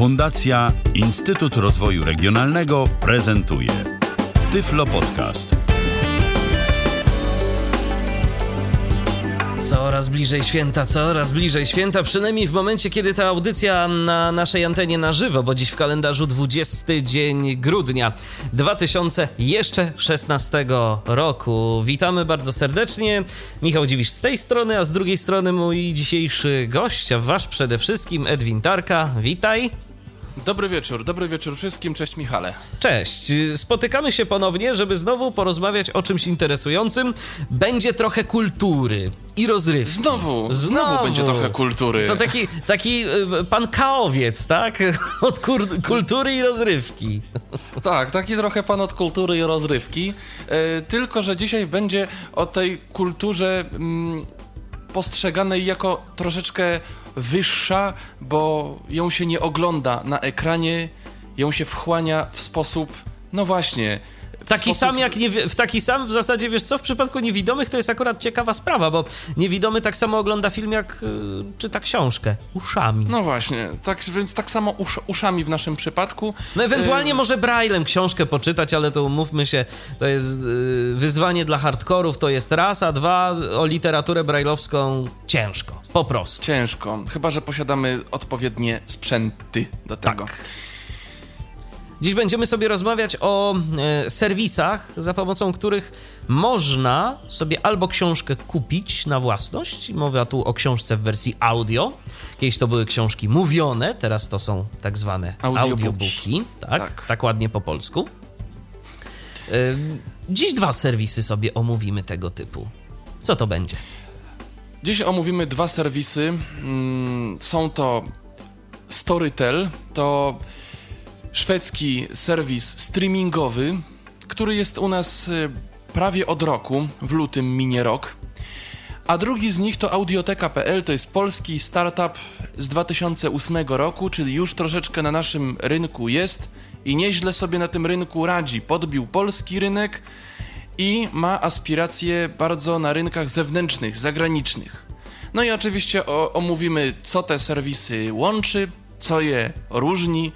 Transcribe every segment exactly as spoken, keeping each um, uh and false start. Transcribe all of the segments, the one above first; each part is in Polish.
Fundacja Instytut Rozwoju Regionalnego prezentuje Tyflo Podcast. Coraz bliżej święta, coraz bliżej święta, przynajmniej w momencie, kiedy ta audycja na naszej antenie na żywo, bo dziś w kalendarzu dwudziesty dzień grudnia dwa tysiące szesnastego roku. Witamy bardzo serdecznie. Michał Dziwisz z tej strony, a z drugiej strony mój dzisiejszy gość, a wasz przede wszystkim Edwin Tarka. Witaj. Dobry wieczór, dobry wieczór wszystkim, cześć Michale. Cześć, spotykamy się ponownie, żeby znowu porozmawiać o czymś interesującym. Będzie trochę kultury i rozrywki. Znowu, znowu, znowu będzie trochę kultury. To taki, taki pan Kaowiec, tak? Od kur- kultury i rozrywki. Tak, taki trochę pan od kultury i rozrywki, e, tylko że dzisiaj będzie o tej kulturze mm, postrzeganej jako troszeczkę wyższa, bo ją się nie ogląda na ekranie, ją się wchłania w sposób, no właśnie... W taki sposób... sam jak nie, w taki sam w zasadzie, wiesz co, w przypadku niewidomych to jest akurat ciekawa sprawa, bo niewidomy tak samo ogląda film jak y, czyta książkę, uszami. No właśnie, tak, więc tak samo usz, uszami w naszym przypadku. No ewentualnie y... może braillem książkę poczytać, ale to umówmy się, to jest y, wyzwanie dla hardkorów, to jest raz, a dwa, o literaturę brailleowską ciężko, po prostu. Ciężko, chyba że posiadamy odpowiednie sprzęty do tego. Tak. Dziś będziemy sobie rozmawiać o e, serwisach, za pomocą których można sobie albo książkę kupić na własność. Mowa tu o książce w wersji audio. Kiedyś to były książki mówione, teraz to są tak zwane audiobooki. audiobooki tak, tak. tak ładnie po polsku. E, dziś dwa serwisy sobie omówimy tego typu. Co to będzie? Dziś omówimy dwa serwisy. Mm, są to Storytel, to szwedzki serwis streamingowy, który jest u nas prawie od roku, w lutym minie rok. A drugi z nich to audioteka kropka pe el, to jest polski startup z dwa tysiące ósmego roku, czyli już troszeczkę na naszym rynku jest i nieźle sobie na tym rynku radzi. Podbił polski rynek i ma aspiracje bardzo na rynkach zewnętrznych, zagranicznych. No i oczywiście o, omówimy, co te serwisy łączy, co je różni.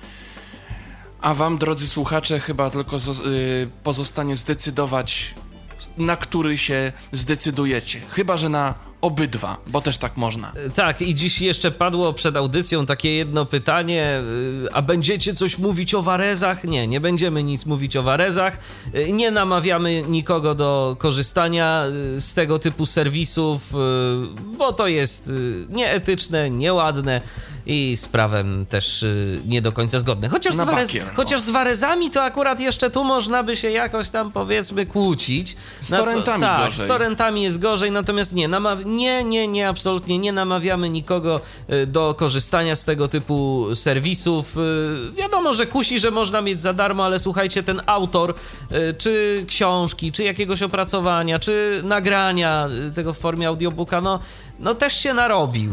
A wam, drodzy słuchacze, chyba tylko pozostanie zdecydować, na który się zdecydujecie. Chyba że na obydwa, bo też tak można. Tak, i dziś jeszcze padło przed audycją takie jedno pytanie, a będziecie coś mówić o Varezach? Nie, nie będziemy nic mówić o Varezach. Nie namawiamy nikogo do korzystania z tego typu serwisów, bo to jest nieetyczne, nieładne i z prawem też nie do końca zgodne. Chociaż z, Varez, bakier, no. chociaż z Varezami to akurat jeszcze tu można by się jakoś tam, powiedzmy, kłócić. Z torrentami tak, gorzej. z torrentami jest gorzej, natomiast nie, namaw- nie, nie, nie, absolutnie nie namawiamy nikogo do korzystania z tego typu serwisów. Wiadomo, że kusi, że można mieć za darmo, ale słuchajcie, ten autor czy książki, czy jakiegoś opracowania, czy nagrania tego w formie audiobooka, no, no też się narobił.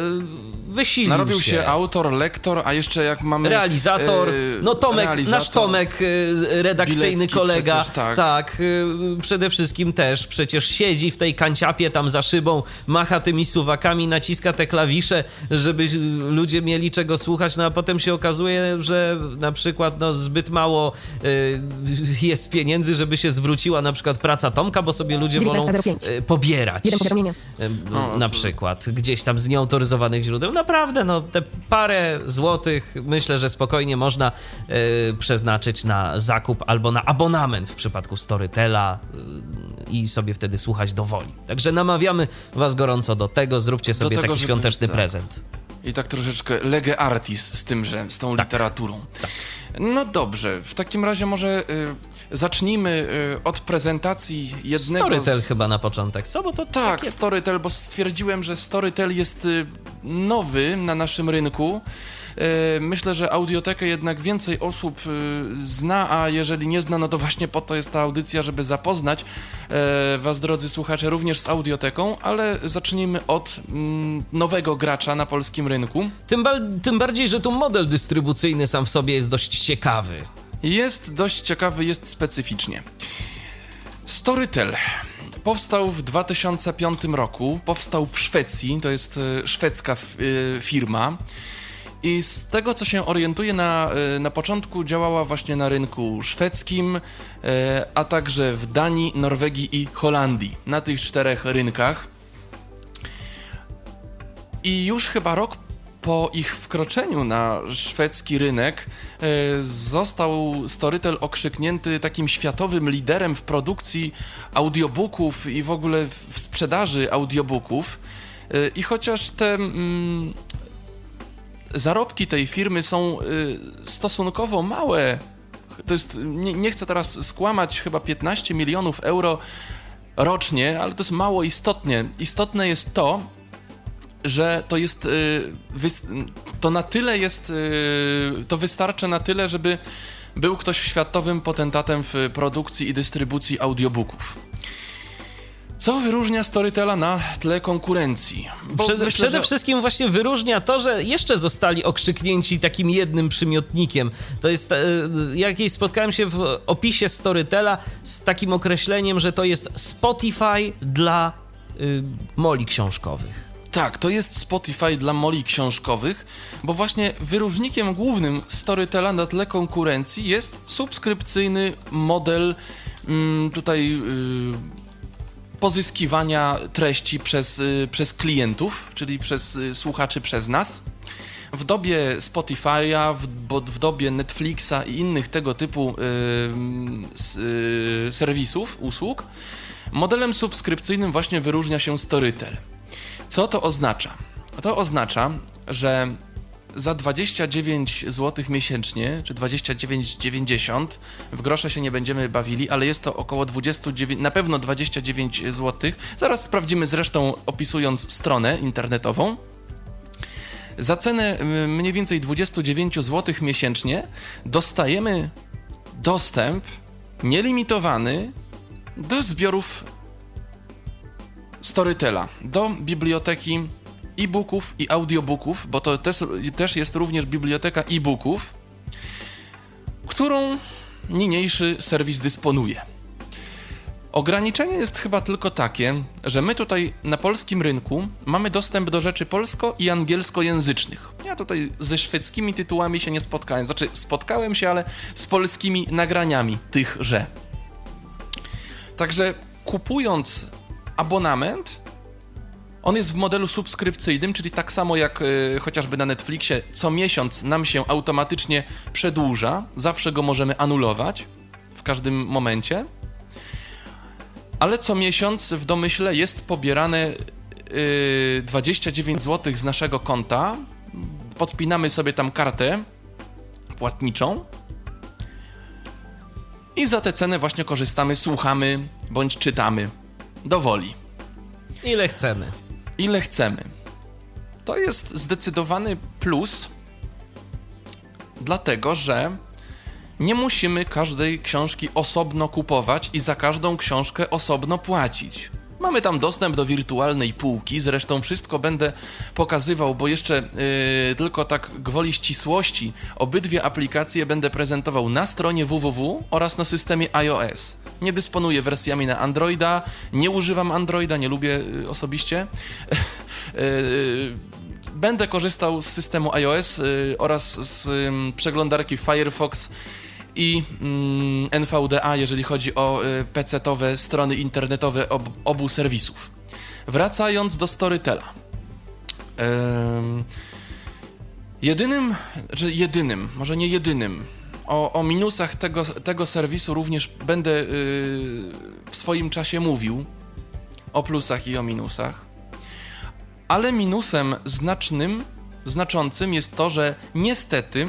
Wysilił Narobił się. się autor, lektor, a jeszcze jak mamy... Realizator, yy, no Tomek, realizator, nasz Tomek, yy, redakcyjny Bilecki kolega, przecież, tak, tak yy, przede wszystkim też przecież siedzi w tej kanciapie tam za szybą, macha tymi suwakami, naciska te klawisze, żeby ludzie mieli czego słuchać, no a potem się okazuje, że na przykład no, zbyt mało yy, jest pieniędzy, żeby się zwróciła na przykład praca Tomka, bo sobie ludzie wolą yy, pobierać yy, o, na to... przykład gdzieś tam z nieautoryzowanych źródeł. Naprawdę, no te parę złotych myślę, że spokojnie można yy, przeznaczyć na zakup albo na abonament w przypadku Storytela yy, i sobie wtedy słuchać do woli. Także namawiamy was gorąco do tego, zróbcie sobie tego, taki świąteczny tak. prezent. I tak troszeczkę lege artis z tymże, z tą tak. literaturą. Tak. No dobrze, w takim razie może y, zacznijmy y, od prezentacji jednego Storytel z... chyba na początek, co? Bo to tak, takie... Storytel, bo stwierdziłem, że Storytel jest y, nowy na naszym rynku. Myślę, że audiotekę jednak więcej osób zna, a jeżeli nie zna, no to właśnie po to jest ta audycja, żeby zapoznać was, drodzy słuchacze, również z audioteką, ale zacznijmy od nowego gracza na polskim rynku. Tym, ba- tym bardziej, że tu model dystrybucyjny sam w sobie jest dość ciekawy. Jest dość ciekawy, jest specyficznie. Storytel powstał w dwa tysiące piątym roku, powstał w Szwecji, to jest szwedzka firma. I z tego, co się orientuję, na, na początku działała właśnie na rynku szwedzkim, a także w Danii, Norwegii i Holandii. Na tych czterech rynkach. I już chyba rok po ich wkroczeniu na szwedzki rynek został Storytel okrzyknięty takim światowym liderem w produkcji audiobooków i w ogóle w sprzedaży audiobooków. I chociaż te mm, zarobki tej firmy są y, stosunkowo małe, to jest, nie, nie chcę teraz skłamać, chyba piętnaście milionów euro rocznie, ale to jest mało istotnie. Istotne jest to, że to jest, y, wys, to na tyle jest, y, to wystarcza na tyle, żeby był ktoś światowym potentatem w produkcji i dystrybucji audiobooków. Co wyróżnia Storytela na tle konkurencji? Bo Przede, myślę, przede że... wszystkim właśnie wyróżnia to, że jeszcze zostali okrzyknięci takim jednym przymiotnikiem. To jest, jakieś spotkałem się w opisie Storytela z takim określeniem, że to jest Spotify dla y, moli książkowych. Tak, to jest Spotify dla moli książkowych, bo właśnie wyróżnikiem głównym Storytela na tle konkurencji jest subskrypcyjny model mm, tutaj... Y, pozyskiwania treści przez, przez klientów, czyli przez słuchaczy, przez nas. W dobie Spotify'a, w, w dobie Netflixa i innych tego typu y, y, serwisów, usług, modelem subskrypcyjnym właśnie wyróżnia się Storytel. Co to oznacza? To oznacza, że za dwadzieścia dziewięć złotych miesięcznie, czy dwadzieścia dziewięć dziewięćdziesiąt, w grosze się nie będziemy bawili, ale jest to około dwadzieścia dziewięć, na pewno dwadzieścia dziewięć złotych. Zaraz sprawdzimy zresztą, opisując stronę internetową. Za cenę mniej więcej dwadzieścia dziewięć złotych miesięcznie dostajemy dostęp nielimitowany do zbiorów Storytela, do biblioteki e-booków i audiobooków, bo to też, też jest również biblioteka e-booków, którą niniejszy serwis dysponuje. Ograniczenie jest chyba tylko takie, że my tutaj na polskim rynku mamy dostęp do rzeczy polsko- i angielskojęzycznych. Ja tutaj ze szwedzkimi tytułami się nie spotkałem, znaczy spotkałem się, ale z polskimi nagraniami tychże. Także kupując abonament, on jest w modelu subskrypcyjnym, czyli tak samo jak y, chociażby na Netflixie, co miesiąc nam się automatycznie przedłuża, zawsze go możemy anulować w każdym momencie, ale co miesiąc w domyśle jest pobierane y, dwadzieścia dziewięć złotych z naszego konta, podpinamy sobie tam kartę płatniczą i za tę cenę właśnie korzystamy, słuchamy bądź czytamy do woli. Ile chcemy. Ile chcemy. To jest zdecydowany plus, dlatego że nie musimy każdej książki osobno kupować i za każdą książkę osobno płacić. Mamy tam dostęp do wirtualnej półki, zresztą wszystko będę pokazywał, bo jeszcze yy, tylko tak gwoli ścisłości obydwie aplikacje będę prezentował na stronie www oraz na systemie iOS. Nie dysponuję wersjami na Androida, nie używam Androida, nie lubię yy, osobiście. yy, będę korzystał z systemu iOS yy, oraz z yy, przeglądarki Firefox i mm, N V D A, jeżeli chodzi o y, pecetowe strony internetowe ob, obu serwisów. Wracając do Storytela. Ym, jedynym, że jedynym, może nie jedynym, o, o minusach tego, tego serwisu również będę y, w swoim czasie mówił, o plusach i o minusach, ale minusem znacznym, znaczącym jest to, że niestety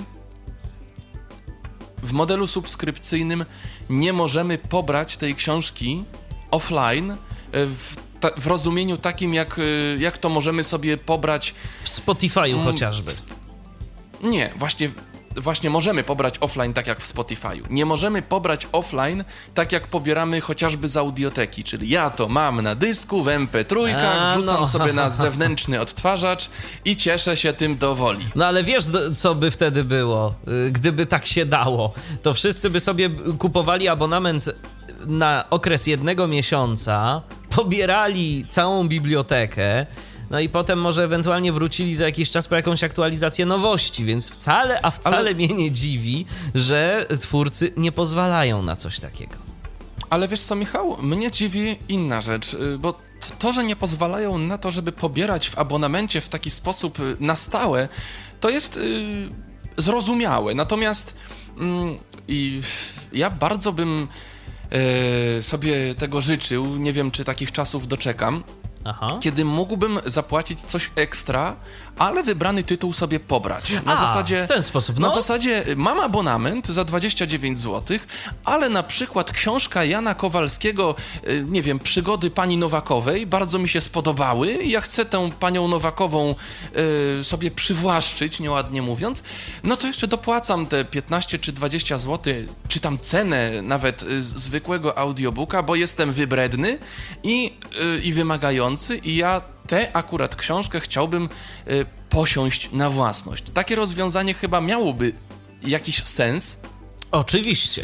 w modelu subskrypcyjnym nie możemy pobrać tej książki offline w, ta, w rozumieniu takim, jak, jak to możemy sobie pobrać w Spotify'u mm, chociażby. W, nie, właśnie, właśnie możemy pobrać offline tak jak w Spotify'u. Nie możemy pobrać offline tak jak pobieramy chociażby z audioteki, czyli ja to mam na dysku, w em pe trzy, A, wrzucam no. sobie na zewnętrzny odtwarzacz i cieszę się tym do woli. No ale wiesz, co by wtedy było, gdyby tak się dało? To wszyscy by sobie kupowali abonament na okres jednego miesiąca, pobierali całą bibliotekę, no i potem może ewentualnie wrócili za jakiś czas po jakąś aktualizację nowości, więc wcale, a wcale Ale... mnie nie dziwi, że twórcy nie pozwalają na coś takiego. Ale wiesz co, Michał? Mnie dziwi inna rzecz, bo to, to, że nie pozwalają na to, żeby pobierać w abonamencie w taki sposób na stałe, to jest yy, zrozumiałe. Natomiast yy, i ja bardzo bym yy, sobie tego życzył, nie wiem, czy takich czasów doczekam, Aha. kiedy mógłbym zapłacić coś ekstra, ale wybrany tytuł sobie pobrać. Na A, zasadzie, w ten sposób, no. Na zasadzie mam abonament za dwadzieścia dziewięć złotych, ale na przykład książka Jana Kowalskiego, nie wiem, Przygody pani Nowakowej bardzo mi się spodobały i ja chcę tę panią Nowakową y, sobie przywłaszczyć, nieładnie mówiąc, no to jeszcze dopłacam te piętnaście czy dwadzieścia złotych, czy tam cenę nawet y, zwykłego audiobooka, bo jestem wybredny i, y, i wymagający i ja tę akurat książkę chciałbym y, posiąść na własność. Takie rozwiązanie chyba miałoby jakiś sens. Oczywiście.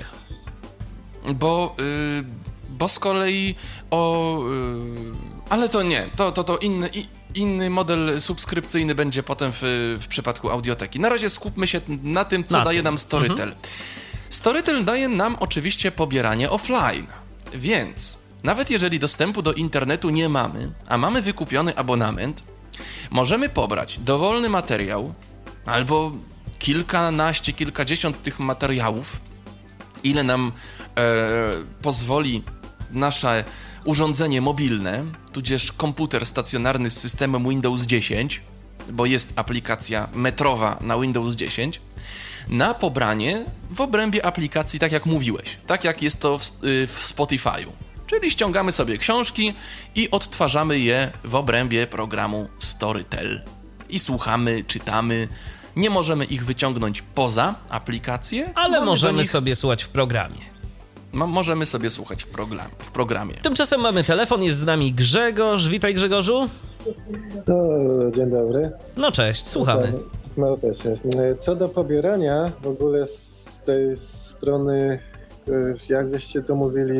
Bo, y, bo z kolei o... Y, ale to nie, to, to, to inny, i, inny model subskrypcyjny będzie potem w, w przypadku audioteki. Na razie skupmy się na tym, co na daje tym. nam Storytel. Mhm. Storytel daje nam oczywiście pobieranie offline, więc... Nawet jeżeli dostępu do internetu nie mamy, a mamy wykupiony abonament, możemy pobrać dowolny materiał albo kilkanaście, kilkadziesiąt tych materiałów, ile nam e, pozwoli nasze urządzenie mobilne, tudzież komputer stacjonarny z systemem Windows dziesięć, bo jest aplikacja metrowa na Windows dziesięć, na pobranie w obrębie aplikacji, tak jak mówiłeś, tak jak jest to w, w Spotify'u. Czyli ściągamy sobie książki i odtwarzamy je w obrębie programu Storytel. I słuchamy, czytamy. Nie możemy ich wyciągnąć poza aplikację. Ale możemy nich... sobie słuchać w programie. Ma, możemy sobie słuchać w, program, w programie. Tymczasem mamy telefon, jest z nami Grzegorz. Witaj, Grzegorzu. No, dzień dobry. No cześć, słuchamy. No cześć. Co do pobierania w ogóle z tej strony... Jak byście to mówili,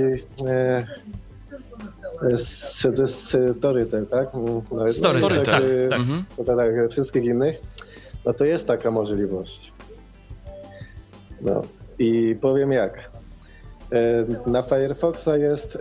ze Storytel, tak? No, Storytel, tak. tak. Mhm. tak wszystkich innych, no to jest taka możliwość. No i powiem jak. Na Firefoxa jest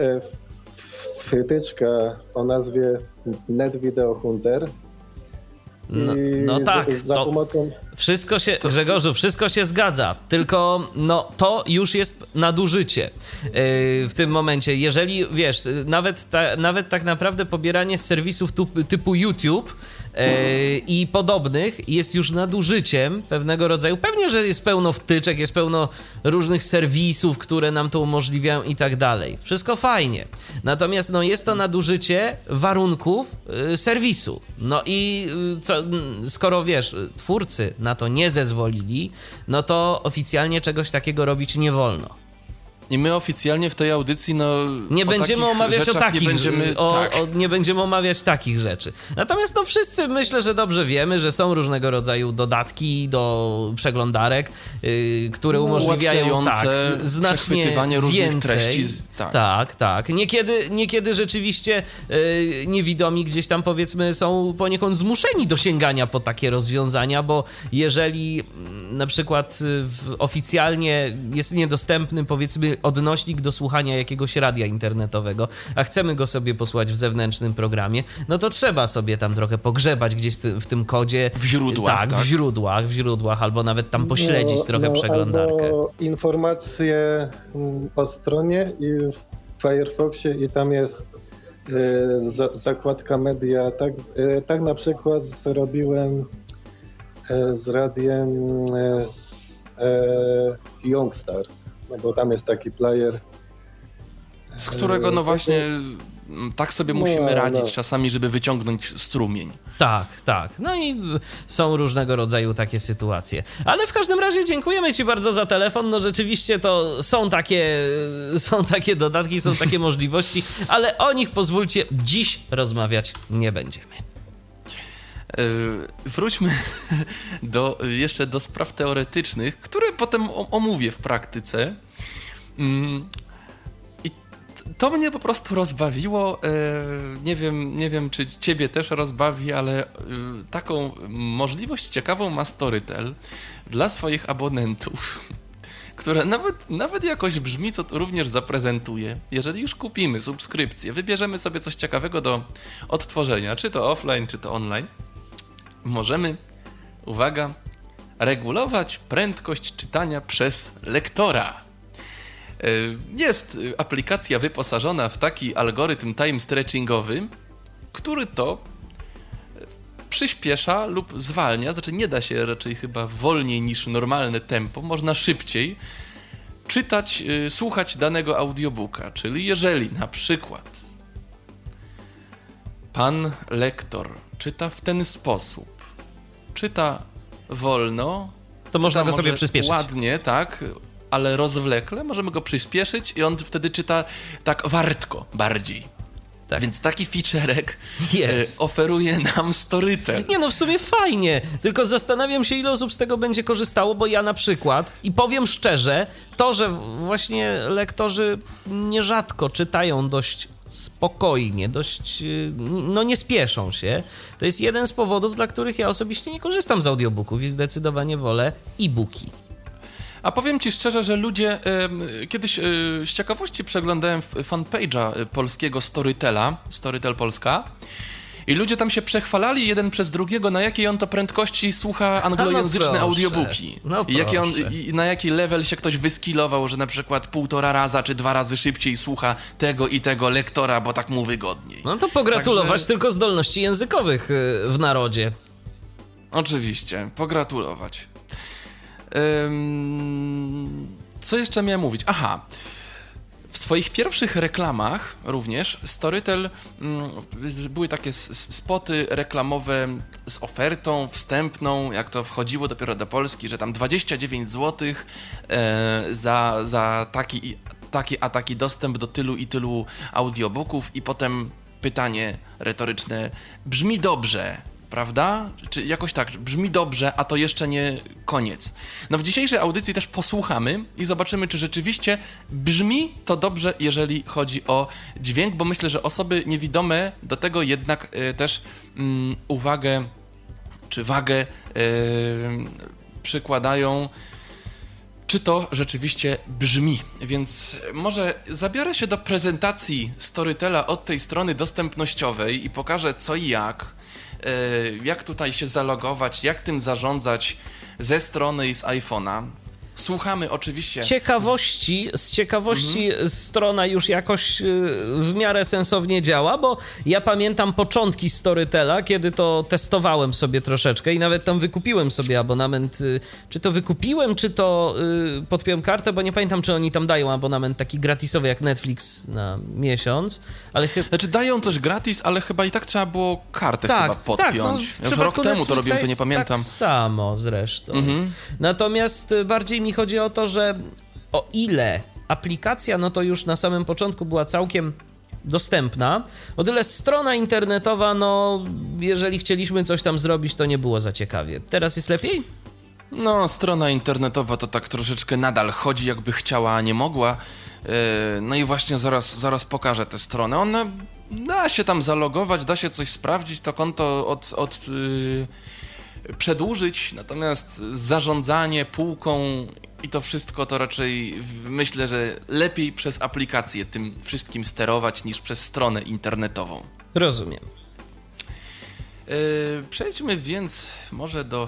wtyczka o nazwie Net Video Hunter. No, no tak, z, za to pomocą... wszystko się, to... Grzegorzu, wszystko się zgadza, tylko no to już jest nadużycie yy, w tym momencie. Jeżeli, wiesz, nawet, ta, nawet tak naprawdę pobieranie z serwisów tu, typu YouTube yy, i podobnych jest już nadużyciem pewnego rodzaju. Pewnie, że jest pełno wtyczek, jest pełno różnych serwisów, które nam to umożliwiają i tak dalej. Wszystko fajnie. Natomiast no, jest to nadużycie warunków yy, serwisu. No i yy, co, skoro, wiesz, twórcy na to nie zezwolili, no to oficjalnie czegoś takiego robić nie wolno. I my oficjalnie w tej audycji, no... Nie o będziemy omawiać o takich, nie będziemy, o, tak. o, nie będziemy omawiać takich rzeczy. Natomiast no wszyscy myślę, że dobrze wiemy, że są różnego rodzaju dodatki do przeglądarek, yy, które umożliwiają tak, znacznie więcej. Treści. Tak, tak. tak. Niekiedy, niekiedy rzeczywiście yy, niewidomi gdzieś tam, powiedzmy, są poniekąd zmuszeni do sięgania po takie rozwiązania, bo jeżeli na przykład w, oficjalnie jest niedostępny, powiedzmy, odnośnik do słuchania jakiegoś radia internetowego, a chcemy go sobie posłuchać w zewnętrznym programie, no to trzeba sobie tam trochę pogrzebać gdzieś w tym kodzie. W źródłach, tak? tak? w źródłach, w źródłach, albo nawet tam pośledzić no, trochę no, przeglądarkę. Albo informacje o stronie i w Firefoxie i tam jest y, za, zakładka media. Tak, y, tak na przykład zrobiłem y, z radiem y, z, y, Youngstars. No bo tam jest taki player. Z którego no właśnie tak sobie no, musimy radzić no. czasami, żeby wyciągnąć strumień. Tak, tak. No i są różnego rodzaju takie sytuacje. Ale w każdym razie dziękujemy Ci bardzo za telefon. No rzeczywiście to są takie, są takie dodatki, są takie możliwości, ale o nich pozwólcie dziś rozmawiać nie będziemy. Wróćmy do, jeszcze do spraw teoretycznych, które potem omówię w praktyce. I to mnie po prostu rozbawiło. Nie wiem, nie wiem, czy ciebie też rozbawi, ale taką możliwość ciekawą ma Storytel dla swoich abonentów, która nawet, nawet jakoś brzmi, co to również zaprezentuje. Jeżeli już kupimy subskrypcję, wybierzemy sobie coś ciekawego do odtworzenia, czy to offline, czy to online, możemy, uwaga, regulować prędkość czytania przez lektora. Jest aplikacja wyposażona w taki algorytm time stretchingowy, który to przyspiesza lub zwalnia, znaczy nie da się raczej chyba wolniej niż normalne tempo, można szybciej czytać, słuchać danego audiobooka. Czyli jeżeli na przykład pan lektor czyta w ten sposób, czyta wolno, to można go sobie przyspieszyć. Ładnie, tak, ale rozwlekle, możemy go przyspieszyć i on wtedy czyta tak wartko bardziej. Tak. Więc taki featurek Jest. oferuje nam Storytel. Nie no, w sumie fajnie, tylko zastanawiam się, ile osób z tego będzie korzystało, bo ja na przykład, i powiem szczerze, to, że właśnie lektorzy nierzadko czytają dość spokojnie, dość, no nie spieszą się, to jest jeden z powodów, dla których ja osobiście nie korzystam z audiobooków i zdecydowanie wolę e-booki. A powiem ci szczerze, że ludzie, y, kiedyś y, z ciekawości przeglądałem fanpage'a polskiego Storytela, Storytel Polska, i ludzie tam się przechwalali jeden przez drugiego, na jakiej on to prędkości słucha anglojęzyczne no audiobooki. No I, jaki on, I na jaki level się ktoś wyskilował, że na przykład półtora raza czy dwa razy szybciej słucha tego i tego lektora, bo tak mu wygodniej. No to pogratulować Także... tylko zdolności językowych w narodzie. Oczywiście, pogratulować. Co jeszcze miałem mówić? Aha, w swoich pierwszych reklamach również Storytel, były takie spoty reklamowe z ofertą wstępną, jak to wchodziło dopiero do Polski, że tam dwadzieścia dziewięć złotych za, za taki, taki a taki dostęp do tylu i tylu audiobooków i potem pytanie retoryczne, brzmi dobrze, prawda? Czy jakoś tak, brzmi dobrze, a to jeszcze nie koniec. No w dzisiejszej audycji też posłuchamy i zobaczymy, czy rzeczywiście brzmi to dobrze, jeżeli chodzi o dźwięk, bo myślę, że osoby niewidome do tego jednak y, też y, uwagę czy wagę y, przykładają, czy to rzeczywiście brzmi. Więc może zabiorę się do prezentacji Storytela od tej strony dostępnościowej i pokażę co i jak. Jak tutaj się zalogować, jak tym zarządzać ze strony i z iPhone'a. Słuchamy oczywiście... Z ciekawości, z ciekawości mhm. strona już jakoś w miarę sensownie działa, bo ja pamiętam początki Storytela, kiedy to testowałem sobie troszeczkę i nawet tam wykupiłem sobie abonament. Czy to wykupiłem, czy to podpiąłem kartę, bo nie pamiętam, czy oni tam dają abonament taki gratisowy jak Netflix na miesiąc, ale chyba... Znaczy dają coś gratis, ale chyba i tak trzeba było kartę tak, chyba podpiąć. Tak, no, ja już rok temu Netflixa to robiłem, to nie pamiętam. Tak samo zresztą. Mhm. Natomiast bardziej mi chodzi o to, że o ile aplikacja, no to już na samym początku była całkiem dostępna, o tyle strona internetowa, no jeżeli chcieliśmy coś tam zrobić, to nie było za ciekawie. Teraz jest lepiej? No, strona internetowa to tak troszeczkę nadal chodzi, jakby chciała, a nie mogła. No i właśnie zaraz, zaraz pokażę tę stronę. Ona da się tam zalogować, da się coś sprawdzić, to konto od... od yy... przedłużyć, natomiast zarządzanie półką i to wszystko to raczej myślę, że lepiej przez aplikację tym wszystkim sterować niż przez stronę internetową. Rozumiem. Yy, przejdźmy więc może do,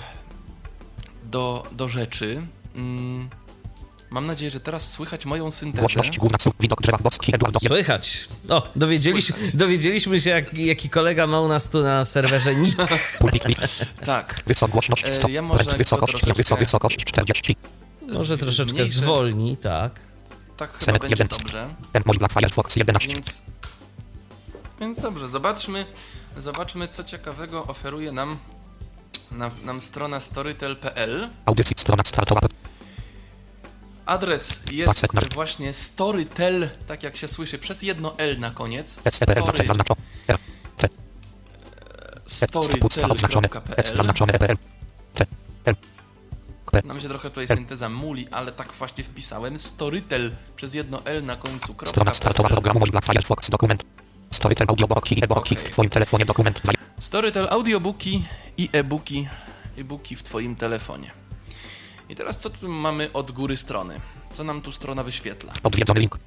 do, do rzeczy. Yy, mam nadzieję, że teraz słychać moją syntezę. Słychać. O, dowiedzieliśmy, słychać. dowiedzieliśmy się, jak, jaki kolega ma u nas tu na serwerze nick. Tak. E, ja może wysokość czterdzieści. Może troszeczkę zmniejszę. Zwolni, tak. Tak chyba będzie dobrze. Więc, więc dobrze, zobaczmy, zobaczmy, co ciekawego oferuje nam, nam, nam strona storytel kropka p l. Audycji strona startowa. Adres jest właśnie Storytel, tak jak się słyszy, przez jedno L na koniec. Story, storytel kropka p l. P. Nam się trochę tutaj synteza muli, ale tak właśnie wpisałem. Storytel przez jedno L na końcu. Strona startowa programu Mozilla Firefox dokument. Storytel audiobooki i e-booki w twoim telefonie dokument. Storytel audiobooki i e-booki, e-booki w twoim telefonie. I teraz co tu mamy od góry strony? Co nam tu strona wyświetla? Odwiedzony link.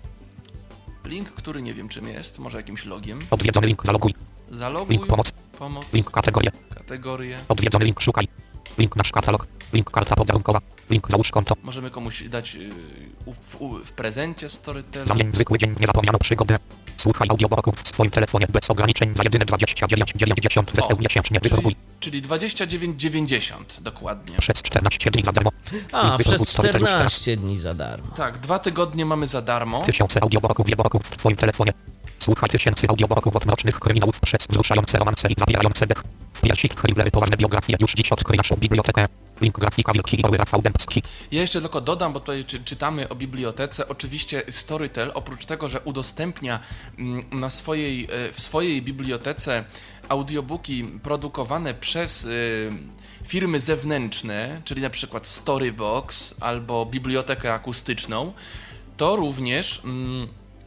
Link, który nie wiem czym jest, może jakimś logiem. Odwiedzony link, zaloguj. Zaloguj. Link pomoc. Pomoc. Link kategorie. Kategorie. Odwiedzony link, szukaj. Link nasz katalog. Link karta podarunkowa. Link załóż konto. Możemy komuś dać yy, w, w, w prezencie Storytela. Zamień zwykły dzień, niezapomnianą przygodę. Słuchaj audiobooków w swoim telefonie bez ograniczeń za jedyne dwadzieścia dziewięć dziewięćdziesiąt zł miesięcznie. Wypróbuj. Czyli dwadzieścia dziewięć dziewięćdziesiąt dokładnie. Przez czternaście dni za darmo. A, przez czternaście dni za darmo. Tak, dwa tygodnie mamy za darmo. Tysiące audiobooków i e-booków w twoim telefonie. Słuchaj tysięcy audiobooków od mrocznych kryminałów przez wzruszające romanse i zabierające dech. W piersi thrillery, poważne biografie. Już dziś odkryj naszą bibliotekę. Link grafika wielki i mały Rafał Dębski. Ja jeszcze tylko dodam, bo tutaj czy, czytamy o bibliotece. Oczywiście Storytel, oprócz tego, że udostępnia na swojej, w swojej bibliotece audiobooki produkowane przez y, firmy zewnętrzne, czyli na przykład Storybox albo bibliotekę akustyczną, to również mm,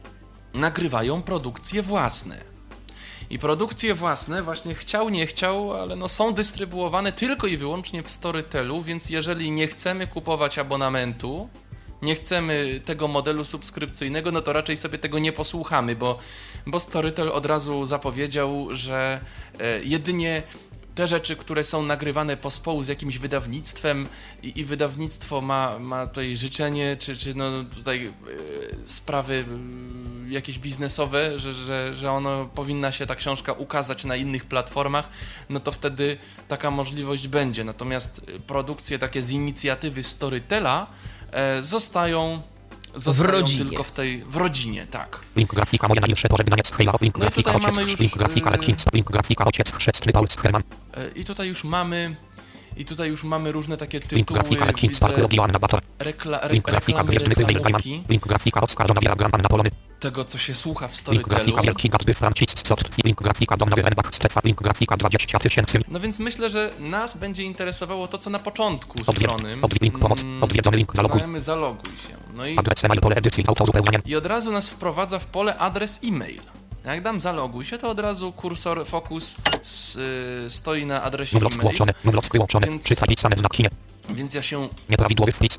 nagrywają produkcje własne. I produkcje własne właśnie chciał, nie chciał, ale no są dystrybuowane tylko i wyłącznie w Storytelu, więc jeżeli nie chcemy kupować abonamentu, nie chcemy tego modelu subskrypcyjnego, no to raczej sobie tego nie posłuchamy, bo, bo Storytel od razu zapowiedział, że e, jedynie te rzeczy, które są nagrywane pospołu z jakimś wydawnictwem i, i wydawnictwo ma, ma tutaj życzenie, czy, czy no tutaj e, sprawy e, jakieś biznesowe, że, że, że ono powinna się ta książka ukazać na innych platformach, no to wtedy taka możliwość będzie. Natomiast produkcje takie z inicjatywy Storytela e, zostają Zostają w rodzinie. tylko w tej, w rodzinie, tak. Link grafika moje najlepsze pożegnanie z Hejla. Link No i grafika tutaj ojciec. mamy już, Link grafika yy, Lekins. Link grafika ojciec chrzestny Paul Herman. I tutaj już mamy i tutaj już mamy różne takie Link tytuły, grafika Lekins. widzę, Park Joanna Bator. rekla, re, Link grafika reklamy, Gwiezdny Wymyl Gaiman. reklamówki, Link grafika Oskar Donawiera Gram Napolony. tego co się słucha w Link Storytelu. grafika Wielki Gatby Francis Scott. Link grafika Dom Nowy Renbach Stefa. Link grafika dwadzieścia tysięcy. No więc myślę, że nas będzie interesowało to, co na początku Odwiedz, strony. odwiedz, link pomoc, odwiedzony link, zaloguj. Dajemy zaloguj się. No i, Adres e-mail, pole edycji z autouzupełnianiem. i od razu nas wprowadza w pole adres e-mail. Jak dam zaloguj się, to od razu kursor, fokus s, y, stoi na adresie Numlock e-mail. włączony, numlock wyłączony. Więc- Czytaj same znaki nie. Więc ja się, Nieprawidłowy wpis.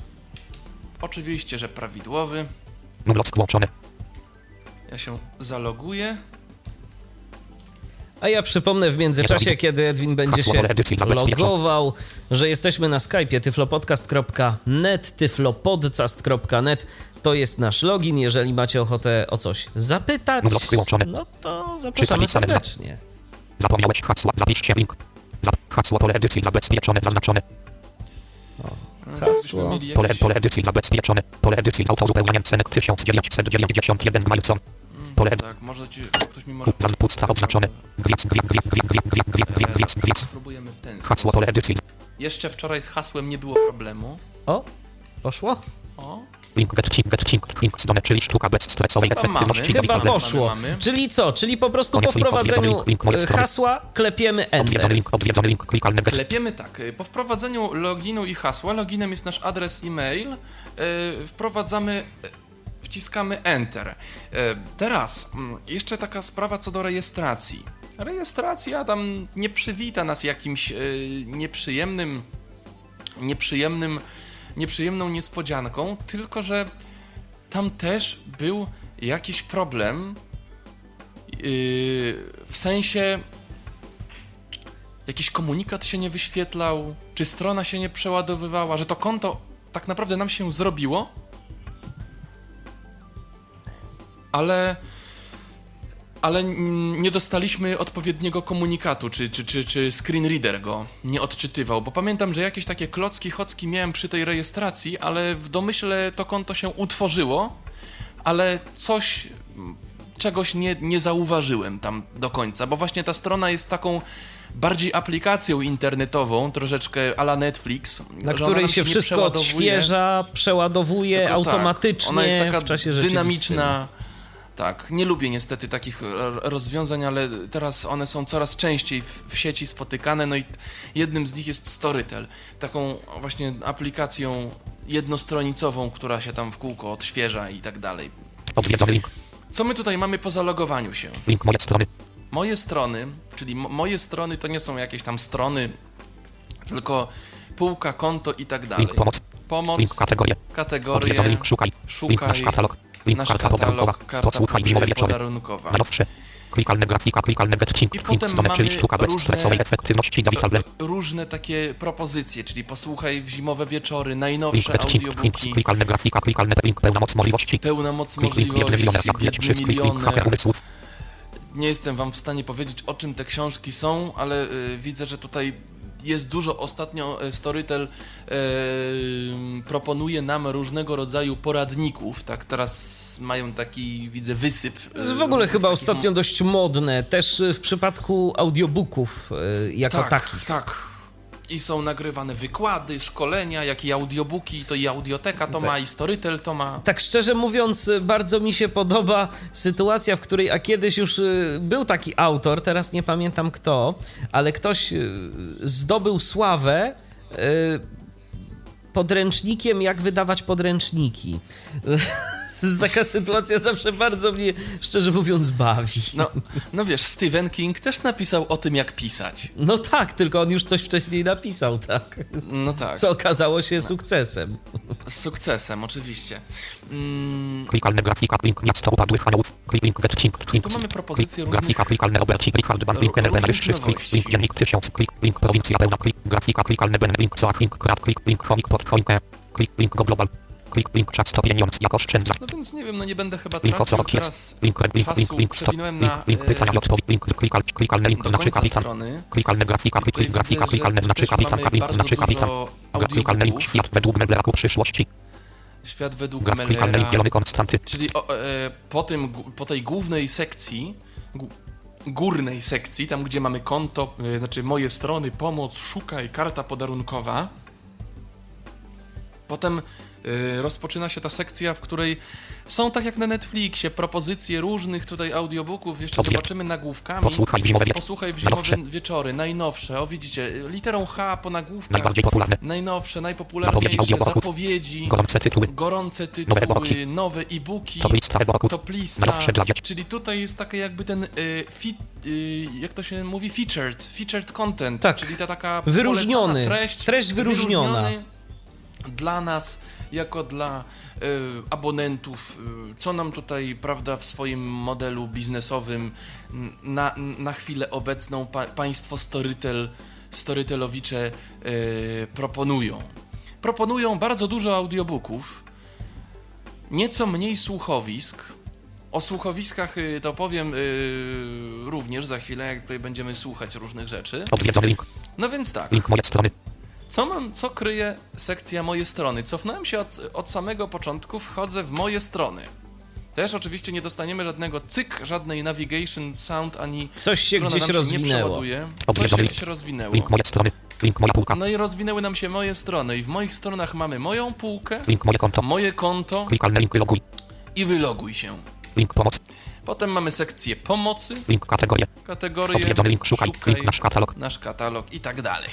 oczywiście, że prawidłowy, Numlock włączony. ja się zaloguję. A ja przypomnę w międzyczasie, kiedy Edwin będzie się logował, że jesteśmy na Skype'ie tyflopodcast kropka net, tyflopodcast kropka net. To jest nasz login. Jeżeli macie ochotę o coś zapytać, no to zapraszamy serdecznie. Zapomniałeś hasła, zapiszcie link. Zap, hasło pole edycji zabezpieczone, zaznaczone. Hasło. Mieli Pole, jakieś... pole edycji zabezpieczone. Pole edycji z autouzupełnianiem cenek tysiąc dziewięćset dziewięćdziesiąt jeden Milson. Pole Tak, może ci, ktoś mi może... Zan pusta oznaczone. Gwiazd, gwiazd, gwiazd, gwiazd, gwiazd, gwiazd, gwiazd, gwiazd, gwiazd. Spróbujemy w ten Hasło sposób. pole edycji. Jeszcze wczoraj z hasłem nie było problemu. O, poszło? O, Link get link get link link zdone, czyli sztuka bezstresowej Chyba efektywności. mamy. Chyba Mamy, poszło. mamy. Czyli co? Czyli po prostu po Koniec linku, wprowadzeniu link, link, moje e, strony. hasła klepiemy Odwiedzony Enter. link, odwiedzony link, klikalny get. klepiemy tak. Po wprowadzeniu loginu i hasła, loginem jest nasz adres e-mail, yy, wprowadzamy, yy, wciskamy Enter. Yy, teraz yy, jeszcze taka sprawa co do rejestracji. Rejestracja tam nie przywita nas jakimś yy, nieprzyjemnym, nieprzyjemnym, nieprzyjemną niespodzianką, tylko że tam też był jakiś problem, yy, w sensie jakiś komunikat się nie wyświetlał, czy strona się nie przeładowywała, że to konto tak naprawdę nam się zrobiło, ale, ale nie dostaliśmy odpowiedniego komunikatu, czy, czy, czy, czy screen reader go nie odczytywał, bo pamiętam, że jakieś takie klocki, chocki miałem przy tej rejestracji, ale w domyśle to konto się utworzyło, ale coś, czegoś nie, nie zauważyłem tam do końca, bo właśnie ta strona jest taką bardziej aplikacją internetową, troszeczkę à la Netflix. Na której się wszystko odświeża, przeładowuje Tylko automatycznie tak, ona jest taka w czasie dynamiczna, rzeczywistym. Tak, nie lubię niestety takich r- rozwiązań, ale teraz one są coraz częściej w, w sieci spotykane, no i jednym z nich jest Storytel, taką właśnie aplikacją jednostronicową, która się tam w kółko odświeża i tak dalej. Odwiedzony link. Co my tutaj mamy po zalogowaniu się? Link moje strony. Moje strony, czyli m- moje strony to nie są jakieś tam strony, tylko półka, konto i tak dalej. Link pomoc. Pomoc, Link kategorie. kategorie, Odwiedzony link szukaj. Link nasz szukaj, katalog. Link nasz karta podarunkowa. katalog, karta Podsłuchaj zimowe wieczory. podarunkowa. Najnowsze. Klikalne grafika, klikalne getching. I Link potem stronę, czyli mamy sztuka bez różne- stresowej efektywności Dawid Alble. Różne takie propozycje, czyli posłuchaj w zimowe wieczory, Link najnowsze getching. Link audiobooki, klikalne grafika, klikalne link pełna moc możliwości. pełna moc Klik, link biedny milioner. możliwości, Jak wiecie biedny wszystko. Link haker milioner. umysłów. Nie jestem wam w stanie powiedzieć, o czym te książki są, ale y, widzę, że tutaj jest dużo. Ostatnio y, Storytel y, proponuje nam różnego rodzaju poradników, tak, teraz mają taki, widzę, wysyp. y, To jest w ogóle chyba takich- ostatnio dość modne, też w przypadku audiobooków y, jako tak, takich. tak. I są nagrywane wykłady, szkolenia, jak i audiobooki, to i Audioteka to Tak. ma, i Storytel to ma. Tak szczerze mówiąc, bardzo mi się podoba sytuacja, w której, a kiedyś już y, był taki autor, teraz nie pamiętam kto, ale ktoś y, zdobył sławę y, podręcznikiem, jak wydawać podręczniki. Taka sytuacja zawsze bardzo mnie, szczerze mówiąc, bawi. No, no wiesz, Stephen King też napisał o tym, jak pisać. No tak, tylko on już coś wcześniej napisał, tak? No tak, Co okazało się sukcesem. z sukcesem, oczywiście. Mm, Klikalne grafika, link miasto upadłych aniołów. Klik, link getching. Link mamy propozycje klik, grafika, różnych- klikalne oberci, Richard Van Linken, różnych najwyższy klik, nowości. link dziennik tysiąc, klik, link prowincja pełna, klik, grafika, klikalne ben, link zoach, link krab, klik, link chomik pod choinkę, klik, link go global, klik, link czas to pieniądz, jak oszczędza, no więc nie wiem, no nie będę chyba link o co tracił rok jest, teraz link, link, link, czasu. link, link, stop, Przewinąłem link, na link, pytania i e, odpowiedź, link, klikal, klikalne, link, do znaczy końca kapitan, strony. klikalne grafika, klik, Tutaj link, grafika, widzę, klikalne, że znaczy też kapitan, mamy link, bardzo znaczy kapitan, dużo klikalne, link, audiobooków. świat według Meblera ku przyszłości, Świat według graf, klikalne, link, Mellera. zielony konstanty, Czyli o, e, po, tym, gu- po tej głównej sekcji, gó- górnej sekcji, tam gdzie mamy konto, e, znaczy moje strony, pomoc, szukaj, karta podarunkowa, potem e, rozpoczyna się ta sekcja, w której są, tak jak na Netflixie, propozycje różnych tutaj audiobooków, jeszcze Dobrze. zobaczymy nagłówkami. posłuchaj w zimowe wieczory, Posłuchaj w zimowe najnowsze, wieczory, najnowsze, o widzicie, literą H po nagłówkach, najbardziej popularne, najnowsze, Zapowiedzi najpopularniejsze, audiobooków. zapowiedzi, gorące tytuły, gorące Nowe tytuły, e-booki. nowe e-booki, top lista e-booków, top lista, najnowsze dla dzieci, czyli tutaj jest takie jakby ten, y, fi, y, jak to się mówi, featured, featured content, Tak. czyli ta taka Wyróżniony. polecana treść, Treść wyróżniona. wyróżniony dla nas, jako dla y, abonentów, y, co nam tutaj, prawda, w swoim modelu biznesowym n- na, na chwilę obecną pa, państwo Storytel, Storytelowicze y, proponują. Proponują bardzo dużo audiobooków, nieco mniej słuchowisk. O słuchowiskach y, to powiem y, również za chwilę, jak tutaj będziemy słuchać różnych rzeczy. odwiedzony link, No więc tak, link moje strony, co mam, co kryje sekcja moje strony? Cofnąłem się od, od samego początku, wchodzę w moje strony. Też oczywiście nie dostaniemy żadnego cyk, żadnej navigation sound, ani Coś się strona gdzieś nam się nie rozwinęło. przeładuje. Coś się Odwiedzony gdzieś link, rozwinęło. link moje strony, link moja półka, No i rozwinęły nam się moje strony i w moich stronach mamy moją półkę, link moje konto, moje konto klikalne link loguj, i wyloguj się. link pomoc, Potem mamy sekcję pomocy, link kategorie, kategorie, odwiedzony link szukaj, link nasz katalog, nasz katalog i tak dalej.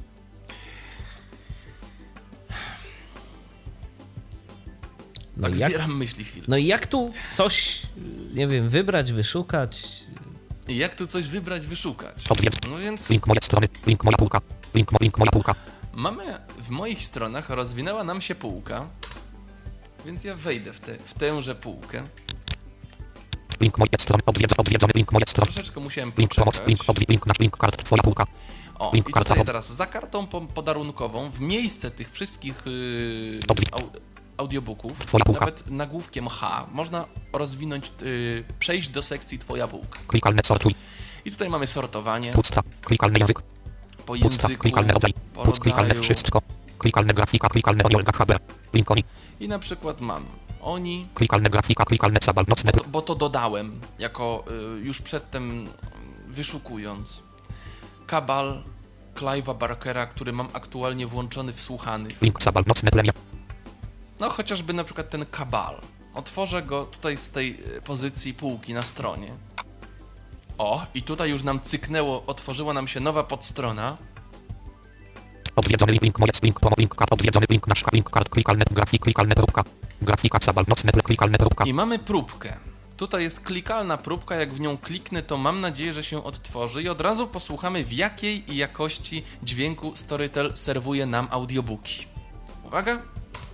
No Tak i jak, zbieram myśli chwilę. no i jak tu coś, nie wiem, wybrać, wyszukać? I jak tu coś wybrać, wyszukać? odwiedz, No więc link moje strony, link moja półka, link, mo, link moja półka, mamy w moich stronach, rozwinęła nam się półka, więc ja wejdę w, te, w tęże półkę. link moje strony, odwiedz, odwiedzony link moje strony, Troszeczkę musiałem link pomoc, poczekać. link odwi, link nasz link kart, twoja półka, O, link i karta tutaj home. teraz za kartą po- podarunkową, w miejsce tych wszystkich yy, Odwi- au, audiobooków, Twoja półka. nawet nagłówkiem H, można rozwinąć, yy, przejść do sekcji Twoja półka. klikalne sortuj, I tutaj mamy sortowanie pusta, klikalny język, po pusta, języku, klikalny rodzaj, po pust, klikalne rodzaju. wszystko, klikalne grafika, klikalne Olga H B, link oni, I na przykład mam oni, klikalne grafika, klikalne cabal, nocne, bo to, bo to dodałem, jako y, już przedtem y, wyszukując. Kabal Clive'a Barkera, który mam aktualnie włączony w słuchany. link cabal, nocne plemię, No chociażby na przykład ten Kabal. otworzę go tutaj z tej pozycji półki na stronie. O, i tutaj już nam cyknęło, otworzyła nam się nowa podstrona. Odwiedzony link, moje link, pomo, link, kart, odwiedzony link, nasz link, kart, klikalne, grafik, klikalne, próbka, grafika, cabal, nocne, klikalne, próbka. I mamy próbkę. Tutaj jest klikalna próbka, jak w nią kliknę, to mam nadzieję, że się odtworzy i od razu posłuchamy, w jakiej jakości dźwięku Storytel serwuje nam audiobooki. Uwaga!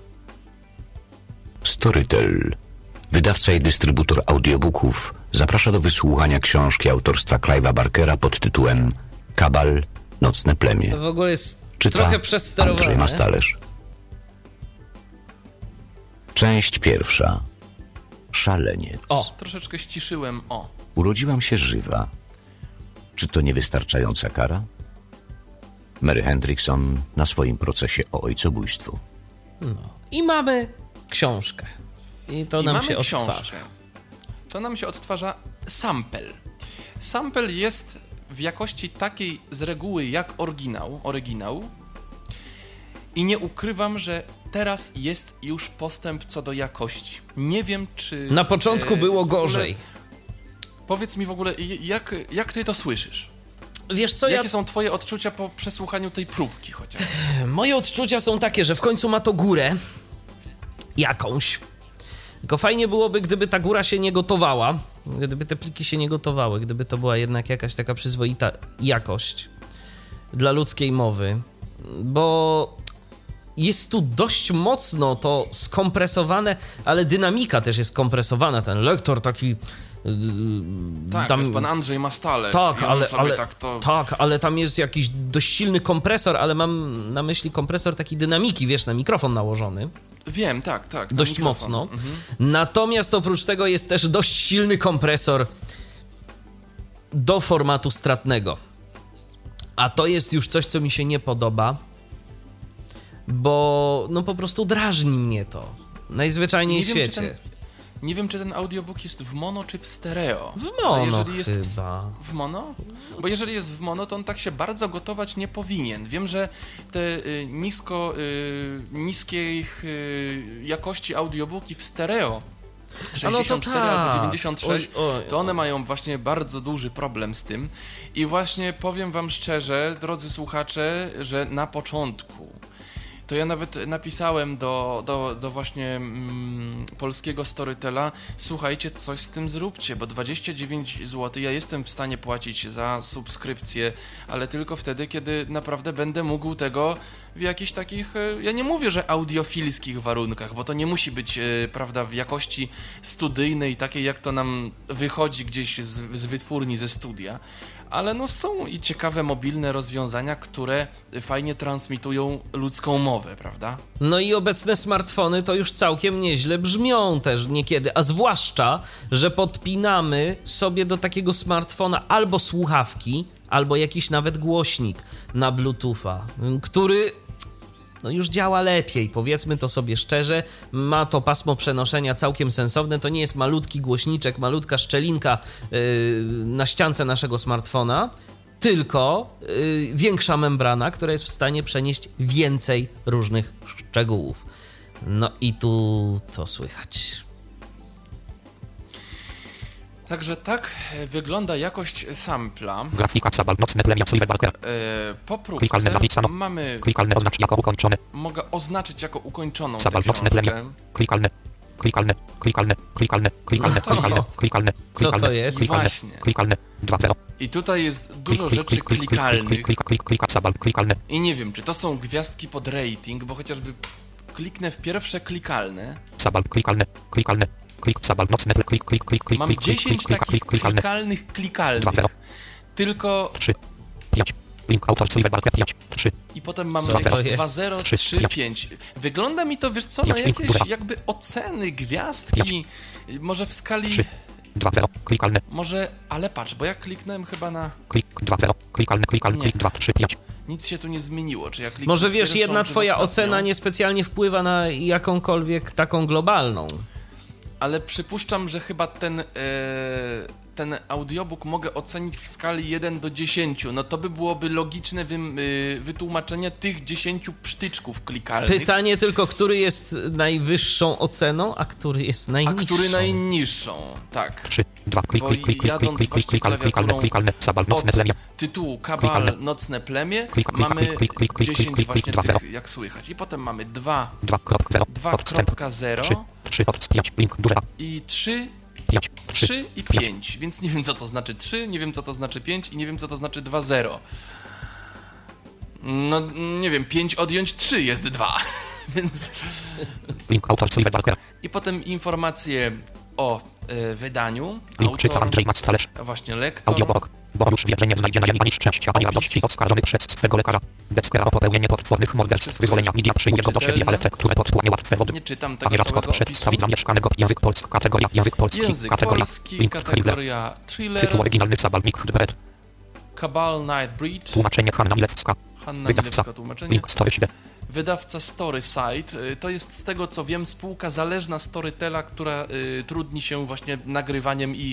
Storytel, wydawca i dystrybutor audiobooków, zaprasza do wysłuchania książki autorstwa Clive'a Barkera pod tytułem Kabal, Nocne Plemię. To w ogóle jest Czyta trochę przesterowane. Andrzej Mastalerz. Część pierwsza. Szaleniec. O! Troszeczkę ściszyłem, o. Urodziłam się żywa. Czy to niewystarczająca kara? Mary Hendrickson na swoim procesie o ojcobójstwo. No. I mamy książkę. I to I nam mamy się książkę. odtwarza. Co nam się odtwarza? Sample. Sample jest w jakości takiej z reguły jak oryginał, oryginał. I nie ukrywam, że teraz jest już postęp co do jakości. Nie wiem, czy... Na początku e, było w ogóle- gorzej. Powiedz mi w ogóle, jak, jak ty to słyszysz? Wiesz co, Jakie ja... są twoje odczucia po przesłuchaniu tej próbki chociaż? Moje odczucia są takie, że w końcu ma to górę jakąś. Tylko fajnie byłoby, gdyby ta góra się nie gotowała, gdyby te pliki się nie gotowały, gdyby to była jednak jakaś taka przyzwoita jakość dla ludzkiej mowy, bo jest tu dość mocno to skompresowane, ale dynamika też jest kompresowana, ten lektor taki... Tak, tam... to jest pan Andrzej Mastalerz. Tak, I on ale, sobie ale, tak, to... tak, ale tam jest jakiś dość silny kompresor, ale mam na myśli kompresor takiej dynamiki, wiesz, na mikrofon nałożony. Wiem, tak, tak. na Dość mikrofon. mocno. Mhm. Natomiast oprócz tego jest też dość silny kompresor do formatu stratnego. A to jest już coś, co mi się nie podoba, bo no po prostu drażni mnie to. Najzwyczajniej w Nie wiem, czy świecie. ten- Nie wiem, czy ten audiobook jest w mono, czy w stereo. W A mono jeżeli jest w, chyba. w mono? Bo jeżeli jest w mono, to on tak się bardzo gotować nie powinien. Wiem, że te y, nisko, y, niskiej y, jakości audiobooki w stereo sześćdziesiąt cztery albo dziewięćdziesiąt sześć, Oj, oj, to one oj. mają właśnie bardzo duży problem z tym. I właśnie powiem wam szczerze, drodzy słuchacze, że na początku to ja nawet napisałem do, do, do właśnie mm, polskiego Storytela, słuchajcie, coś z tym zróbcie, bo dwadzieścia dziewięć złotych ja jestem w stanie płacić za subskrypcję, ale tylko wtedy, kiedy naprawdę będę mógł tego w jakichś takich, e, ja nie mówię, że audiofilskich warunkach, bo to nie musi być, e, prawda, w jakości studyjnej, takiej jak to nam wychodzi gdzieś z, z wytwórni, ze studia, ale no są i ciekawe mobilne rozwiązania, które fajnie transmitują ludzką mowę, prawda? No i obecne smartfony to już całkiem nieźle brzmią też niekiedy, a zwłaszcza, że podpinamy sobie do takiego smartfona albo słuchawki, albo jakiś nawet głośnik na Bluetootha, który no już działa lepiej, powiedzmy to sobie szczerze, ma to pasmo przenoszenia całkiem sensowne, to nie jest malutki głośniczek, malutka szczelinka yy, na ściance naszego smartfona, tylko yy, większa membrana, która jest w stanie przenieść więcej różnych szczegółów. No i tu to słychać. Także tak wygląda jakość sampla. Grafika, cabal, nocne plemię, Clive Barker. E, po próbce Klikalne zapisano. mamy, Klikalne oznacz jako ukończone. mogę oznaczyć jako ukończoną tę Cabal, nocne plemię. książkę. Klikalne. Klikalne. Klikalne. Klikalne. Klikalne. No to Klikalne. jest. Klikalne. Co to Klikalne. jest? Klikalne. Właśnie. Klikalne. dwa zero. I tutaj jest dużo Klik, klik, rzeczy klik, klik, klik, klikalnych. Klik, klik, klik, klik, cabal, klikalne. I nie wiem, czy to są gwiazdki pod rating, bo chociażby kliknę w pierwsze klikalne. Cabal, klikalne. Klikalne. Klik, cabal, nocne ple, klik, klik, klik, klik, Mam klik, klik, dziesięć klik, takich klik, klikalne. klikalnych klikalnych. dwa zero. Tylko trzy. pięć. Link autor Clive Barker pięć. trzy. i potem mam Co to jakieś jest? dwa zero, Trzy, trzy, pięć. pięć. Wygląda mi to, wiesz co, na Pięć, link, jakieś góra. jakby oceny, gwiazdki, może w skali, trzy. dwa zero. Klikalne. może, ale patrz, bo ja kliknąłem chyba na, Klik, dwa zero. Klikalne, klikalne, Nie. klik, dwa, trzy, pięć. nic się tu nie zmieniło, czy ja kliknę Może w wiesz, pierwszą, jedna czy w twoja ostatnią. ocena niespecjalnie wpływa na jakąkolwiek taką globalną. ale przypuszczam, że chyba ten, e, ten audiobook mogę ocenić w skali jeden do dziesięciu. No to by byłoby logiczne wy, y, wytłumaczenie tych dziesięciu psztyczków klikalnych. Pytanie tylko, który jest najwyższą oceną, a który jest najniższą. A który najniższą, tak. trzy, dwa, klik, Bo klik, klik, klik, jadąc klik, klik, właśnie klikalne, klikalne, klawiaturą klikalne, Sabal, nocne od plemię. tytułu Kabal, Klikalne. Nocne plemię, Klik, klik, mamy klik, klik, klik, klik, dziesięć klik, właśnie klik, dwa, tych, jak słychać. I potem mamy dwa, dwa kropka zero, dwa odstęp, kropka zero trzy, trzy, od, pięć, link, duże, i trzy, pięć, trzy, trzy i pięć, więc nie wiem, co to znaczy trzy, nie wiem, co to znaczy pięć i nie wiem, co to znaczy dwa zero. No, nie wiem, pięć odjąć trzy jest dwa, więc... link, autor, Silver Barker, I potem informacje o e, wydaniu. link, czyta Autor, Andrzej Mastalerz, właśnie lektor, audiobook, Borusz wie, że nie znajdzie nadziei ani szczęścia, ani Opis. radości oskarżony przez swego lekarza. Deckera o popełnienie potwornych morderstw, Wszystko wyzwolenia jest media przyjmuje go do siebie, czytelne. ale te, które podpłynie łatwe wody. nie czytam A tego nieraz całego kod opisu. przedstawić zamieszkanego język polski, kategoria język polski, Język kategoria polski, link, thriller, kategoria thriller, tytuł oryginalny Zabalnik, Dberet, Cabal Nightbreed, tłumaczenie Hanna Milewska, Hanna wydawca, Milewska tłumaczenie, link, story siedem, wydawca Storyside. Y, To jest z tego co wiem spółka zależna Storytela, która y, trudni się właśnie nagrywaniem i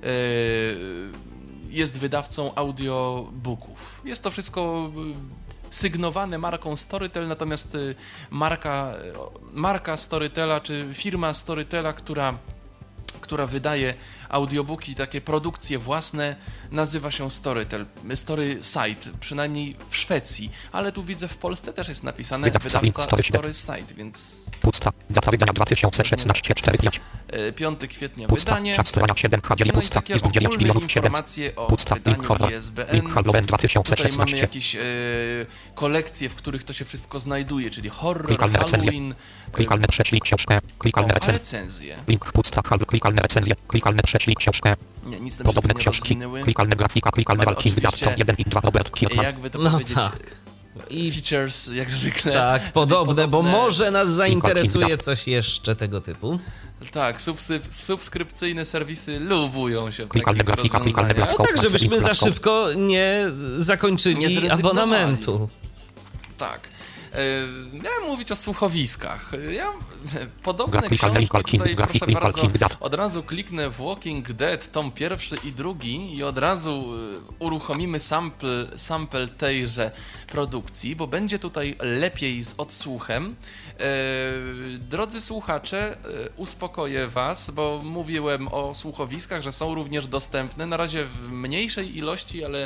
y, jest wydawcą audiobooków. Jest to wszystko y, sygnowane marką Storytel, natomiast y, marka, y, marka Storytela czy firma Storytela, która która wydaje audiobooki, takie produkcje własne, nazywa się Storytel, Storyside, przynajmniej w Szwecji, ale tu widzę w Polsce też jest napisane Wydawca link, wydawca Storyside. Storyside, więc pusta, data wydania dwa tysiące szesnaście, cztery, pięć, e, piątego kwietnia pusta, wydanie. czas strona siedem, H dziewięć, No i pusta, takie izb dziewięć ogólne milionów siedem, informacje o pusta, link, wydaniu horror, I S B link, N. Halloween dwa tysiące Tutaj mamy szesnaście, jakieś e, kolekcje, w których to się wszystko znajduje, czyli horror, Klikalne recenzje. Halloween, e, klikalne prześlij książkę, klikalne o, a recenzje, recenzje. link, pusta, hal, klikalne recenzje, klikalne prześlij książkę, Nie, nic tam się podobne tu nie książki, rozwinęły. klikalne grafika, klikalne Ale walking, oczywiście- Dark jeden i dwa, Robert Kirkman, Jakby to No powiedzieć, tak. I features jak zwykle. tak, Czyli podobne, bo może nas zainteresuje Kilka- coś jeszcze tego typu. Tak, subsy- subskrypcyjne serwisy lubują się w Klikalne takich grafika, klikalne rozwiązaniach. No Skop, tak, żebyśmy za Skop. szybko nie zakończyli Nie zrezygnowali. abonamentu. Tak. E, Miałem mówić o słuchowiskach. Ja podobne Grafika, książki Walking, tutaj, proszę grafik, bardzo, Walking Dead. od razu kliknę w Walking Dead, tom pierwszy i drugi i od razu e, uruchomimy sample, sample tejże produkcji, bo będzie tutaj lepiej z odsłuchem. E, Drodzy słuchacze, e, uspokoję was, bo mówiłem o słuchowiskach, że są również dostępne, na razie w mniejszej ilości, ale e,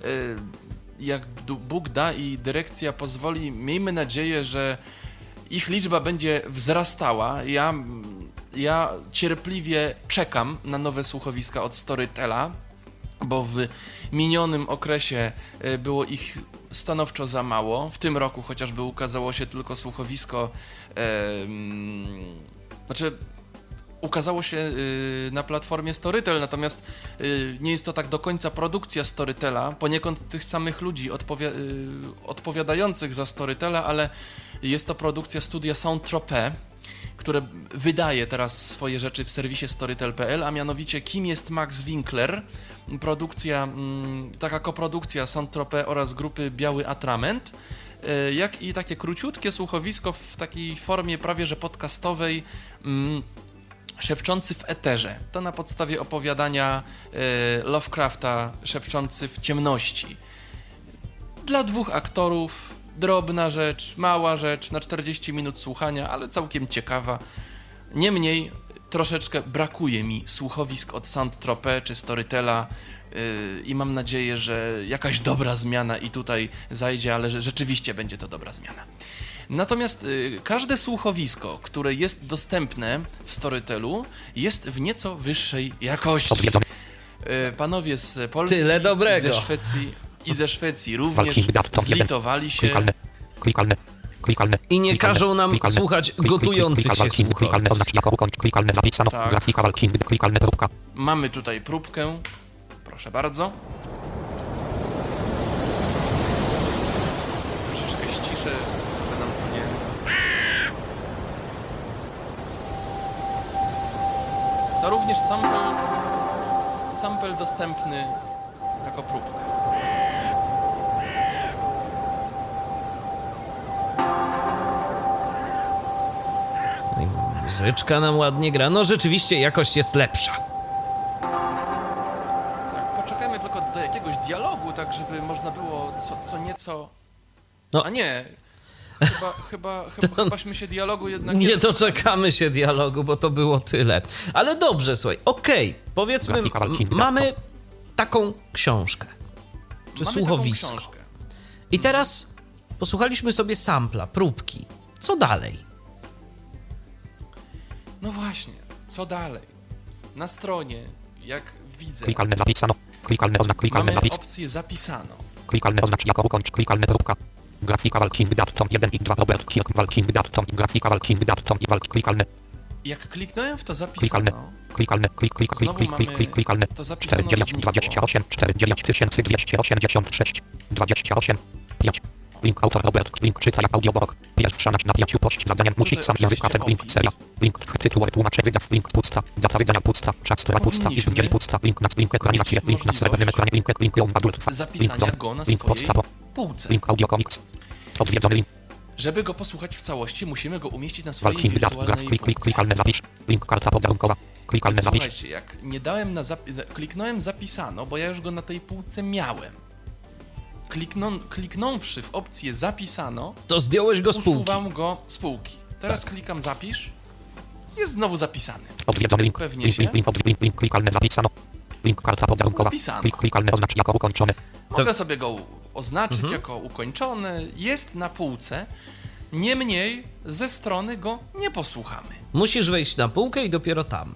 jak Bóg da i dyrekcja pozwoli, miejmy nadzieję, że ich liczba będzie wzrastała. Ja, ja cierpliwie czekam na nowe słuchowiska od Storytela, bo w minionym okresie e, było ich stanowczo za mało. W tym roku chociażby ukazało się tylko słuchowisko, e, mm, znaczy ukazało się y, na platformie Storytel, natomiast y, nie jest to tak do końca produkcja Storytela, poniekąd tych samych ludzi odpowi- y, odpowiadających za Storytela, ale jest to produkcja studia Saint-Tropez, które wydaje teraz swoje rzeczy w serwisie storytel kropka p l, a mianowicie Kim jest Max Winkler, produkcja, mm, taka koprodukcja Saint-Tropez oraz grupy Biały Atrament, y, jak i takie króciutkie słuchowisko w takiej formie prawie że podcastowej, mm, Szepczący w eterze. To na podstawie opowiadania e, Lovecrafta Szepczący w ciemności. Dla dwóch aktorów, drobna rzecz, mała rzecz, na czterdzieści minut słuchania, ale całkiem ciekawa. Niemniej troszeczkę brakuje mi słuchowisk od Saint-Tropez czy Storytela yy, i mam nadzieję, że jakaś dobra zmiana i tutaj zajdzie, ale że rzeczywiście będzie to dobra zmiana. Natomiast y, każde słuchowisko, które jest dostępne w Storytelu, jest w nieco wyższej jakości. Y, panowie z Polski Tyle dobrego. i ze Szwecji, i ze Szwecji również Walking Dead, top jeden. zlitowali się. klikalne, klikalne, klikalne, I nie klikalne, każą nam klikalne, słuchać klik, klik, gotujących klikal, się walking, klikalne, słuchowisk. oznacz jako ukończ, klikalne, zapisano, Tak. grafika, walking, klikalne, próbka, Mamy tutaj próbkę. Proszę bardzo. Troszeczkę ściszę, żeby nam to nie... To również sample, sample dostępny jako próbka. Muzyczka nam ładnie gra. No rzeczywiście jakość jest lepsza. Tak, poczekajmy tylko do jakiegoś dialogu, tak żeby można było co, co nieco... No. A nie, chyba, chyba, chyba, To- chybaśmy się dialogu jednak... Nie doczekamy się dialogu, bo to było tyle. Ale dobrze, słuchaj, okej, powiedzmy, Grafika walki, m- mamy taką książkę, czy Mamy słuchowisko. taką książkę. I teraz posłuchaliśmy sobie sampla, próbki. Co dalej? No właśnie, co dalej? Na stronie, jak widzę, Klikalne zapisano. Klikalne oznak. Klikalne mamy zapis. opcję zapisano. Klikalne oznacz jako ukończ. Klikalne próbka. Grafika walking datom jeden i dwa Robert Kirk walking datom i grafika walking datom i walk. Klikalne. Jak kliknąłem w to Klikalne. zapisano, Klikalne. Klik, klik, klik, Znowu klik, klik, mamy klik, klikalne. to zapisano cztery dziewięć znikło. dwadzieścia osiem cztery dziewięć tysięcy dwieście osiemdziesiąt sześć dwadzieścia osiem pięć. Link autor Robert. Link czytaj audiobook. Pierwsza na na pięciu pość zadaniem musi Tutaj sam język oczywiście ten link opis. seria. Link tytuł tłumacz wydaw link pusta. Data wydania pusta. Czas stora pusta. Powinniśmy Link dzieli pusta. Link na link ekranizację. mieć Link na srebrnym możliwość ekranie. Link link ją adult. Link zapisania zone. go na Link swojej podstawo. półce. Link audio comics. Odwiedzony link. Żeby go posłuchać w całości, musimy go umieścić na swojej Walking dat. Graf. wirtualnej Klik, klik, półce. klikalne zapisz. Link karta podarunkowa. Klikalne Więc zapisz. słuchajcie, jak nie dałem na zapi- za- kliknąłem zapisano, bo ja już go na tej półce miałem. Klikną, kliknąwszy w opcję zapisano, To zdjąłeś go z półki. usuwam go z półki. Teraz klikam zapisz, jest znowu zapisany. Odwiedzony link. Pewnie Link, się. link, link, odwi- link, link, klikalne zapisano. Link karta podarunkowa. Zapisano. Klik, klikalne oznacz jako ukończony. Mogę sobie go oznaczyć Mhm. jako ukończony, jest na półce, niemniej ze strony go nie posłuchamy. Musisz wejść na półkę i dopiero tam.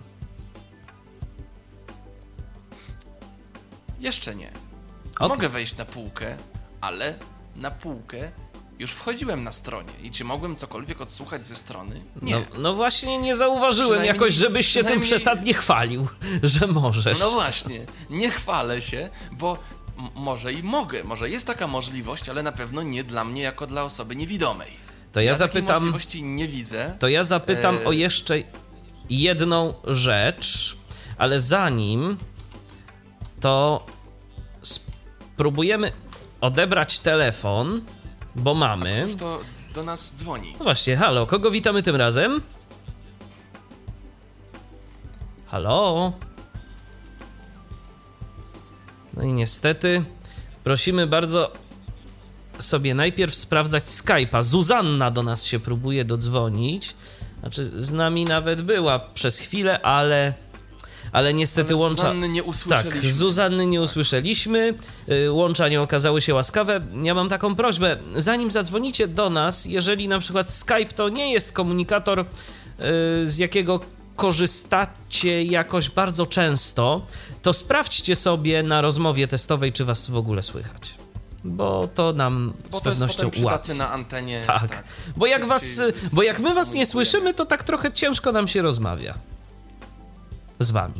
Jeszcze nie. Okej. Mogę wejść na półkę, ale na półkę już wchodziłem na stronie i czy mogłem cokolwiek odsłuchać ze strony? Nie. No, no właśnie nie zauważyłem Przynajmniej- jakoś, żebyś się tym przynajmniej- przesadnie chwalił, że możesz. No właśnie, nie chwalę się, bo m- może i mogę, może jest taka możliwość, ale na pewno nie dla mnie jako dla osoby niewidomej. To ja Ja takiej zapytam, możliwości nie widzę. to ja zapytam E, o jeszcze jedną rzecz, ale zanim to spróbujemy odebrać telefon, bo mamy... Któż to do nas dzwoni? No właśnie, halo, kogo witamy tym razem? Halo? No i niestety prosimy bardzo sobie najpierw sprawdzać Skype'a. Zuzanna do nas się próbuje dodzwonić. Znaczy z nami nawet była przez chwilę, ale... Ale niestety Ale łącza... Zuzanny nie usłyszeliśmy. Tak, Zuzanny nie usłyszeliśmy, y, łącza nie okazały się łaskawe. Ja mam taką prośbę, zanim zadzwonicie do nas, jeżeli na przykład Skype to nie jest komunikator, y, z jakiego korzystacie jakoś bardzo często, to sprawdźcie sobie na rozmowie testowej, czy was w ogóle słychać. Bo to nam Bo z to jest pewnością potem przydatne ułatwi. na antenie. Tak, bo jak Czy- was, czy- bo jak my was nie komunikujemy. słyszymy, to tak trochę ciężko nam się rozmawia z wami.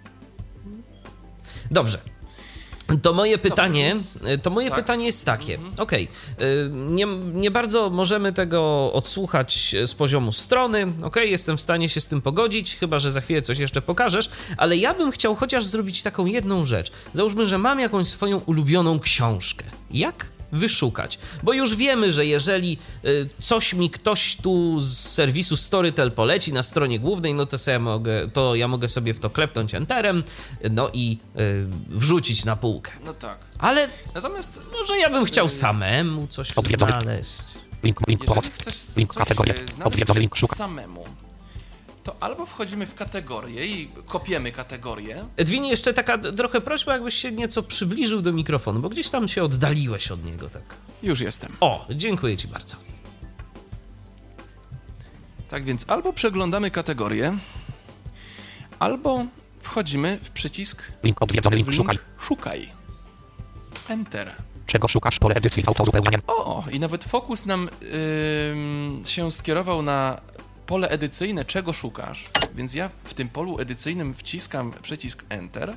Dobrze. To moje pytanie, więc- to moje tak. pytanie jest takie. Okej, y, nie, nie bardzo możemy tego odsłuchać z poziomu strony. Okej, jestem w stanie się z tym pogodzić, chyba że za chwilę coś jeszcze pokażesz, ale ja bym chciał chociaż zrobić taką jedną rzecz. Załóżmy, że mam jakąś swoją ulubioną książkę. Jak wyszukać? Bo już wiemy, że jeżeli y, coś mi ktoś tu z serwisu Storytel poleci na stronie głównej, no to, sobie mogę, to ja mogę sobie w to klepnąć enterem, no i y, wrzucić na półkę. No tak. Ale Natomiast może ja bym chciał samemu coś Odwiedzony. znaleźć. Link, link, jeżeli pomoc. chcesz Link, coś kategorie. e, znaleźć Odwiedzony link, szuka. samemu, to albo wchodzimy w kategorię i kopiemy kategorię. Edwinie, jeszcze taka d- trochę prośba, jakbyś się nieco przybliżył do mikrofonu, bo gdzieś tam się oddaliłeś od niego, tak. Już jestem. O, dziękuję ci bardzo. Tak więc albo przeglądamy kategorię, albo wchodzimy w przycisk Link, odwiedzony w link, link szukaj. szukaj. Enter. Czego szukasz? Pole edycji z autouzupełnianiem. O, i nawet fokus nam ym, się skierował na pole edycyjne, czego szukasz. Więc ja w tym polu edycyjnym wciskam przycisk Enter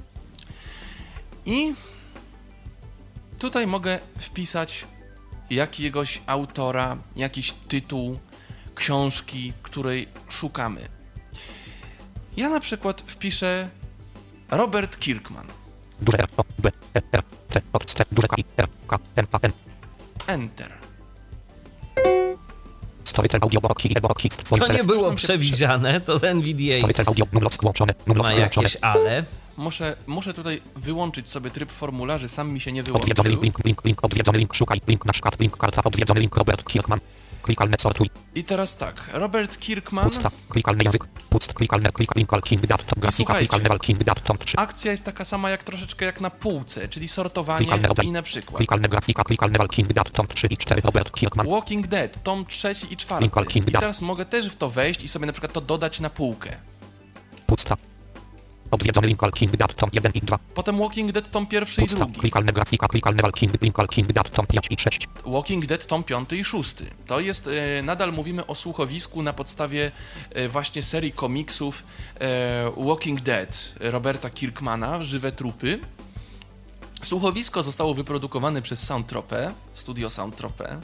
i tutaj mogę wpisać jakiegoś autora, jakiś tytuł książki, której szukamy. Ja na przykład wpiszę Robert Kirkman. Duże R, O, B, E, R, T, O, C, duże K, I, R, K, M, A, N. Enter. sto Storytel Audiobook i e-book. To nie było przewidziane, to N V D A Storytel Audio, Numlock włączone, Numlock ma włączone. jakieś ale. Muszę, muszę tutaj wyłączyć sobie tryb formularzy, sam mi się nie Odwiedzony wyłączył. link, link, link, odwiedzony link, szukaj, link na przykład, link karta, odwiedzony link Robert Kirkman. Klikalne sortuj, I teraz tak, Robert Kirkman. pusta, klikalny język, pust, klikalne, klika, link, King Dat, grafika, Słuchajcie. klikalne, King Dat, tom trzy, Akcja jest taka sama jak troszeczkę jak na półce, czyli sortowanie klikalne rodzaj, i na przykład klikalne grafika, klikalne, King Dat, tom trzy i cztery, Robert Kirkman. Walking Dead, tom trzeci i czwarty. Lincoln King I Da. teraz mogę też w to wejść i sobie na przykład to dodać na półkę. Pusta. Odwiedzony Lincoln King Dat, tom jeden i dwa. Potem Walking Dead, tom pierwszy i Pusta. drugi. Klikalne grafika, klikalne King, Lincoln King Dat, tom pięć i sześć. Walking Dead, tom piąty i szósty. To jest, e, nadal mówimy o słuchowisku na podstawie e, właśnie serii komiksów e, Walking Dead Roberta Kirkmana, Żywe Trupy. Słuchowisko zostało wyprodukowane przez Soundtropę, studio Soundtropę. E,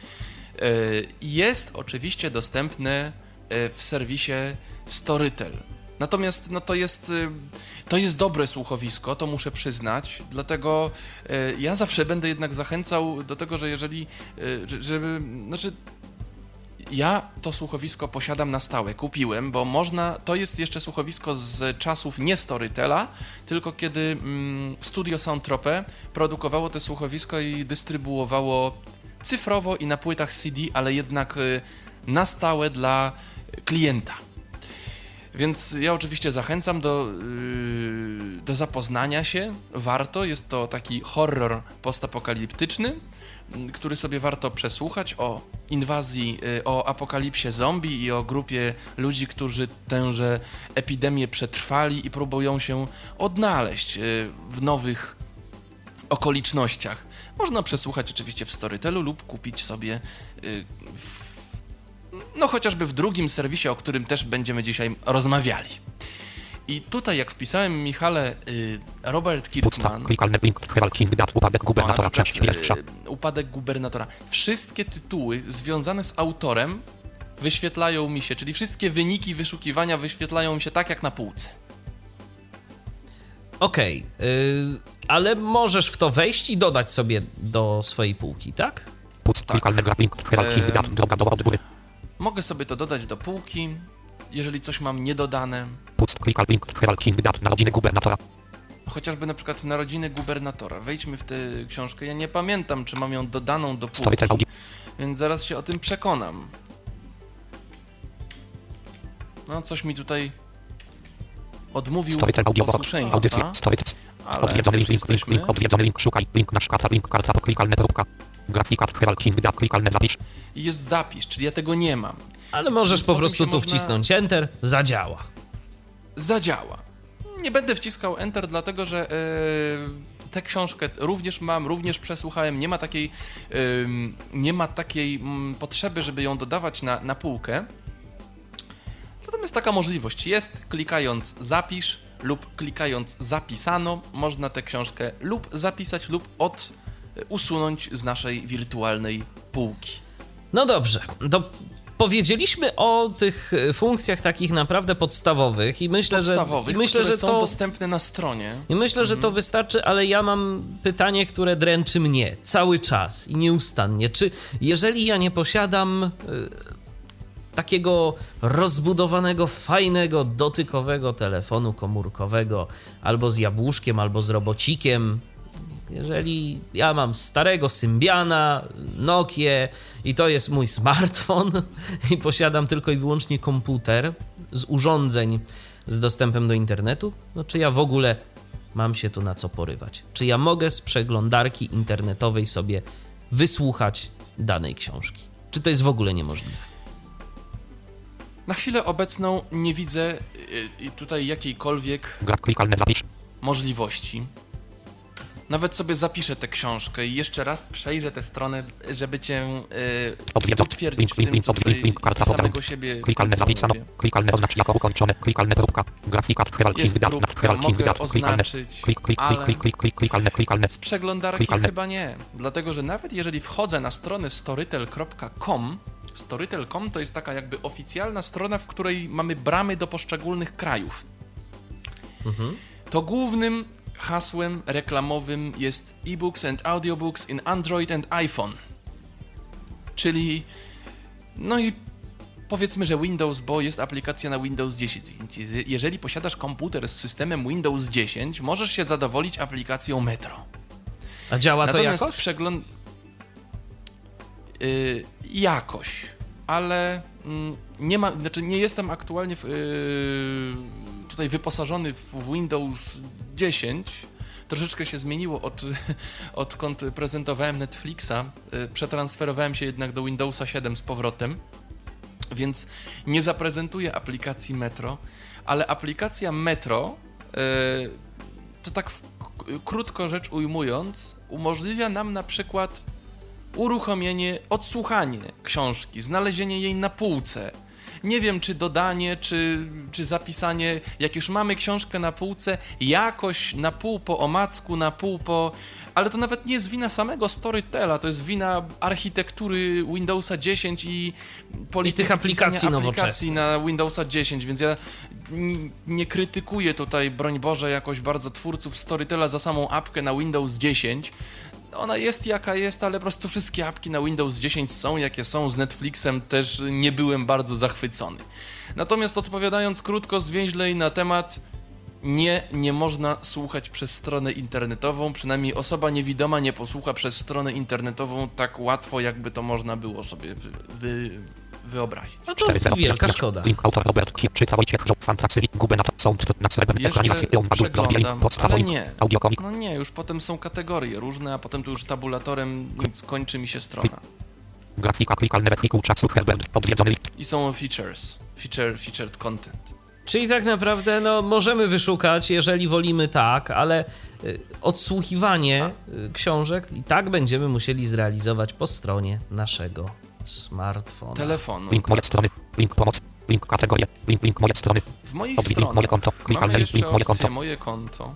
jest oczywiście dostępne e, w serwisie Storytel. Natomiast no to jest, y, to jest dobre słuchowisko, to muszę przyznać, dlatego y, ja zawsze będę jednak zachęcał do tego, że jeżeli, y, że- żeby, znaczy ja to słuchowisko posiadam na stałe, kupiłem, bo można, to jest jeszcze słuchowisko z czasów nie Storytela, tylko kiedy mm, studio Soundtropę produkowało to słuchowisko i dystrybuowało cyfrowo i na płytach C D, ale jednak y, na stałe dla klienta. Więc ja oczywiście zachęcam do, yy, do zapoznania się. Warto, jest to taki horror postapokaliptyczny, yy, który sobie warto przesłuchać o inwazji, yy, o apokalipsie zombie i o grupie ludzi, którzy tęże epidemię przetrwali i próbują się odnaleźć yy, w nowych okolicznościach. Można przesłuchać oczywiście w Storytelu lub kupić sobie yy, w no chociażby w drugim serwisie, o którym też będziemy dzisiaj rozmawiali. I tutaj jak wpisałem, Michale, y, Robert Pusta. Kirkman, Klikalny link, King Dat, upadek o, na gubernatora, przykład, część pierwsza. y, Upadek gubernatora. Wszystkie tytuły związane z autorem wyświetlają mi się, czyli wszystkie wyniki wyszukiwania wyświetlają mi się tak jak na półce. Okej, y, ale możesz w to wejść i dodać sobie do swojej półki, tak? Pust, tak. klikalny link, King Dat, Ehm. droga do od góry. Mogę sobie to dodać do półki, jeżeli coś mam niedodane. Pust, klikal link, King Dat, narodziny gubernatora. Chociażby na przykład Narodziny gubernatora. Wejdźmy w tę książkę. Ja nie pamiętam, czy mam ją dodaną do półki, Storytel Audio, więc zaraz się o tym przekonam. No, coś mi tutaj odmówił Storytel Audio, audycja, posłuszeństwa, Storytel. ale Odwiedzony już link, link, jesteśmy. link, odwiedzony link, szukaj, link na szkata, link karta, klikalne próbka. Grafika, King Dat, klikalne zapisz. I jest zapis, czyli ja tego nie mam. Ale możesz Więc po potem prostu się tu można- wcisnąć Enter, zadziała. Zadziała. Nie będę wciskał Enter, dlatego że yy, tę książkę również mam, również przesłuchałem. Nie ma takiej, yy, nie ma takiej mm, potrzeby, żeby ją dodawać na, na półkę. Natomiast taka możliwość jest, klikając zapisz lub klikając zapisano, można tę książkę lub zapisać, lub od, usunąć z naszej wirtualnej półki. No dobrze, to powiedzieliśmy o tych funkcjach takich naprawdę podstawowych i myślę, Podstawowych, że i myślę, które że są to dostępne na stronie. i myślę, że to wystarczy, ale ja mam pytanie, które dręczy mnie cały czas i nieustannie. Czy jeżeli ja nie posiadam y, takiego rozbudowanego, fajnego, dotykowego telefonu komórkowego, albo z jabłuszkiem, albo z robocikiem, jeżeli ja mam starego Symbiana, Nokię i to jest mój smartfon i posiadam tylko i wyłącznie komputer z urządzeń z dostępem do internetu, no czy ja w ogóle mam się tu na co porywać? Czy ja mogę z przeglądarki internetowej sobie wysłuchać danej książki? Czy to jest w ogóle niemożliwe? Na chwilę obecną nie widzę y, y, tutaj jakiejkolwiek Gra, klikalne zapisz. możliwości. Nawet sobie zapiszę tę książkę i jeszcze raz przejrzę tę stronę, żeby cię y, Odwiedzony utwierdzić link, w link, tym, link, co link, tutaj link, karta, samego siebie klikalne co zapisano, mówię. klikalne oznacz jako ukończone, klikalne próbka. Grafika, Jest King Dat, próbka, King mogę Dat, klikalne. oznaczyć, Klik, klik, ale- klik, klik, klik, klikalne, klikalne. Z przeglądarki Klikalne. chyba nie, dlatego że nawet jeżeli wchodzę na stronę storytel kropka com, storytel kropka com to jest taka jakby oficjalna strona, w której mamy bramy do poszczególnych krajów. Mhm. To głównym hasłem reklamowym jest e-books and audiobooks in Android and iPhone. Czyli No i powiedzmy, że Windows, bo jest aplikacja na Windows dziesięć, więc jeżeli posiadasz komputer z systemem Windows dziesięć, możesz się zadowolić aplikacją Metro. A działa to Natomiast jakoś? przegląd... Yy, jakoś, ale yy, nie ma, znaczy nie jestem aktualnie w, yy, tutaj wyposażony w Windows dziesięć. Troszeczkę się zmieniło od, odkąd prezentowałem Netflixa. Yy, przetransferowałem się jednak do Windowsa siedem z powrotem, więc nie zaprezentuję aplikacji Metro, ale aplikacja Metro, yy, to tak w, krótko rzecz ujmując, umożliwia nam na przykład uruchomienie, odsłuchanie książki, znalezienie jej na półce. Nie wiem, czy dodanie, czy, czy zapisanie, jak już mamy książkę na półce, jakoś na pół po omacku, na pół po... Ale to nawet nie jest wina samego Storytela, to jest wina architektury Windowsa dziesięć i polityki I tych aplikacji nowoczesnych na Windowsa dziesięć, więc ja nie krytykuję tutaj, broń Boże, jakoś bardzo twórców Storytela za samą apkę na Windows dziesięć. Ona jest jaka jest, ale po prostu wszystkie apki na Windows dziesięć są jakie są. Z Netflixem też nie byłem bardzo zachwycony. Natomiast odpowiadając krótko, zwięźlej na temat, nie, nie można słuchać przez stronę internetową. Przynajmniej osoba niewidoma nie posłucha przez stronę internetową tak łatwo, jakby to można było sobie wy, wy, wyobrazić. No to wielka szkoda. Link autor Robert Kip, czyta Wojciech Żoł, Fantasy, Gubena, Sound, na srebrny Jeszcze ekranizacji, przeglądam, ale nie. Audiokomik. No nie, już potem są kategorie różne, a potem tu już tabulatorem nic, kończy mi się strona. Grafika, klikalne wehikuł czasu, Herbert, odwiedzony. I są features, feature, featured content. Czyli tak naprawdę no, możemy wyszukać, jeżeli wolimy tak, ale y, odsłuchiwanie y, książek i tak będziemy musieli zrealizować po stronie naszego smartfona. Telefonu. Link moje strony, link pomoc, link kategorie, link, link moje strony. W moich Odwiedź link stronach moje konto, mamy klikalne link, jeszcze link moje opcję konto. moje konto,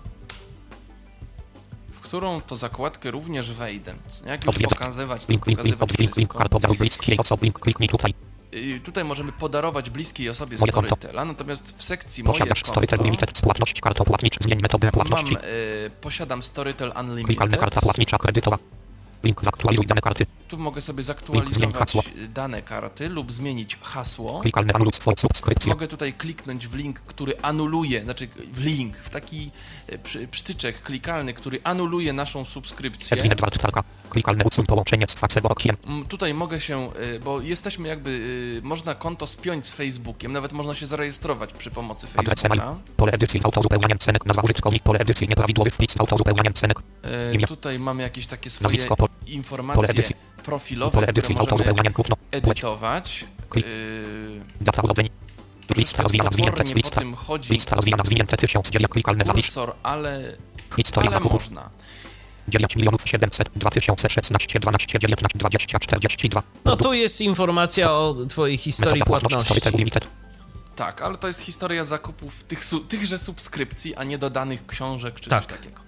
w którą to zakładkę również wejdę. Jak już Odwiedź. pokazywać, to Link, link, link, pokazywać link, link, wszystko. podaruj bliskiej osobie, link, kliknij tutaj. I tutaj możemy podarować bliskiej osobie Moje konto. Storytela, natomiast w sekcji moje Posiadasz Storytel konto Limited, płatność, kartą płatniczą, zmień metodę płatności. mam, y, posiadam Storytel Klikalne Unlimited. karta płatnicza kredytowa. Link zaktualizuj dane karty. Tu mogę sobie Link, zaktualizować hasło. dane karty lub zmienić hasło. Klikalne anuluj swój subskrypcję. Mogę tutaj kliknąć w link, który anuluje, znaczy w link, w taki e, przy, przytyczek klikalny, który anuluje naszą subskrypcję. Edwin Edward Tarka. Klikalne usuń połączenie z Facebookiem. Mm, Tutaj mogę się, e, bo jesteśmy jakby, e, można konto spiąć z Facebookiem, nawet można się zarejestrować przy pomocy Adres email. Facebooka. Pole edycji autouzupełnianiem cenek. Nazwa użytkownik. Pole edycji nieprawidłowy wpis autouzupełnianiem cenek. E, Imię. Tutaj mamy jakieś takie swoje Nazwisko. Pole, pole informacje edycji. profilowe, Pole które edycji możemy autouzupełnianiem kupno. Płeć. edytować. Klik. E, Data urodzeń. Lista rozwijana zwinięte. topornie po Lista. tym chodzi Lista rozwijana zwinięte tysiąc dziewięć. Klikalne zapisz. kursor, ale, Historia ale zakupów. można. dziewięć milionów siedemset dwa tysiące szesnaście dwanaście dziewiętnaście dwadzieścia czterdzieści dwa. No tu jest informacja o twojej historii Metoda płatności płatności. Storytel Limited. Tak, ale to jest historia zakupów tych, su- tychże subskrypcji, a nie dodanych książek czy Tak. coś takiego.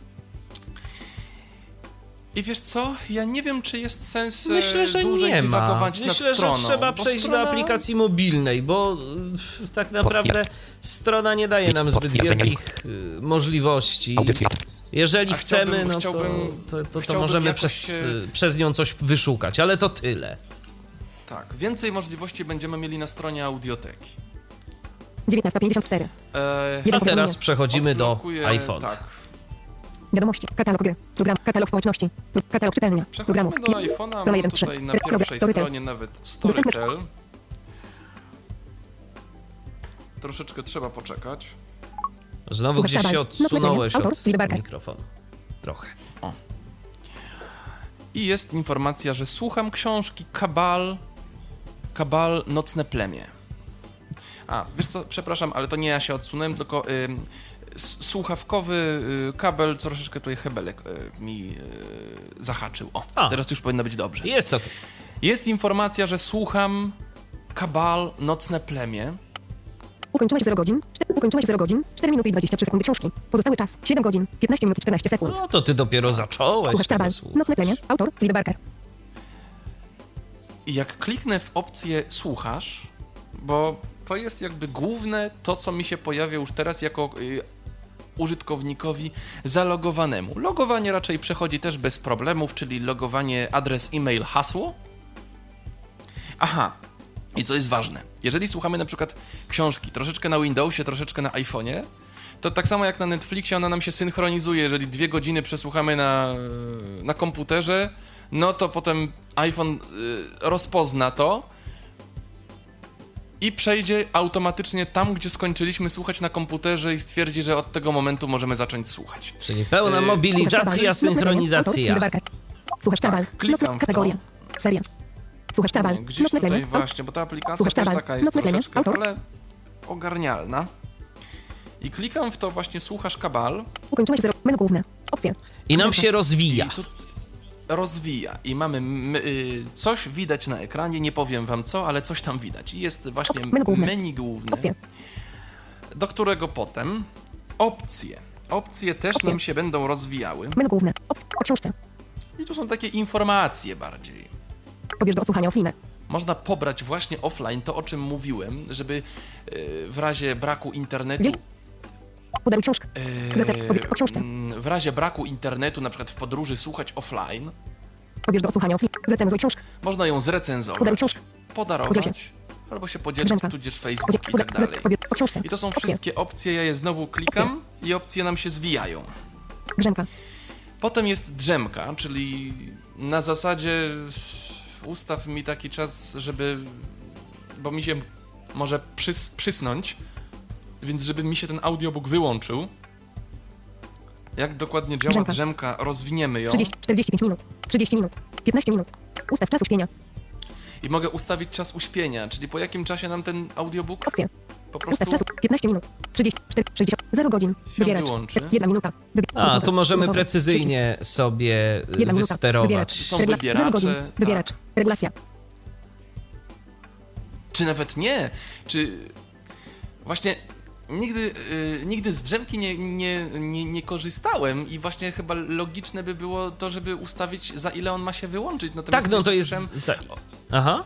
I wiesz co? Ja nie wiem, czy jest sens e, Myślę, że dłużej nie ma. dywagować nad Myślę, stroną. że trzeba bo przejść strona... do aplikacji mobilnej, bo y, tak naprawdę strona nie daje nam zbyt wielkich y, możliwości. Audycja. Jeżeli A chcemy, chciałbym- no to, chciałbym- to, to, to chciałbym możemy jakoś przez, się- y, przez nią coś wyszukać, ale to tyle. Tak, więcej możliwości będziemy mieli na stronie Audioteki. dziewiętnasta pięćdziesiąt cztery. E, A teraz przechodzimy do odblokuję- iPhone. Tak, Wiadomości. Katalog gry. Program. Katalog społeczności. Katalog czytelnia. Programów. przechodzimy do iPhone'a, Strona mam jeden z tutaj trzech. na Program. pierwszej Storytel. stronie nawet Storytel. Troszeczkę trzeba poczekać. Znowu Słuchaj, gdzieś się Szabal. odsunąłeś Autor, od Steve Barker. mikrofonu. Trochę. I jest informacja, że słucham książki Kabal, Kabal Nocne Plemię. A, wiesz co, przepraszam, ale to nie ja się odsunąłem, tylko y, s- słuchawkowy y, kabel, troszeczkę tutaj hebelek y, mi y, zahaczył. O, A. teraz już powinno być dobrze. Jest ok. Jest informacja, że słucham Kabal Nocne Plemię. Ukończyłeś zero godzin. cztery, ukończyłeś zero godzin. cztery minuty i dwadzieścia trzy sekundy książki. Pozostały czas. siedem godzin. piętnaście minut i czternaście sekund. No to ty dopiero zacząłeś. Słuchasz tego Cabal. słuchać. Nocne plemię. Autor Steve Barker. I jak kliknę w opcję słuchasz, bo to jest jakby główne to, co mi się pojawia już teraz jako y, użytkownikowi zalogowanemu. Logowanie raczej przechodzi też bez problemów, czyli logowanie adres e-mail, hasło. Aha, I co jest ważne, jeżeli słuchamy na przykład książki troszeczkę na Windowsie, troszeczkę na iPhone'ie, to tak samo jak na Netflixie ona nam się synchronizuje. Jeżeli dwie godziny przesłuchamy na, na komputerze, no to potem iPhone y, rozpozna to i przejdzie automatycznie tam, gdzie skończyliśmy słuchać na komputerze i stwierdzi, że od tego momentu możemy zacząć słuchać. Czyli pełna Y, mobilizacja, synchronizacja. Słuchasz Cabal. Tak, klikam w to. Kategoria. Seria. Słuchasz Cabal. Nie, Gdzieś tutaj właśnie, bo ta aplikacja Słuchasz też Cabal. taka jest Nocne plemię. troszeczkę, Autor. ale ogarnialna. I klikam w to właśnie Słuchasz Cabal Ukończyłeś zero. Menu główne. Opcje. I nam się rozwija. i tu rozwija. I mamy m- y, coś widać na ekranie, nie powiem wam co, ale coś tam widać. I jest właśnie Menu główne. menu główne, Opcje. do którego potem opcje. Opcje też Opcje. nam się będą rozwijały. Menu główne. Opcje. O książce. I tu są takie informacje bardziej. Pobierz do odsłuchania offline. Można pobrać właśnie offline to, o czym mówiłem, żeby y, w razie braku internetu Wiel- Udaruj książkę. Eee, Zlecę. Pobierz o książce. mm, w razie braku internetu, na przykład w podróży, słuchać offline, Pobierz do odsłuchania offline. Zrecenzuj książkę. można ją Udaruj zrecenzować, książkę. podarować, Podziel albo się podzielić, Drzemka. tudzież Podzie- Facebook i uda- tak dalej. zec- Pobierz o książce. I to są Opcje. wszystkie opcje, ja je znowu klikam i opcje nam się zwijają. Drzemka. Potem jest drzemka, czyli na zasadzie ustaw mi taki czas, żeby, bo mi się może przys- przysnąć, więc żeby mi się ten audiobook wyłączył. Jak dokładnie działa Drzemka. drzemka, rozwiniemy ją. trzydzieści, czterdzieści pięć minut. trzydzieści minut. piętnaście minut. Ustaw czas uśpienia. I mogę ustawić czas uśpienia, czyli po jakim czasie nam ten audiobook Opcje. po Ustaw prostu czas. piętnaście minut. trzydzieści, cztery, sześćdziesiąt. zero godzin. Wybieracz. wyłączy. Jedna minuta. Wybier- A, minutowe. tu możemy Minutowe. precyzyjnie sobie Przycisk. Jedna minuta. wysterować. Wybieracz. Są Regla- wybieracze, Zero godzin. tak. Wybieracz. Regulacja. Czy nawet nie, czy właśnie nigdy, y, nigdy z drzemki nie, nie, nie, nie korzystałem i właśnie chyba logiczne by było to, żeby ustawić, za ile on ma się wyłączyć. Natomiast Tak, no to jeszcze jest... słyszałem- Za... Aha.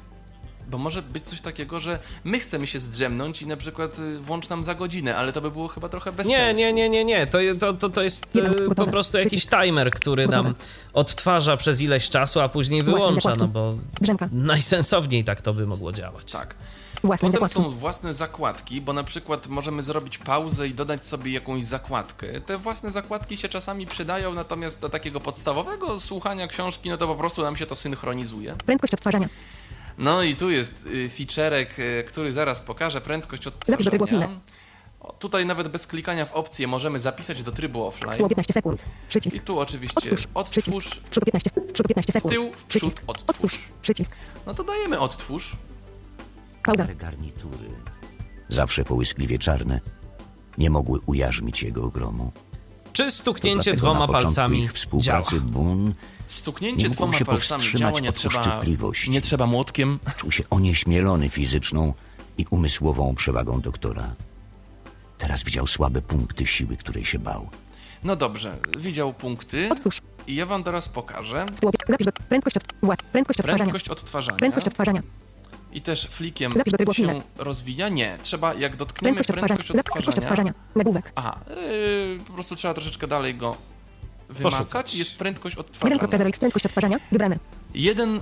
Bo może być coś takiego, że my chcemy się zdrzemnąć i na przykład y, włącz nam za godzinę, ale to by było chyba trochę bez Nie, sensu. nie, nie, nie, nie. To, to, to, to jest Jeden, e, po gotowe. prostu jakiś Przycisk. timer, który Gotowe. nam odtwarza przez ileś czasu, a później Własne wyłącza, zakładki. no bo Drzemka. najsensowniej tak to by mogło działać. Tak. Własne Potem zakładki. są własne zakładki, bo na przykład możemy zrobić pauzę i dodać sobie jakąś zakładkę. Te własne zakładki się czasami przydają, natomiast do takiego podstawowego słuchania książki, no to po prostu nam się to synchronizuje. Prędkość odtwarzania. No i tu jest y, featurek, y, który zaraz pokażę, prędkość Zapisz do trybu odtwarzania. offline. O, tutaj nawet bez klikania w opcję możemy zapisać do trybu offline. Tło piętnaście sekund. Przycisk. I tu oczywiście Otwórz. odtwórz, Przycisk. W przodu piętnaście, w przodu piętnaście w sekund. tył, w przód, Przycisk. odtwórz. Przycisk. No to dajemy odtwórz. Pauza. Te garnitury, zawsze połyskliwie czarne, nie mogły ujarzmić jego ogromu. Czy To stuknięcie dlatego dwoma na początku palcami ich współpracy działa? Boone Stuknięcie Nie mógł dwoma się palcami powstrzymać działa, nie od trzeba, uszczypliwości. nie trzeba młotkiem. czuł się onieśmielony fizyczną i umysłową przewagą doktora. Teraz widział słabe punkty siły, której się bał. No dobrze, widział punkty Otwórz. i ja wam teraz pokażę Tło. Zapisz do prędkość od... Wła- Prędkość odtwarzania. prędkość odtwarzania. Prędkość odtwarzania. I też flikiem Zapisz do trybu się chwilę. rozwija. Nie, trzeba jak dotkniemy Prędkość odtwarzania. prędkość Prędkość odtwarzania. odtwarzania. Nagłówek. Aha, yy, po prostu trzeba troszeczkę dalej go wymacać Poszukać. i jest prędkość jeden odtwarzania. kropka zero x prędkość odtwarzania. Wybrane. jeden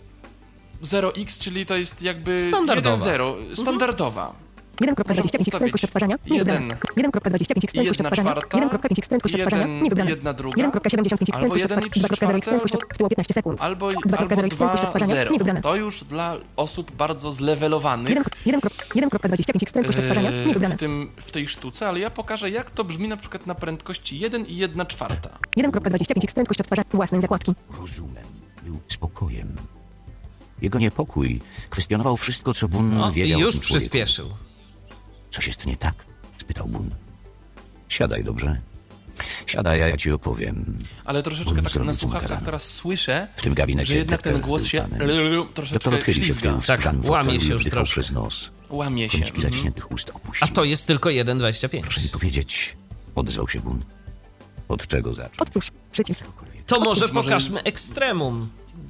zero x, czyli to jest jakby Standardowa. jeden zero, standardowa. jeden kropka dwadzieścia pięć x prędkość odtwarzania. Nie wybrane. jeden- jeden kropka dwadzieścia pięć x prędkość jedna odtwarzania. czwarta, jeden kropka pięć x prędkość odtwarzania. jeden- Nie wybrane. jedna druga, jeden kropka siedemdziesiąt pięć x albo prędkość jeden i odtwarzania. trzy dwa kropka zero x prędkość czwarte, od- w tło piętnaście sekund. Albo, dwa kropka zero albo x prędkość dwa odtwarzania. zero. Nie wybrane. To już dla osób bardzo zlewelowanych jeden kropka dwadzieścia pięć x prędkość odtwarzania. Nie yy, wybrane. w, tym, w tej sztuce, ale ja pokażę, jak to brzmi na przykład na prędkości jeden i jedna czwarta. jeden kropka dwadzieścia pięć x prędkość odtwarzania. Własnej zakładki. Rozumem był spokojem. Jego niepokój kwestionował wszystko, co Boone O, i wiedział o już tym człowieku. przyspieszył. Coś jest nie tak? Spytał Boone. Siadaj, dobrze? Siadaj, a ja ci opowiem. Ale troszeczkę Bym tak zrobił na zoom słuchawkach ekranu. teraz słyszę, W tym gabinecie że jednak ten doktor głos był się panem. troszeczkę Doktor odchylił się w ślizga. tył, Tak, skrzydłami łamie fotelu się i już wdychał troszkę. przez nos. Łamie się. Kąciki Mhm. zaciśniętych ust opuścił. A to jest tylko jeden dwadzieścia pięć. Proszę mi powiedzieć, odezwał się Boone. Od czego zacząć? Otwórz. Przycisk. To może Może- pokażmy ekstremum.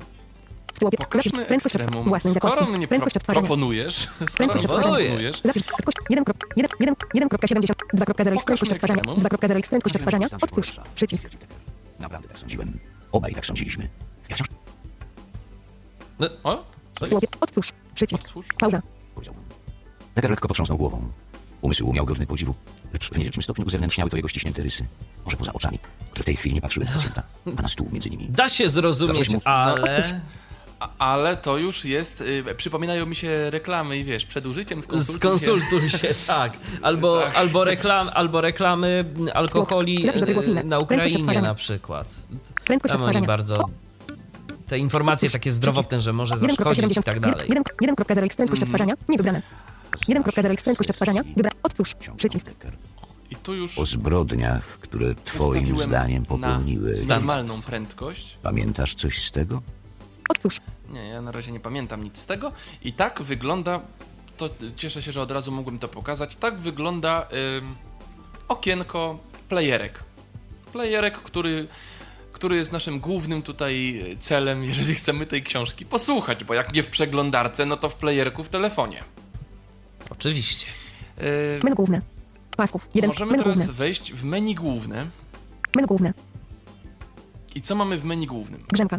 W tło piętnaście. Pokażmy Zapisz prędkość od- ekstremum. Własnej Skoro zakładki. mnie pro, Prędkość odtwarzania. proponujesz, skoro Prędkość mnie odtwarzania. proponujesz, Zapisz prędkość jeden kropka siedemdziesiąt dwa kropka zero x Pokaż prędkość mi odtwarzania. ekstremum. dwa kropka zero x prędkość odtwarzania. Otwórz. Przycisk. Naprawdę tak sądziłem. Obaj tak sądziliśmy. Ja wciąż o, co W tło jest? Otwórz. Przycisk. Otwórz. Pauza. Powiedziałbym. Neger lekko potrząsnął głową. Umysł miał godny podziwu, lecz w niewielkim stopniu uzewnętrzniały to jego ściśnięte rysy. Może poza oczami, które w tej chwili nie patrzyły na pacjenta, a na stół między nimi. Da się zrozumieć, Zacząć mu- ale... A, ale to już jest, y, przypominają mi się reklamy i wiesz, przed użyciem skonsultuj, Skonsultuj się, tak. Albo, Tak. albo, reklam, albo reklamy alkoholi Zapis do wygłośnienia. e, na Prędkość Ukrainie odtwarzania. na przykład. Prędkość Tam oni odtwarzania. bardzo... Te informacje takie zdrowotne, że może zaszkodzić i tak dalej. jeden kropka zero x prędkość odtwarzania. Nie wybrane. jeden kropka zero x prędkość odtwarzania. Wybra. Otwórz. Przycisk. I tu już O zbrodniach, które twoim ustawiłem zdaniem popełniły. na normalną prędkość. Pamiętasz coś z tego? Otwórz. Nie, ja na razie nie pamiętam nic z tego. I tak wygląda, to cieszę się, że od razu mogłem to pokazać, tak wygląda ym, okienko playerek. Playerek, który, który jest naszym głównym tutaj celem, jeżeli chcemy tej książki posłuchać, bo jak nie w przeglądarce, no to w playerku w telefonie. Oczywiście. Yy, Menu główne. Pasków. jeden. możemy Menu teraz główne. wejść w menu główne. Menu główne. I co mamy w menu głównym? Drzemka.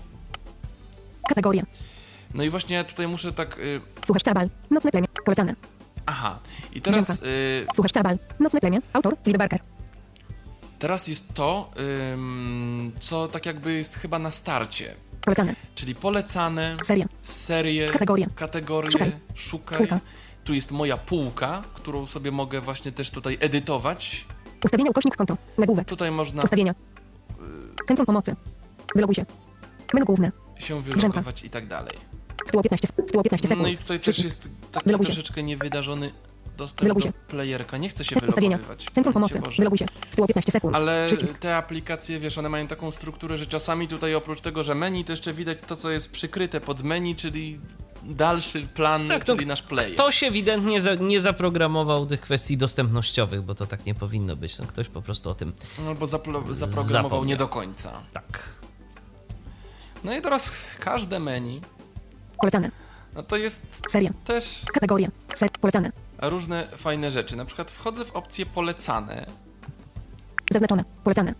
Kategoria. No i właśnie ja tutaj muszę tak... Yy, Słuchacz Cabal. Nocne plemię. Polecane. aha, i teraz... Drzemka. Yy, Słuchacz Cabal. Nocne plemię. Autor Clive Barker. teraz jest to, ym, co tak jakby jest chyba na starcie. Polecane. Czyli polecane, Seria. serie, Kategoria. kategorie, Szukaj. szukaj. Półka. Tu jest moja półka, którą sobie mogę właśnie też tutaj edytować. Ustawienia ukośnik konto. Nagłówek. Tutaj można Ustawienia. Centrum pomocy. Wyloguj się. Menu główne. się wylogować i tak dalej. Wtło piętnaście, wtło piętnaście sekund. No i tutaj też Przycisk. jest taki Wyloguj się. troszeczkę niewydarzony dostęp Wyloguj do się. playerka. Nie chcę się Centrum ustawienia. wylogowywać. Centrum Panie pomocy. Boże. Wyloguj się. Wtło piętnaście sekund. Ale Przycisk. te aplikacje, wiesz, one mają taką strukturę, że czasami tutaj oprócz tego, że menu, to jeszcze widać to, co jest przykryte pod menu, czyli dalszy plan, Tak, to czyli nasz player. Ktoś ewidentnie za, nie zaprogramował tych kwestii dostępnościowych, bo to tak nie powinno być. No, ktoś po prostu o tym... Albo zaplo- zaprogramował Zapomniał. nie do końca. Tak. No i teraz każde menu, Polecane. no to jest Seria. też Kategoria. Ser. Polecane. różne fajne rzeczy. Na przykład wchodzę w opcję polecane Zaznaczone. Polecane.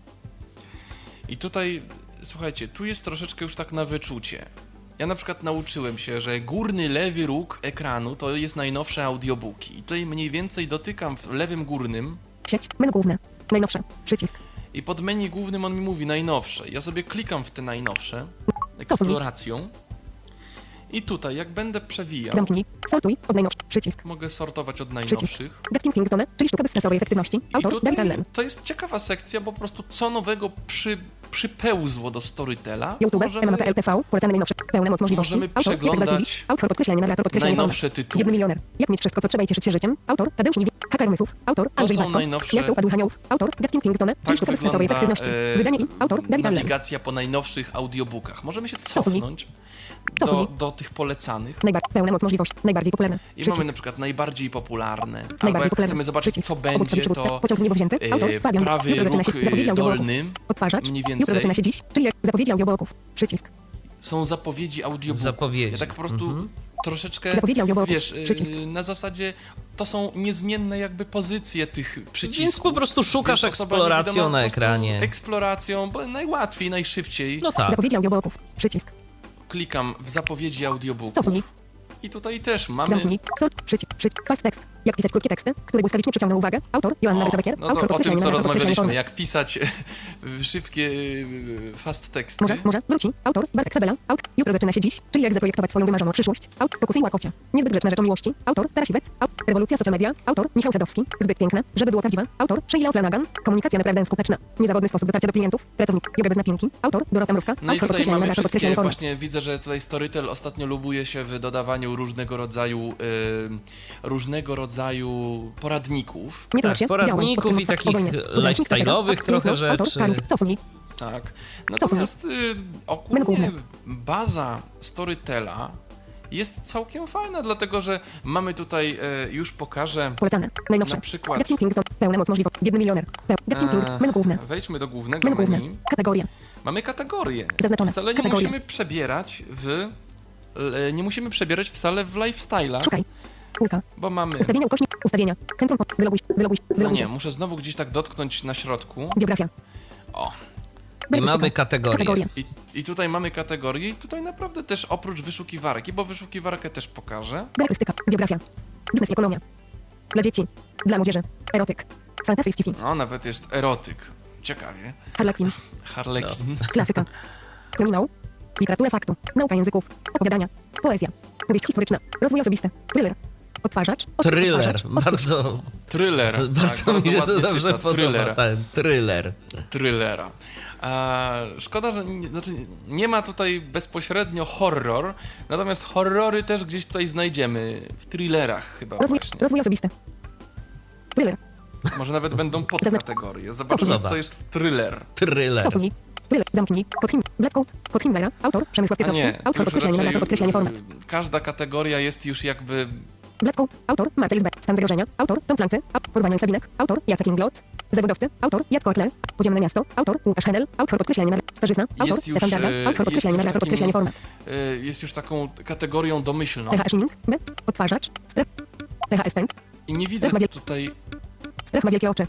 i tutaj, słuchajcie, tu jest troszeczkę już tak na wyczucie. Ja na przykład nauczyłem się, że górny lewy róg ekranu to jest najnowsze audiobooki. I tutaj mniej więcej dotykam w lewym górnym Sieć. Menu główne. Najnowsze. Przycisk. i pod menu głównym on mi mówi najnowsze. Ja sobie klikam w te najnowsze eksploracją i tutaj jak będę przewijał, Zamknij. Sortuj. Od najnowszych. Przycisk. mogę sortować od Przycisk. najnowszych. Getting Things Done, czyli sztuka bezstresowej efektywności. I Autor David tutaj Allen. to jest ciekawa sekcja, bo po prostu co nowego przy, przypełzło do Storytela. YouTube, Możemy M M P L T V, polecane najnowsze. Pełna moc możliwości. możemy Autor Jacek przeglądać Walkiewicz. Autor podkreślenie, narrator podkreślenie. najnowsze Jedny tytuły. milioner. Jak mieć wszystko, co trzeba i cieszyć się życiem. Autor Tadeusz Niewicz. Haker umysłów. Autor To Andrzej są Bartko. najnowsze- Miasto Upadłych Aniołów. Autor Getting Things Done, czyli Tak sztuka bezstresowej wygląda efektywności. e, Wydanie i autor David Allen. nawigacja po najnowszych audiobookach. Możemy się Cofnij. cofnąć do, Cofnij. do tych polecanych. Najbardziej pełna moc możliwości. Najbardziej popularne. I Przycisk. mamy na przykład najbardziej popularne. Albo Najbardziej jak popularne. chcemy zobaczyć, Przycisk. co Obok sobie będzie, przywódca. to Pociąg niewowzięty. Autor e, Fabian. prawy Jutro zaczyna róg się zapowiedzi e, audiobooków. dolny, Odtwarzacz. mniej Jutro więcej. zaczyna się dziś, czyli jak zapowiedzi audiobooków. Przycisk. są zapowiedzi audiobooków. Zapowiedzi. Ja tak po prostu Mhm. troszeczkę, Zapowiedzi audiobooków. wiesz, e, Przycisk. na zasadzie to są niezmienne jakby pozycje tych przycisków. Więc po prostu szukasz Więc osoba eksploracją niewidoma na po prostu ekranie. Eksploracją, bo najłatwiej, najszybciej. No tak. Zapowiedzi audiobooków. Przycisk. Klikam w zapowiedzi audiobooków. Cofnij. I tutaj też mamy... Zamknij. Sort. Przycisk. Przycisk. Fast text. Jak pisać krótkie teksty, które błyskawicznie przyciągną uwagę. Autor Joanna O, Rytobekier. no Autor to o tym, podkreślenie, co narrator podkreślenie rozmawialiśmy, formy. jak pisać szybkie e, fast teksty. Może, może, wróci. Autor, Bartek Sabela. Aut. Jutro zaczyna się dziś, czyli jak zaprojektować swoją wymarzoną przyszłość. Aut. Pokusy i łakocie. Niezbyt grzeczna rzecz o miłości. Autor, Tarasiwec. Aut. Rewolucja social media. Autor, Michał Sadowski. Zbyt piękne, żeby było prawdziwe. Autor, Sheila Flanagan. Komunikacja naprawdę skuteczna. Niezawodny sposób dotarcia do klientów. Pracownik. Joga bez napinki. Autor, Dorota Mrówka. No i Autor, tutaj podkreślenie, mamy narrator, wszystkie, podkreślenie formy. właśnie widzę, że tutaj Storytel ostatnio lubuje się w dodawaniu różnego rodzaju e, różnego rodzaju poradników. Nie Tak, martw się. poradników Działaj. i takich Spokojnie. lifestyle'owych trochę Autor, rzeczy. Karl, Cofnij. Tak. Natomiast y, ogólnie główne. baza Storytela jest całkiem fajna, dlatego że mamy tutaj, e, już pokażę, Polecane. Najnowsze. na przykład Getting Things Done. Pełna moc możliwości. Jedny milioner. Peł. Getting Things. e, Menu główne. wejdźmy do głównego Menu główne. menu. Kategoria. Mamy kategorie. Zaznaczone. Wcale nie Kategorie. musimy przebierać w e, nie musimy przebierać wcale w lifestyle'ach, Szukaj. Półka. bo mamy... Ustawienia ukośnik. Ustawienia. Centrum. Po. Wyloguj. Wyloguj. No Wyloguj nie, się. muszę znowu gdzieś tak dotknąć na środku. Biografia. O. I mamy kategorię. Kategoria. I, I tutaj mamy kategorię i tutaj naprawdę też oprócz wyszukiwarki, bo wyszukiwarkę też pokażę. Beletystyka. Biografia. Biznes i ekonomia. Dla dzieci. Dla młodzieży. Erotyk. Fantasy i sci-fi. No, nawet jest erotyk. Ciekawie. Harlequin. Harlekin. Klasyka. Kryminał. Literatura faktu. Nauka języków. Opowiadania. Poezja. Powieść historyczna. Rozwój osobisty. Thriller. Odtwarzacz. Od, Thriller. odtwarzacz, odtwórz. Bardzo, Thriller. bardzo tak, mi się to ładnie zawsze czyta. podoba. Thrillera. Ten thriller. Thrillera. A, szkoda, że nie, znaczy nie ma tutaj bezpośrednio horror, natomiast horrory też gdzieś tutaj znajdziemy w thrillerach chyba Rozwój, właśnie. rozwój osobisty. Thriller. Może nawet będą podkategorie. Zobaczmy, Zobacz. co jest thriller. Thriller. Cofnij. Thriller. Zamknij. Kod Him. Black Code. Kod Himmlera. Autor. Przemysław A Piotrowski. nie, Autor. już Podkreślenie. raczej, Narrator. Podkreślenie. Format. y, każda kategoria jest już jakby... Black Code. Autor. Marcel Zbe. Stan zagrożenia. Autor. Tom Clancy. Au- Porwanie Sabinek. Autor. Jacek Inglot. Zawodowcy. Autor. Jacko Akle. Podziemne miasto. Autor. Łukasz Henel. Autor. Podkreślenie. Narrator. Starzyzna. Autor. Jest już, Stefan Darda. y, Autor. Podkreślenie. jest już Narrator. takim- Podkreślenie. Format. y, jest już taką kategorią domyślną. T H Shining. B. Odtwarzacz. Strach. T H S Pęd. I nie widzę Strach ma wiel- tutaj... Strach ma wielkie oczy.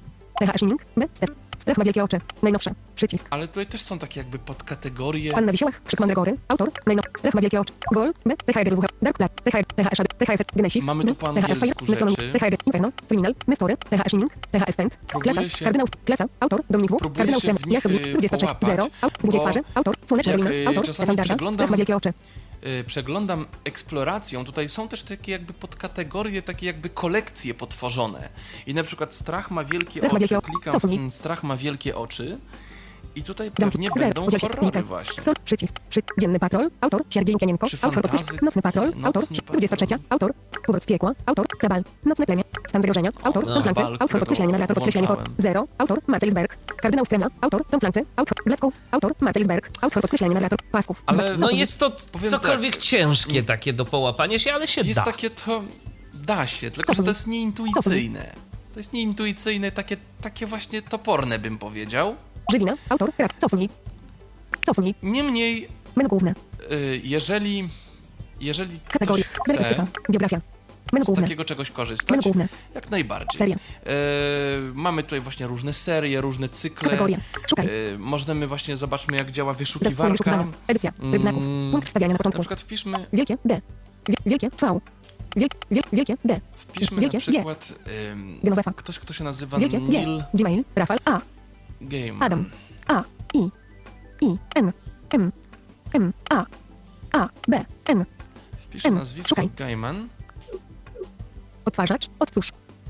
T H Shining. B. Strach. Strach ma wielkie oczy. Najnowsze. Przycisk. Ale tutaj też są takie jakby podkategorie... Pan na wisiałach. Krzyk Mandragory. Autor. Najnowsze. Strach ma wielkie oczy. Vol. B. T H R W H. Dark Plat. T H R. T H S. T H S. Genesis. Mamy tu po T H S Fire. angielsku Metronom. rzeczy. T H R. Inferno. Criminal. Mystery. T H Shining. T H S Pęd. Próbuję Klasa. się- Kardynał. Klasa. Autor. Dominik W. Próbuję Kardynał się Krem. w nich, Jasno. y, dwadzieścia trzy. połapać, zero. Autor. Złodziej bo twarzy. Autor. Słoneczna jak, Dolina. y, Autor. czasami Stefan Darda. przeglądam- Strach ma wielkie oczy. y, przeglądam eksploracją, tutaj są też takie jakby podkategorie, takie jakby kolekcje potworzone. I na przykład strach ma wielkie Strach ma oczy, wielkie oczy. klikam w Cofnij. ten strach ma wielkie oczy i tutaj Zamknij. pewnie Zero. będą Podziel się. horrory Liter. właśnie. Sor. Przycisk. Przy. Dzienny patrol. Autor. Siergiej Kianienko. Czy Autor. fantazy? Podkreśl. Nocny patrol. Nocny Autor. patrol. dwudziesta trzecia. Autor. Powrót z piekła. Autor. Cabal. Nocne plemię. Stan zagrożenia. Autor. no, Tom Clancy. Cabal, Autor. którego Podkreślenie. Narrator. Podkreślenie. For. włączałem. Zero. Autor. Marcelsberg. Kardynał Stremla. Autor. Tom Clancy. Autor. Black Code. Autor. Marcelsberg. Autor. Podkreślenie. Narrator. Pasków. Ale- Dwa. No Cofnij. jest to Powiem cokolwiek ciężkie takie do połapania się, ale się Jest da. takie to... Da się, tylko że to jest nieintuicyjne. To jest nieintuicyjne, takie, takie właśnie toporne bym powiedział. Żywina. Autor. Rak. Cofnij. Cofnij. Niemniej, Menu główne. y, jeżeli... Jeżeli ktoś Kategorie. chce Beletystyka. Biografia. Menu z główne. takiego czegoś Menu korzystać, główne. jak najbardziej. Seria. E, mamy tutaj właśnie różne serie, różne cykle. Kategoria. Szukaj. E, możemy właśnie, zobaczmy jak działa Zespół wyszukiwarka. wyszukiwania. Edycja. Tryb znaków. Mm, Punkt wstawiania na Na początku. przykład wpiszmy, Wielkie D. Wie- Wielkie V. Wiel, wiel, wielkie D. wpiszmy Wielkie na G. przykład em, Genovefa. ktoś, kto się nazywa Wielkie G. Neil Gmail. Rafał A. Gaiman. Adam. A. I. I. N. M. M. A. A. B. N. Wpiszę M. nazwisko Szukaj. Gaiman Odtwarzacz. Odtwórz.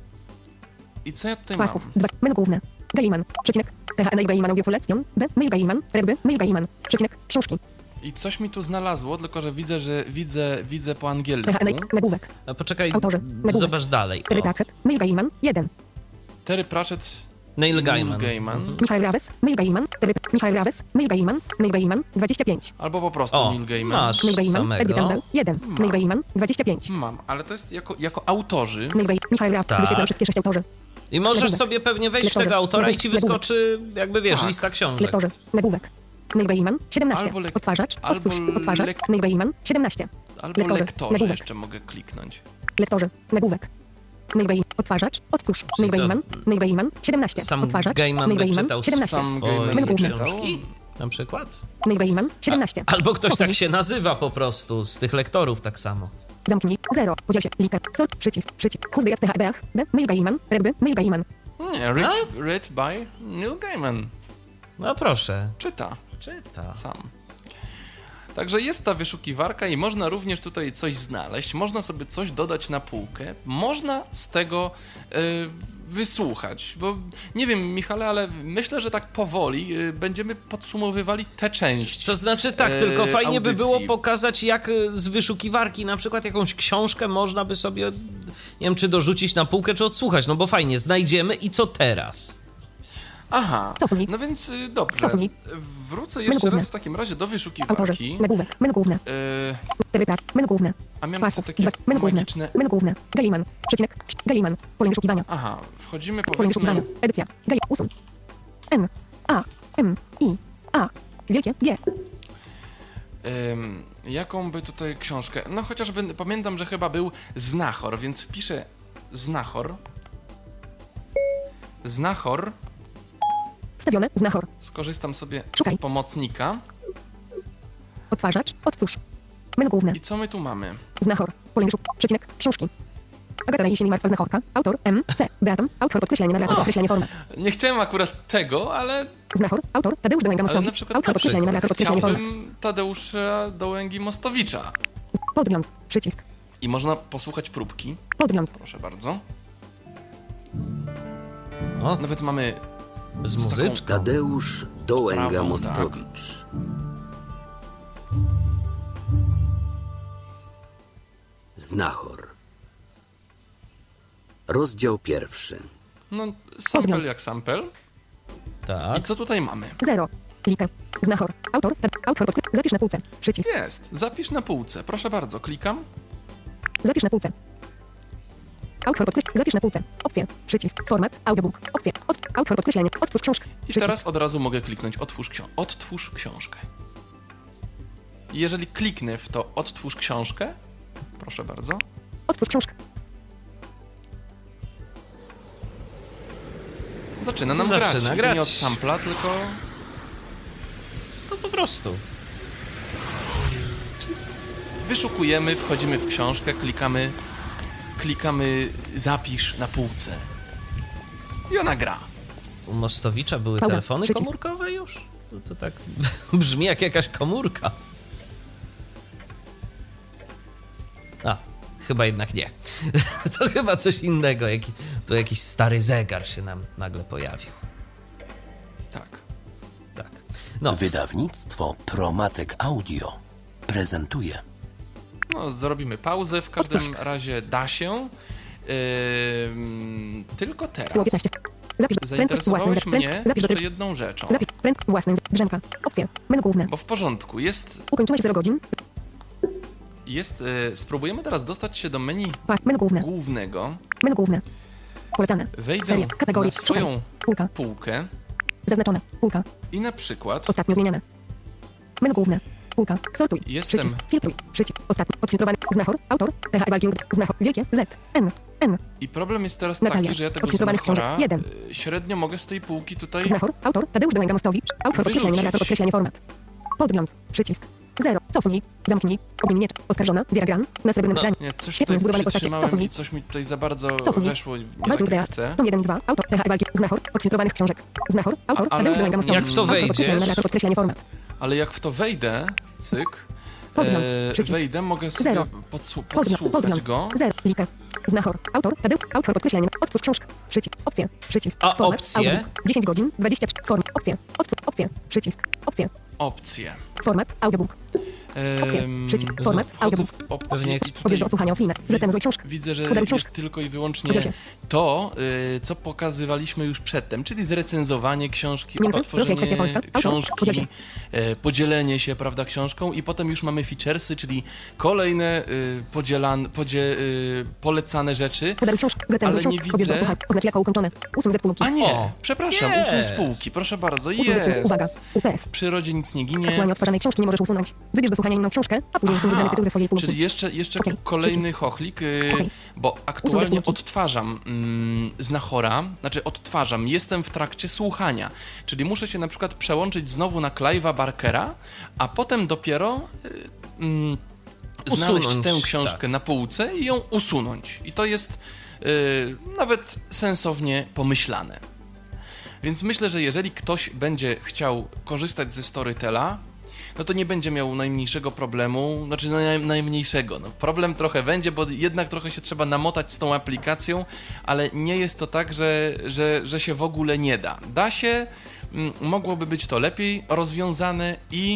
i co ja tutaj Pasków. mam? Dwa. Menu główne. Gaiman. Przecinek. T H N Gaiman Audio Collection. B. Neil Gaiman. Redby. Neil Gaiman. Przecinek. Książki. I coś mi tu znalazło, tylko że widzę, że widzę, widzę po angielsku. T H N Nagłówek. A poczekaj, Autorzy. Nagłówek. zobacz dalej. Terry O, Pratchett. Neil Gaiman. jeden. Terry Pratchett, Neil Gaiman. Gaiman. Mhm. Michael Raves. Neil Gaiman. Terry. Michael Raves. Neil Gaiman. Neil Gaiman. dwadzieścia pięć. Albo po prostu O, Neil Gaiman. masz. Neil Gaiman. Samego. Edgar Campbell. jeden. Ma. Neil Gaiman. dwadzieścia pięć. Mam, ale to jest jako, jako autorzy. Neil Gaiman. Michael Raves. Tak. Wyświetlam wszystkie sześć autorzy. I możesz Nagłówek. sobie pewnie wejść w Lektorzy. tego autora i ci Nagłówek. wyskoczy, jakby wiesz, Tak. lista książek. Lektorzy. Nagłówek. Neil Gaiman. siedemnaście. Albo lek- Odtwarzacz. albo Odtwórz. Odtwarzacz. lek- Neil Gaiman. siedemnaście. Albo Lektorzy. lektorzy Nagłówek. jeszcze mogę kliknąć. Lektorzy. Nagłówek. Neil Gaiman. Odtwarzacz. Odtwórz. Neil co? Gaiman. Neil Gaiman. siedemnaście. Sam Odtwarzacz. Gaiman Neil by Gaiman. czytał siedemnaście. Sam swoje Gaiman Menu główne. książki, na przykład. Neil Gaiman. siedemnaście. Albo ktoś Cofnij. tak się nazywa po prostu, z tych lektorów tak samo. Zamknij. zero. Podziel się. Liter. Sort. Przycisk. Przycisk. Who's the T H B H. D. Neil Gaiman. Redby. Neil Gaiman. Nie, read, read by Neil Gaiman. No proszę, Czyta czyta. sam. Także jest ta wyszukiwarka i można również tutaj coś znaleźć, można sobie coś dodać na półkę, można z tego y, wysłuchać, bo nie wiem, Michale, ale myślę, że tak powoli y, będziemy podsumowywali tę część. To znaczy tak, e, tylko fajnie by audycji. było pokazać, jak y, z wyszukiwarki na przykład jakąś książkę można by sobie, nie wiem, czy dorzucić na półkę, czy odsłuchać, no bo fajnie, znajdziemy i co teraz? Aha, Cofnij. no więc y, dobrze, Cofnij. wrócę Menu jeszcze główne. raz w takim razie do Autorzy. wyszukiwarki. Nagłówek. Menu główne. Y, Terry Pratchett. Menu główne. a miałem tu Pasków. takie Dwa. Menu główne. magiczne... Menu główne. Gaiman. Przecinek. Gaiman. Pole wyszukiwania. Aha, wchodzimy Pole powiedzmy... wyszukiwania. Edycja. Gai. Usuń. N. A. M. I. A. Wielkie. G. Ym, jaką by tutaj książkę? No chociażby pamiętam, że chyba był Znachor, więc wpiszę Znachor. Znachor. Wstawione. Znachor. Skorzystam sobie Szukaj. z pomocnika. Odtwarzacz. Otwórz. Menu główne. I co my tu mamy? Znachor. Pole szuk. Przecinek. Książki. Agata Jesień Martwa Znachorka. Autor M. C. Beatom. Autor podkreślenie narrator podkreślenie format. Nie chciałem akurat tego, ale, Znachor. Autor Tadeusz Dołęga ale Mostowicz. na przykład, Autor na podkreślenie przykład narrator podkreślenie format. chciałbym Tadeusza Dołęgi-Mostowicza. Podgląd. Przycisk. I można posłuchać próbki. Podgląd. Proszę bardzo. O, Nawet mamy z taką- muzyczką. Tadeusz Dołęga Prawą, Mostowicz. Znachor. Rozdział pierwszy. no, sample Podgląd. jak sample. Tak. I co tutaj mamy? Zero. Likę. Znachor. Autor. Tad- Autor podkreślenie. Zapisz na półce. Przycisk. Jest. Zapisz na półce. Proszę bardzo. Klikam. Zapisz na półce. Autor podkreślenie. Zapisz na półce. Opcje. Przycisk. Format. Audiobook. Opcje. Od... Autor podkreślenie. Otwórz książkę. I Przycisk. teraz od razu mogę kliknąć otwórz, ksią- odtwórz książkę. I jeżeli kliknę w to odtwórz książkę, proszę bardzo, Otwórz książkę. zaczyna nam Zaczyna grać. I to grać. nie od sampla, tylko To po prostu. wyszukujemy, wchodzimy w książkę, klikamy, klikamy zapisz na półce. I ona gra. U Mostowicza były Pauza. telefony Przycisk. komórkowe już? To, to tak brzmi jak jakaś komórka. A, chyba jednak nie. To chyba coś innego. Jaki, to jakiś stary zegar się nam nagle pojawił. Tak. Tak. No, Wydawnictwo Promatek Audio prezentuje. No, zrobimy pauzę. W każdym Odtwórz. razie da się. Ym, tylko Tytuł teraz piętnaście. Zapisz prędkość własny. zainteresowałeś Prędkość. mnie Zapisz do jeszcze trybu. jedną rzeczą. Zapisz prędkość własny. Drzemka. Opcje. Menu główne. Bo w porządku, jest, Ukończyłeś zero godzin. jest e, spróbujemy teraz dostać się do menu Pa. Menu główne. głównego. Menu główne. Polecane. Wejdę Seria. Kategorie. na swoją Szukaj. Półka. półkę Zaznaczone. Półka. i na przykład Ostatnio zmieniane. Menu główne. Półka. Sortuj. Jestem- Przycisk. Filtruj. Przycisk. Ostatni. Odfiltrowany. Znachor. Autor. T H Walking. Znachor. Wielkie. Z. N. N. i problem jest teraz Natalia. taki, że ja tego Odfiltrowanych znachora książek. Jeden. e, średnio mogę z tej półki tutaj Znachor. Autor. Tadeusz Dołęga Mostowicz. Autor podkreślenie Wyrzucić. narrator podkreślenie format. Podgląd. Przycisk. Zero. Cofnij. Zamknij. Obejmij miecz. Oskarżona. Wiera Gran. Na srebrnym No, ekranie. nie, coś Świetnie tutaj zbudowane postacie. przytrzymałem Cofnij. i coś mi tutaj za bardzo Cofnij. weszło, nie Walking tak Rea. jak chcę. Tom jeden i dwa. Autor. T H Walking. Znachor. Odfiltrowanych książek. Znachor. Autor. A- ale Tadeusz Dołęga Mostowicz. jak w to Autor podkreślenie wejdziesz- narrator podkreślenie format. Ale jak w to wejdę, cyk, Podgląd. e, Przycisk. wejdę, mogę sobie Zero. podsłu- Podgląd. podsłuchać Podgląd. go. Zero. Likę. Znachor. Autor. Tadeusz. Autor podkreślenie. Otwórz książkę. Przycisk. Opcje. Przycisk. A Format. opcje? Audiobook. dziesięć godzin. dwadzieścia cztery. Form. Opcje. Otwórz. Opcje. Przycisk. Opcje. Opcje. Format. Audiobook. Opcje. Em, Przycisk. z- Format. wchodzę Audiobook. w opcje Pewnie i eks- tutaj Pobierz do odsłuchania offline. Zrecenzuj książkę. Widzę, że Podaruj jest książkę. tylko i wyłącznie Podzielcie. to, y, co pokazywaliśmy już przedtem, czyli zrecenzowanie książki, Niemcy, Rosja, otworzenie kwestia polska. Autor, książki, podzielcie. y, podzielenie się, prawda, książką i potem już mamy featuresy, czyli kolejne y, podzielan, podzie, y, polecane rzeczy. Podaruj książkę. Zrecenzuj Ale nie książkę. Pobierz do widzę- odsłuchania. Oznacz jako ukończone. Usuń ze spółki. A nie, O, przepraszam, jest. usuń spółki, proszę bardzo, Usuń ze spółki. jest. Uwaga. U P S. W przyrodzie nic nie ginie. Aktualnie odtwarzanej książki nie możesz usunąć. Wybierz do słuchania inną książkę, a później usuń wybrany tytuł ze swojej półki. Czyli jeszcze, jeszcze Okej, kolejny przycisk. chochlik, y, Okej. bo aktualnie spółki. odtwarzam mm, znachora, znaczy odtwarzam, jestem w trakcie słuchania, czyli muszę się na przykład przełączyć znowu na Clive'a Barkera, a potem dopiero y, mm, znaleźć Usunąć, tę książkę tak. na półce i ją usunąć. I to jest y, nawet sensownie pomyślane. Więc myślę, że jeżeli ktoś będzie chciał korzystać ze Storytela, no to nie będzie miał najmniejszego problemu, znaczy no naj, najmniejszego. No, problem trochę będzie, bo jednak trochę się trzeba namotać z tą aplikacją, ale nie jest to tak, że, że, że się w ogóle nie da. Da się, m, mogłoby być to lepiej rozwiązane i,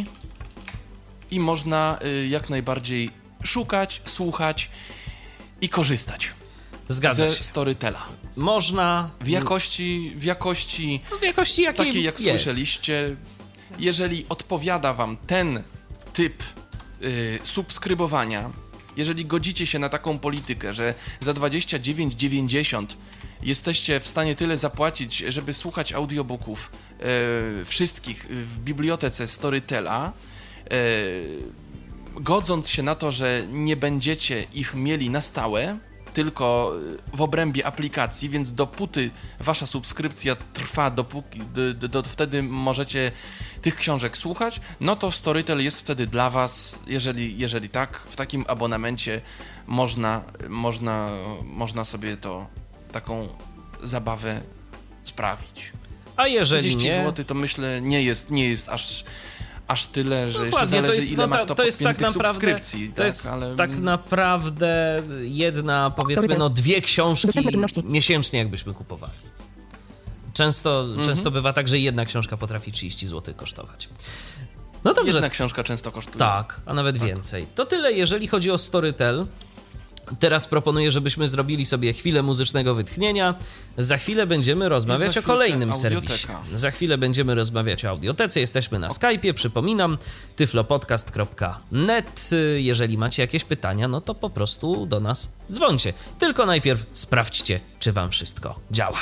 i można y, jak najbardziej szukać, słuchać i korzystać zgadza ze się. Storytela. Można W jakości, w jakości w jakości jakiej takiej jak jest. słyszeliście, jeżeli odpowiada wam ten typ y, subskrybowania, jeżeli godzicie się na taką politykę, że za dwadzieścia dziewięć dziewięćdziesiąt jesteście w stanie tyle zapłacić, żeby słuchać audiobooków y, wszystkich w bibliotece Storytela, y, godząc się na to, że nie będziecie ich mieli na stałe, tylko w obrębie aplikacji, więc dopóty wasza subskrypcja trwa, dopóki, do, do, wtedy możecie tych książek słuchać, no to Storytel jest wtedy dla was, jeżeli, jeżeli tak, w takim abonamencie można, można, można sobie to, taką zabawę sprawić. A jeżeli trzydzieści nie... złotych to myślę nie jest, nie jest aż... aż tyle, że Dokładnie, jeszcze zależy, to jest, ile no, ma to, kto to jest tak podpiętych naprawdę, subskrypcji. To tak, jest ale... tak naprawdę jedna, powiedzmy, no dwie książki miesięcznie, jakbyśmy kupowali. Często, mhm. często bywa tak, że jedna książka potrafi trzydzieści złotych kosztować. No dobrze. Jedna książka często kosztuje. Tak, a nawet tak. więcej. To tyle, jeżeli chodzi o Storytel. Teraz proponuję, żebyśmy zrobili sobie chwilę muzycznego wytchnienia. Za chwilę będziemy rozmawiać o kolejnym serwisie. Za chwilę będziemy rozmawiać o audiotece. Jesteśmy na Skype'ie, przypominam, tyflopodcast kropka net. Jeżeli macie jakieś pytania, no to po prostu do nas dzwońcie. Tylko najpierw sprawdźcie, czy wam wszystko działa.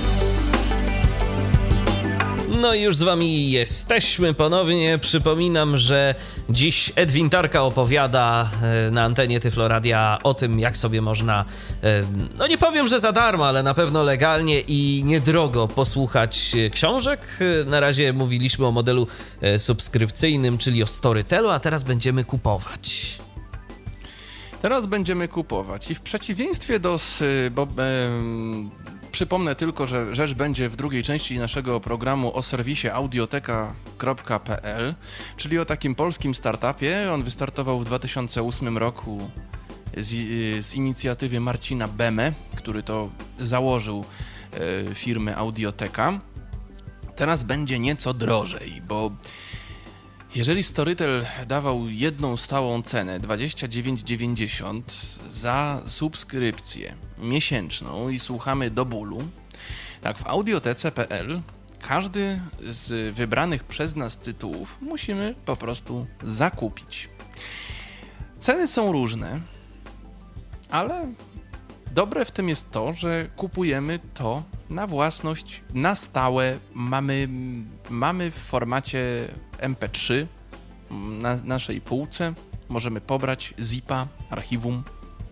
No i już z wami jesteśmy ponownie. Przypominam, że dziś Edwin Tarka opowiada na antenie Tyfloradia o tym, jak sobie można, no nie powiem, że za darmo, ale na pewno legalnie i niedrogo posłuchać książek. Na razie mówiliśmy o modelu subskrypcyjnym, czyli o Storytelu, a teraz będziemy kupować. Teraz będziemy kupować i w przeciwieństwie do... Bo, e, Przypomnę tylko, że rzecz będzie w drugiej części naszego programu o serwisie audioteka kropka pe el, czyli o takim polskim startupie. On wystartował w dwa tysiące ósmym roku z, z inicjatywy Marcina Beme, który to założył e, firmę Audioteka. Teraz będzie nieco drożej, bo jeżeli Storytel dawał jedną stałą cenę dwadzieścia dziewięć dziewięćdziesiąt za subskrypcję miesięczną i słuchamy do bólu, tak w audiotece kropka pe el każdy z wybranych przez nas tytułów musimy po prostu zakupić. Ceny są różne, ale dobre w tym jest to, że kupujemy to na własność, na stałe. Mamy, mamy w formacie em pe trzy na naszej półce. Możemy pobrać zipa, archiwum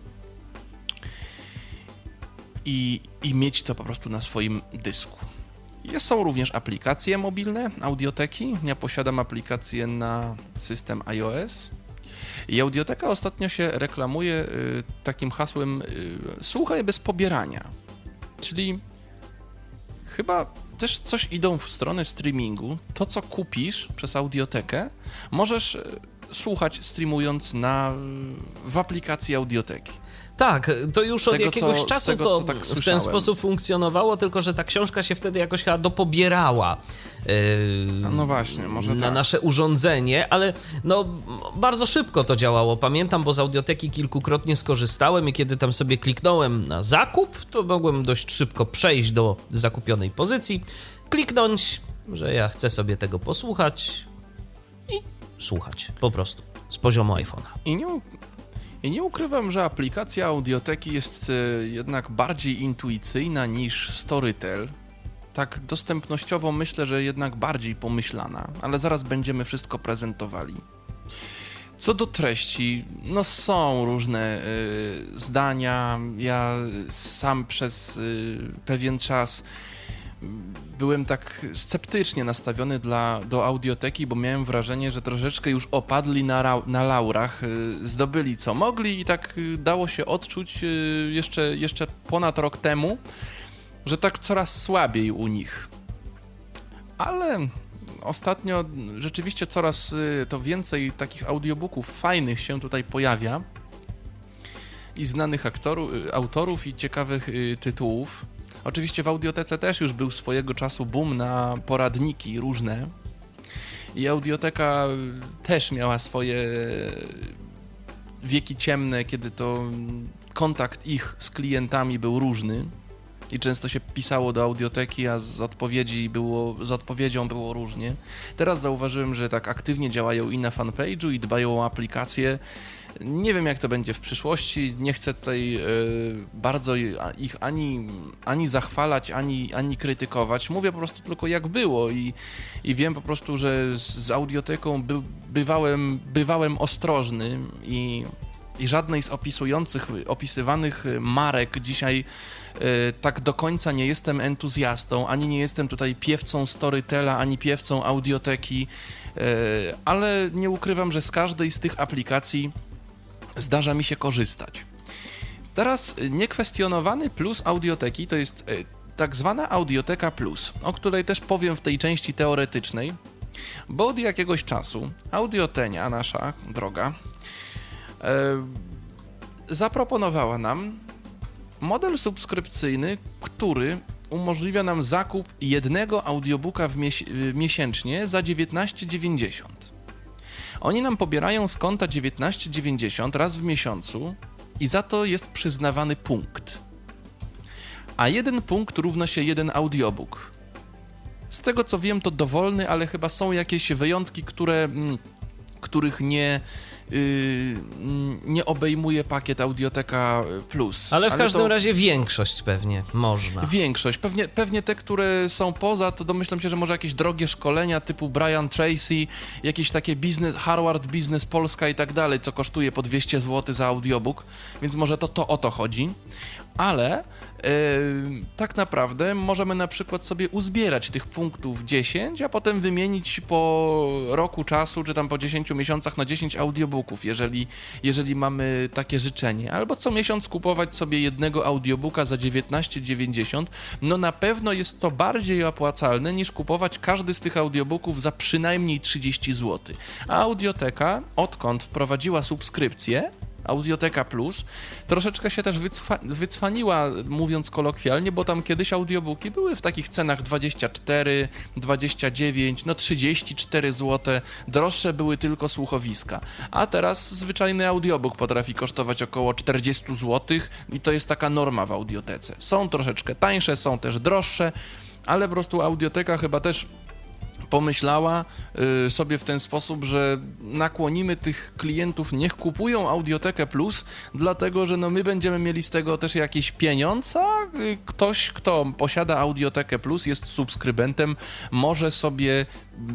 i, i mieć to po prostu na swoim dysku. Jest, są również aplikacje mobilne, audioteki. Ja posiadam aplikację na system iOS. I Audioteka ostatnio się reklamuje y, takim hasłem y, słuchaj bez pobierania. Czyli chyba też coś idą w stronę streamingu. To, co kupisz przez Audiotekę, możesz y, słuchać streamując na, w aplikacji Audioteki. Tak, to już od tego, jakiegoś co, czasu tego, to tak w ten sposób funkcjonowało, tylko że ta książka się wtedy jakoś chyba dopobierała yy, no właśnie, może na tak. nasze urządzenie, ale no bardzo szybko to działało. Pamiętam, bo z Audioteki kilkukrotnie skorzystałem i kiedy tam sobie kliknąłem na zakup, to mogłem dość szybko przejść do zakupionej pozycji, kliknąć, że ja chcę sobie tego posłuchać i słuchać po prostu z poziomu iPhone'a. I nie I nie ukrywam, że aplikacja Audioteki jest y, jednak bardziej intuicyjna niż Storytel. Tak dostępnościowo myślę, że jednak bardziej pomyślana, ale zaraz będziemy wszystko prezentowali. Co do treści, no są różne y, zdania. Ja sam przez y, pewien czas byłem tak sceptycznie nastawiony dla, do Audioteki, bo miałem wrażenie, że troszeczkę już opadli na, na laurach, zdobyli co mogli i tak dało się odczuć jeszcze, jeszcze ponad rok temu, że tak coraz słabiej u nich. Ale ostatnio rzeczywiście coraz to więcej takich audiobooków fajnych się tutaj pojawia i znanych aktorów, autorów i ciekawych tytułów. Oczywiście w Audiotece też już był swojego czasu boom na poradniki różne i Audioteka też miała swoje wieki ciemne, kiedy to kontakt ich z klientami był różny i często się pisało do Audioteki, a z odpowiedzi było, z odpowiedzią było różnie. Teraz zauważyłem, że tak aktywnie działają i na fanpage'u i dbają o aplikację. Nie wiem, jak to będzie w przyszłości. Nie chcę tutaj y, bardzo ich ani, ani zachwalać, ani, ani krytykować. Mówię po prostu tylko, jak było i, i wiem po prostu, że z, z Audioteką by, bywałem, bywałem ostrożny i, i żadnej z opisujących, opisywanych marek dzisiaj tak do końca nie jestem entuzjastą, ani nie jestem tutaj piewcą Storytela, ani piewcą Audioteki, ale nie ukrywam, że z każdej z tych aplikacji zdarza mi się korzystać. Teraz niekwestionowany plus Audioteki to jest tak zwana Audioteka Plus, o której też powiem w tej części teoretycznej, bo od jakiegoś czasu Audiotenia, nasza droga, e, zaproponowała nam model subskrypcyjny, który umożliwia nam zakup jednego audiobooka w mies- miesięcznie za dziewiętnaście dziewięćdziesiąt. Oni nam pobierają z konta dziewiętnaście dziewięćdziesiąt raz w miesiącu i za to jest przyznawany punkt. A jeden punkt równa się jeden audiobook. Z tego co wiem, to dowolny, ale chyba są jakieś wyjątki, które, których nie, yy, nie obejmuje pakiet Audioteka Plus. Ale w ale każdym to... razie większość pewnie można. Większość. Pewnie, pewnie te, które są poza, to domyślam się, że może jakieś drogie szkolenia typu Brian Tracy, jakieś takie biznes, Harvard Business Polska i tak dalej, co kosztuje po dwieście złotych za audiobook, więc może to, to o to chodzi. Ale yy, tak naprawdę możemy na przykład sobie uzbierać tych punktów dziesięć, a potem wymienić po roku czasu, czy tam po dziesięciu miesiącach na dziesięć audiobooków, jeżeli, jeżeli mamy takie życzenie. Albo co miesiąc kupować sobie jednego audiobooka za dziewiętnaście dziewięćdziesiąt. No na pewno jest to bardziej opłacalne niż kupować każdy z tych audiobooków za przynajmniej trzydzieści złotych. A Audioteka, odkąd wprowadziła subskrypcję, Audioteka Plus, troszeczkę się też wycwa- wycwaniła, mówiąc kolokwialnie, bo tam kiedyś audiobooki były w takich cenach dwadzieścia cztery, dwadzieścia dziewięć, no trzydzieści cztery złote, droższe były tylko słuchowiska. A teraz zwyczajny audiobook potrafi kosztować około czterdzieści złotych i to jest taka norma w audiotece. Są troszeczkę tańsze, są też droższe, ale po prostu Audioteka chyba też pomyślała y, sobie w ten sposób, że nakłonimy tych klientów, niech kupują Audiotekę Plus, dlatego, że no my będziemy mieli z tego też jakiś pieniądz, a y, ktoś, kto posiada Audiotekę Plus, jest subskrybentem, może sobie y,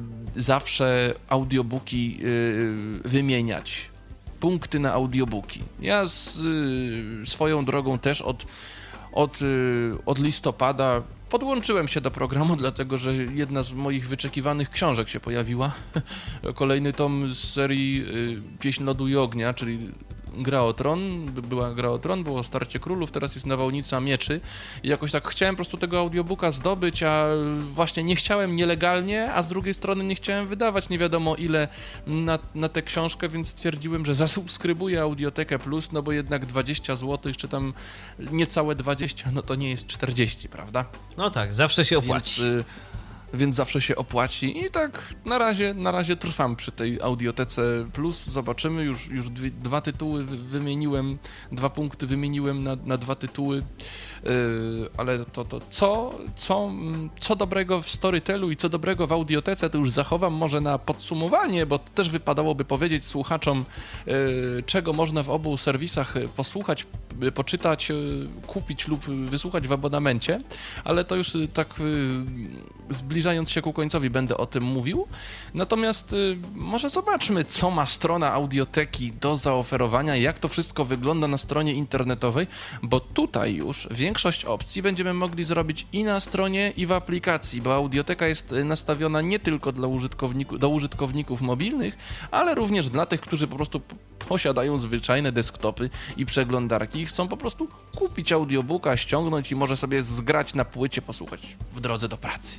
zawsze audiobooki y, wymieniać. Punkty na audiobooki. Ja z, y, swoją drogą też od, od, y, od listopada podłączyłem się do programu, dlatego że jedna z moich wyczekiwanych książek się pojawiła. Kolejny tom z serii Pieśń Lodu i Ognia, czyli Gra o Tron. Była Gra o Tron, było Starcie Królów, teraz jest Nawałnica Mieczy. I jakoś tak chciałem po prostu tego audiobooka zdobyć, a właśnie nie chciałem nielegalnie, a z drugiej strony nie chciałem wydawać nie wiadomo ile na, na tę książkę, więc stwierdziłem, że zasubskrybuję Audiotekę Plus, no bo jednak dwadzieścia złotych, czy tam niecałe dwadzieścia, no to nie jest czterdzieści, prawda? No tak, zawsze się opłaci. Więc, y, więc zawsze się opłaci i tak na razie, na razie trwam przy tej Audiotece Plus, zobaczymy, już, już dwie, dwa tytuły wymieniłem, dwa punkty wymieniłem na, na dwa tytuły, yy, ale to, to co, co, co dobrego w Storytelu i co dobrego w Audiotece to już zachowam może na podsumowanie, bo też wypadałoby powiedzieć słuchaczom, yy, czego można w obu serwisach posłuchać, poczytać, yy, kupić lub wysłuchać w abonamencie, ale to już yy, tak yy, zbliżając się ku końcowi będę o tym mówił. Natomiast y, może zobaczmy, co ma strona Audioteki do zaoferowania, jak to wszystko wygląda na stronie internetowej, bo tutaj już większość opcji będziemy mogli zrobić i na stronie, i w aplikacji, bo Audioteka jest nastawiona nie tylko dla użytkowników, do użytkowników mobilnych, ale również dla tych, którzy po prostu posiadają zwyczajne desktopy i przeglądarki i chcą po prostu kupić audiobooka, ściągnąć i może sobie zgrać na płycie, posłuchać w drodze do pracy.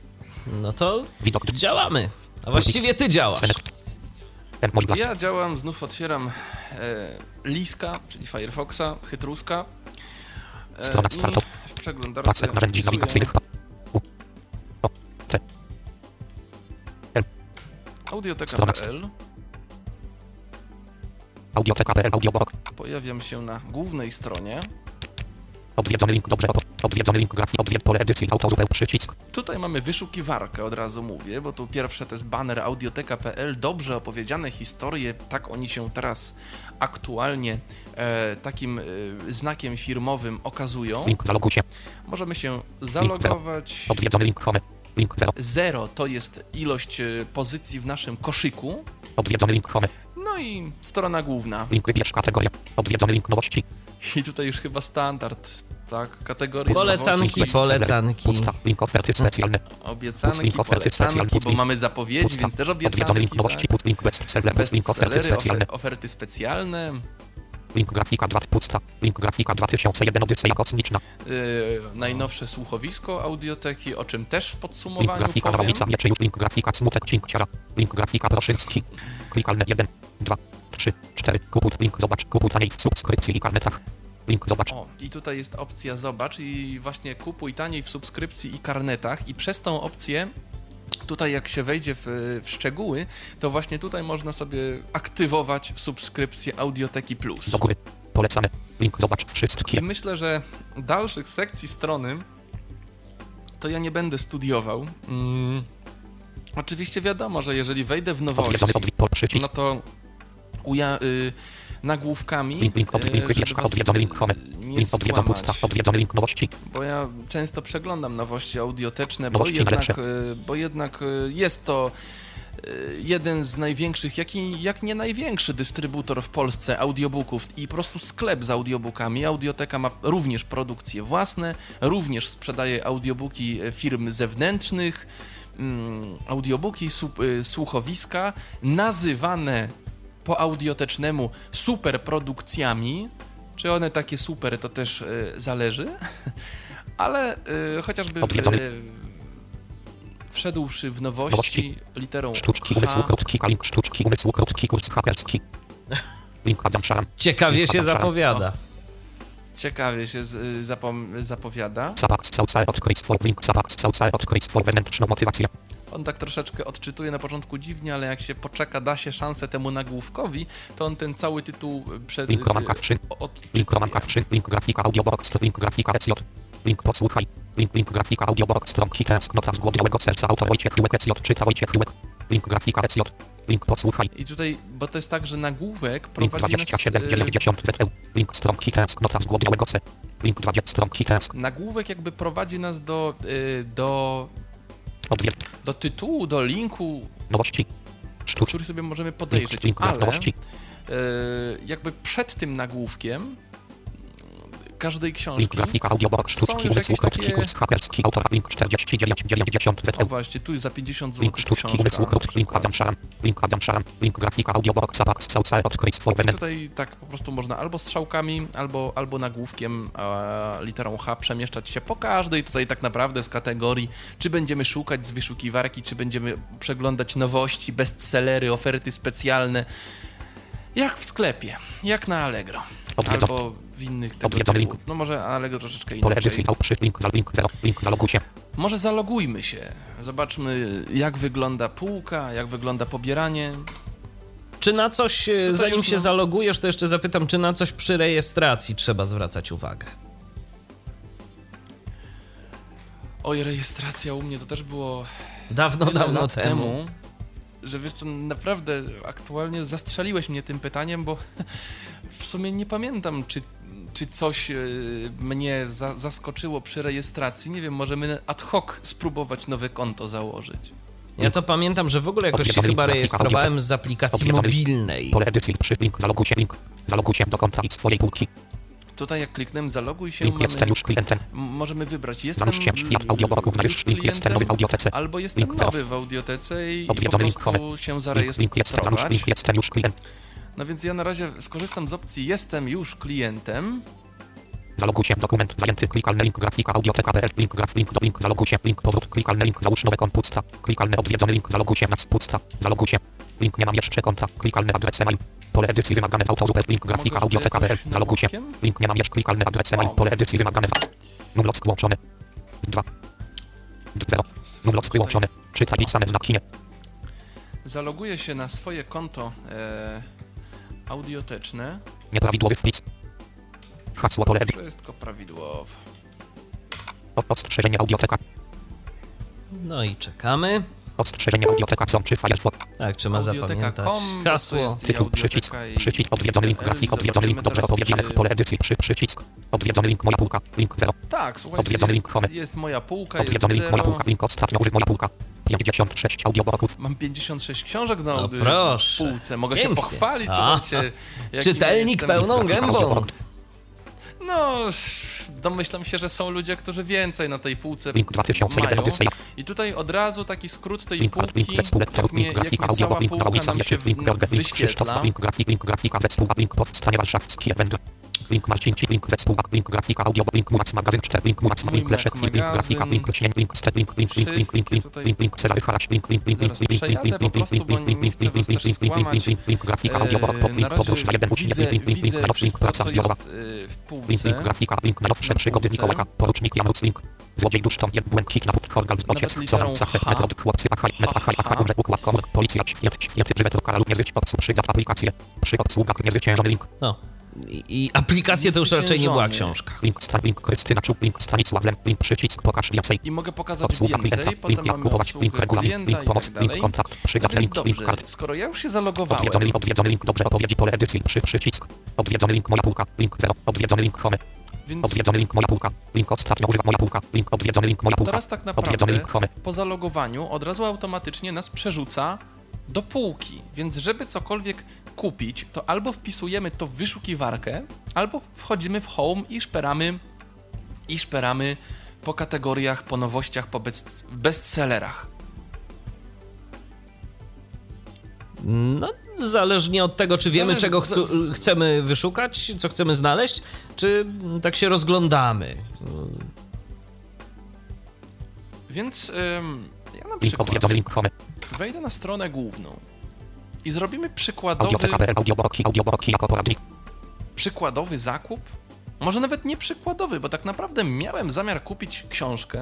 No to działamy. A właściwie ty działasz. Ja działam, znów otwieram e, Liska, czyli Firefoxa, Chytruska e, i w przeglądarce wpisuję audioteka kropka p l. Audioteka kropka p l, audiobook. Pojawiam się na głównej stronie. Odwiedzony link, dobrze, odwiedzony link grafii, odwiedz pole edycji, autozupeł, przycisk. Tutaj mamy wyszukiwarkę, od razu mówię, bo tu pierwsze to jest baner audioteka kropka p l, dobrze opowiedziane historie, tak oni się teraz aktualnie e, takim e, znakiem firmowym okazują. Link, zaloguj się. Możemy się zalogować. Odwiedzony link, home, link zero. Zero to jest ilość pozycji w naszym koszyku. Odwiedzony link, home. No i strona główna. Link wybierz kategorię. Odwiedzony link nowości. I tutaj już chyba standard, tak? Kategorie Polecanki, nowości. polecanki. Pusta. Link oferty specjalne. Obiecanki, Link oferty polecanki, specjalne. bo mamy zapowiedzi, Pusta. więc też Odwiedzony obiecanki, link nowości. tak? Pust. Link bestseller. Pust. Link oferty Bestsellery, specjalne. ofer- oferty specjalne. Link grafika dwa. Pusta. Link grafika dwa tysiące jeden. Odyseja kosmiczna. Yy, najnowsze słuchowisko audioteki, o czym też w Link podsumowaniu grafika powiem. Mrowica Mieczy. Link grafika Smutek Cinkciara. Link grafika Proszyński. Klikalne jeden, dwa, trzy, cztery. Kupuj. Link zobacz. Kupuj taniej w subskrypcji i karnetach. Link zobacz. O, i tutaj jest opcja zobacz i właśnie kupuj taniej w subskrypcji i karnetach i przez tą opcję tutaj jak się wejdzie w, w szczegóły, to właśnie tutaj można sobie aktywować subskrypcję Audioteki Plus. Do góry. Polecamy. Link zobacz. Wszystkie. I myślę, że dalszych sekcji strony to ja nie będę studiował. Mm. Oczywiście wiadomo, że jeżeli wejdę w nowości, Odwiedzony odwi- po- przycisk. no to uja, y, nagłówkami, Link, link, od, y, link, żeby wybierz, was odwiedzony link home. nie Link odwiedzony pusta. skłamać. Odwiedzony link nowości. Bo ja często przeglądam nowości audioteczne, bo Nowości jednak, najlepsze. y, bo jednak y, jest to y, jeden z największych, jak, i, jak nie największy dystrybutor w Polsce audiobooków i po prostu sklep z audiobookami. Audioteka ma również produkcje własne, również sprzedaje audiobooki firm zewnętrznych, mm, audiobooki, su- y, słuchowiska nazywane po audiotecznemu superprodukcjami. Czy one takie super, to też y, zależy, ale y, chociażby y, wszedłszy w nowości, Nowości. literą Sztuczki umysłu H, krótki. Link sztuczki umysłu krótki. Kurs hakerski. Link Adam Szaram. Ciekawie Link się Adam Szaram. zapowiada. ciekawie się z, y, zapom- zapowiada. Zapach z całca odkryj swój link. Zapach z całca odkryj swój wewnętrzną motywację. On tak troszeczkę odczytuje na początku dziwnie, ale jak się poczeka, da się szansę temu nagłówkowi, to on ten cały tytuł przed... Link Romanka trzy. Link Romanka trzy. Link grafika audiobox. Link grafika S J. Link posłuchaj. Link, link grafika audiobox. Stron tęsknota zgłodniałego serca. Autor Wojciech Hyłek S J. Czyta Wojciech Hyłek. Link grafika S J. Link posłuchaj. I tutaj, bo to jest tak, że nagłówek Link prowadzi dwadzieścia nas... siedem y, dziewięćdziesiąt Z E. Link stron tęsknota zgłodniałego serca. Link dwadzieścia stron tęsk. Nagłówek jakby prowadzi nas do, y, do, Odwied. do tytułu, do linku, Nowości. Sztuczki. który sobie możemy podejrzeć, Link, link ale nowości. y, jakby przed tym nagłówkiem każdej Link książki grafika audiobox. są Sztuczki już umysłu jakieś krótki. takie... Kurs hakerski. Autor link czterdzieści dziewięć dziewięćdziesiąt Z O E. właśnie, tu jest za pięćdziesiąt Link złotych sztuczki umysłu książka. krótki. Link Adam Szaram. Link Adam Szaram. Link grafika audiobox. Zapach z całca odkryj swój I wewnętrzny. tutaj tak po prostu można albo strzałkami, albo, albo nagłówkiem, a, literą H przemieszczać się po każdej tutaj tak naprawdę z kategorii, czy będziemy szukać z wyszukiwarki, czy będziemy przeglądać nowości, bestsellery, oferty specjalne, jak w sklepie, jak na Allegro, Odwiedzony. albo w innych tego Odwiedzony typu. link. No może Allegro troszeczkę Pole inaczej. edycji przy link za link zero. Link zaloguj się. Może zalogujmy się, zobaczmy jak wygląda półka, jak wygląda pobieranie. Czy na coś, e, zanim już się no- zalogujesz, to jeszcze zapytam, czy na coś przy rejestracji trzeba zwracać uwagę? Oj, rejestracja u mnie to też było Dawno, tyle dawno lat temu. temu, że wiesz co, naprawdę aktualnie zastrzeliłeś mnie tym pytaniem, bo w sumie nie pamiętam, czy, czy coś e, mnie za, zaskoczyło przy rejestracji. Nie wiem, możemy ad hoc spróbować nowe konto założyć. Ja to pamiętam, że w ogóle jakoś się Odwiedzony chyba link, rejestrowałem z aplikacji Odwiedzony link. mobilnej. Pole edycji przy link zaloguj się. Link zaloguj się do konta i swojej półki. Tutaj jak kliknę zaloguj się, Link mamy, jestem już klientem. m- możemy wybrać jestem Zamknij świat audiobooków na już już link jestem nowy w klientem, audiotece. albo jestem Link nowy w audiotece i, i po Odwiedzony link prostu home. się Link, link jestem już zarejestrować. link jestem już klient. No więc ja na razie skorzystam z opcji jestem już klientem. Zaloguj się. Dokument zajęty. Klikalny link grafika audioteka P L. Link graf link do link zaloguj się. Link powrót. Klikalny link załóż nowe konto pusta. Klikalny odwiedzony link zaloguj się na pusta. Zaloguj się. Link nie mam jeszcze konta. Klikalny adres e-mail. Pole edycji wymagane z autorów. Link grafika Mogę audioteka P L. jakoś Zaloguj się. nagłówkiem? Link nie mam jeszcze klikalny adres e-mail. O. Pole edycji wymagane z Numlock włączony. dwa. zero. Numlock wyłączony. Czytaj same znaki nie. Zaloguję się na swoje konto e, audioteczne. Nieprawidłowy wpis. Hasło pole edycji. Wszystko prawidłowo. Ostrzeżenie audioteka. No i czekamy. Ostrzeżenie audioteka są czy Firefox. Tak, trzeba zapamiętać audioteka.com, hasło. to jest i Tytuł, przycisk, audioteka i przycisk, odwiedzony link, grafik, odwiedzony link, dobrze Zobaczymy opowiedzianych, teraz, pole edycji, przy, przycisk, odwiedzony link, moja półka, link zero, Tak, słuchajcie, odwiedzony jest, link home, jest moja półka, jest odwiedzony link, moja zero. półka, link ostatnio użyj moja półka, pięćdziesiąt sześć audiobooków. Mam pięćdziesiąt sześć książek na No proszę. półce. Mogę Pięknie. się pochwalić, A. słuchajcie. jakim Czytelnik jestem- pełną gębą. No, domyślam się, że są ludzie, którzy więcej na tej półce Link dwa tysiące jeden mają. Odyseja. I tutaj od razu taki skrót tej Link półki, link zespół jak lektorów, mnie, link jak grafika, mnie cała audio, link półka Rauli nam się Zamieczyk, link George, link Krzysztof, wyświetla. link grafik, link grafika zespół, link powstanie warszawskie Węgry. Link Marcincik, link zespół, link grafika, audio, link Mumac magazyn cztery, link Mumac, Mój link Leszek, Mac link grafika, magazyn. link Śnieg, link step, link, link, link, link, link, link, Wszystkie link, link, Cezary Haraś, link, link, link, link, Zaraz link, link, przejadę link, po link, prostu, link, bo link, nie link, chcę link, was link, też link, link, skłamać. link, link, link, grafika, audio, Eee, link, na razie podróż jeden, widzę, link, link, link, widzę link, link, wszystko, praca co zbiorowa. jest y, w Link, półce. link, grafika, link, najnowsze przygody półce. Mikołajka, porucznik Janusz, link, złodziej dusz, Tom, błękit, napód, Horgal, ojciec, literą Zoran, Cachę, H. Metrod, chłopcy, Achaj, Metrachaj, H. Achaj, Umrze, Układ, Komor, Policja, Śmierć, Śmierć, Żywe, Kara lub niezwyć, obsług, przydat, aplikacje, przy obsługach, niezwyciężony link, No. I, i aplikacje to już raczej nie była Niezwyciężony. książka. link, star, link, Krystyna Czub, link, Stanisław Lem, link, przycisk, pokaż więcej, I mogę pokazać obsługa więcej, klienta, potem link, jak mamy kupować, link, obsługę regulamin, klienta link, i pomoc, tak link, dalej. kontakt, No przydat, więc link, link, dobrze, kart, skoro ja już się zalogowałem, odwiedzony link, odwiedzony link, dobrze, odpowiedzi, pole edycji, przy, przycisk, odwiedzony link, moja półka, link, zero, odwiedzony link, home, więc odwiedzony link, moja półka, link, ostatnio używa, moja półka, link, odwiedzony link, moja półka, teraz tak odwiedzony naprawdę link, home, po zalogowaniu od razu automatycznie nas przerzuca do półki. Więc żeby cokolwiek kupić, to albo wpisujemy to w wyszukiwarkę, albo wchodzimy w home i szperamy, i szperamy po kategoriach, po nowościach, po best, bestsellerach. No, zależnie od tego, czy wiemy, Zależy- czego z- chcu, z- chcemy wyszukać, co chcemy znaleźć, czy tak się rozglądamy. Więc ym, ja na link, przykład odwiedzony link, home, wejdę na stronę główną i zrobimy audio, przykładowy, P K P R, audiobooki, audiobooki jako poradnik, przykładowy zakup. Może nawet nie przykładowy, bo tak naprawdę miałem zamiar kupić książkę.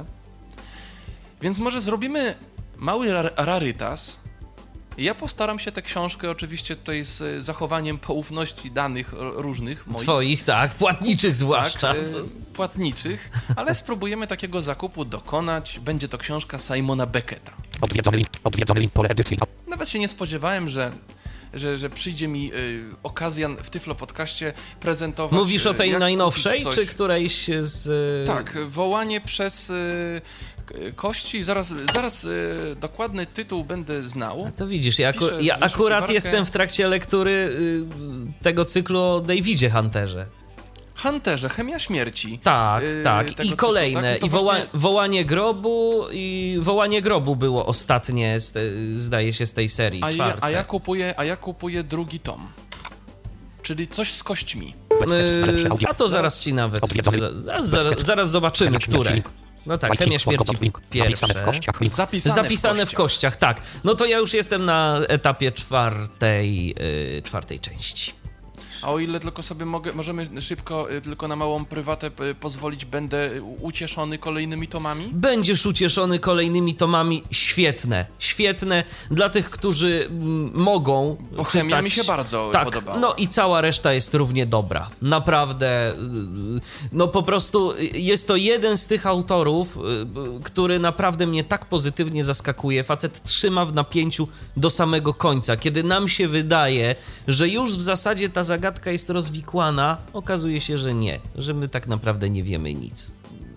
Więc może zrobimy mały rar- rarytas. Ja postaram się tę książkę, oczywiście tutaj z y, zachowaniem poufności danych r- różnych moich. Twoich, tak, płatniczych zwłaszcza. Tak, y, płatniczych, ale spróbujemy takiego zakupu dokonać. Będzie to książka Simona Becketa. odwiedzony link, odwiedzony link, pole edycji, Nawet się nie spodziewałem, że, że, że przyjdzie mi y, okazja w Tyflo Podcaście prezentować. Mówisz o tej jak najnowszej, kupić coś. czy którejś z... Tak, wołanie przez y, k- kości. Zaraz, zaraz y, dokładny tytuł będę znał. To widzisz, ja, aku- Piszę w ja akurat wyszukiwarkę. jestem w trakcie lektury y, tego cyklu o Davidzie Hunterze. Hunterze, Chemia Śmierci. Tak, y, tak. tego I cyklu, kolejne. tak? No I to woła- właśnie wołanie grobu i wołanie grobu było ostatnie, z te, zdaje się, z tej serii. A ja, czwarte. a, ja kupuję, a ja kupuję drugi tom. Czyli coś z kośćmi. Yy, a to zaraz ci nawet. A zaraz, zaraz zobaczymy, które. No tak, Chemia Śmierci pierwsze. Zapisane, Zapisane w w kościach. kościach, tak. No to ja już jestem na etapie czwartej, yy, czwartej części. A o ile tylko sobie mogę, możemy szybko, y, tylko na małą prywatę y, pozwolić, będę ucieszony kolejnymi tomami? Będziesz ucieszony kolejnymi tomami. Świetne, świetne dla tych, którzy mm, mogą. Bo chemia czytać. mi się bardzo tak, podobała. No i cała reszta jest równie dobra. Naprawdę. yy, No po prostu jest to jeden z tych autorów, yy, który naprawdę mnie tak pozytywnie zaskakuje. Facet trzyma w napięciu do samego końca. Kiedy nam się wydaje, że już w zasadzie ta zagadka jest rozwikłana, okazuje się, że nie. Że my tak naprawdę nie wiemy nic.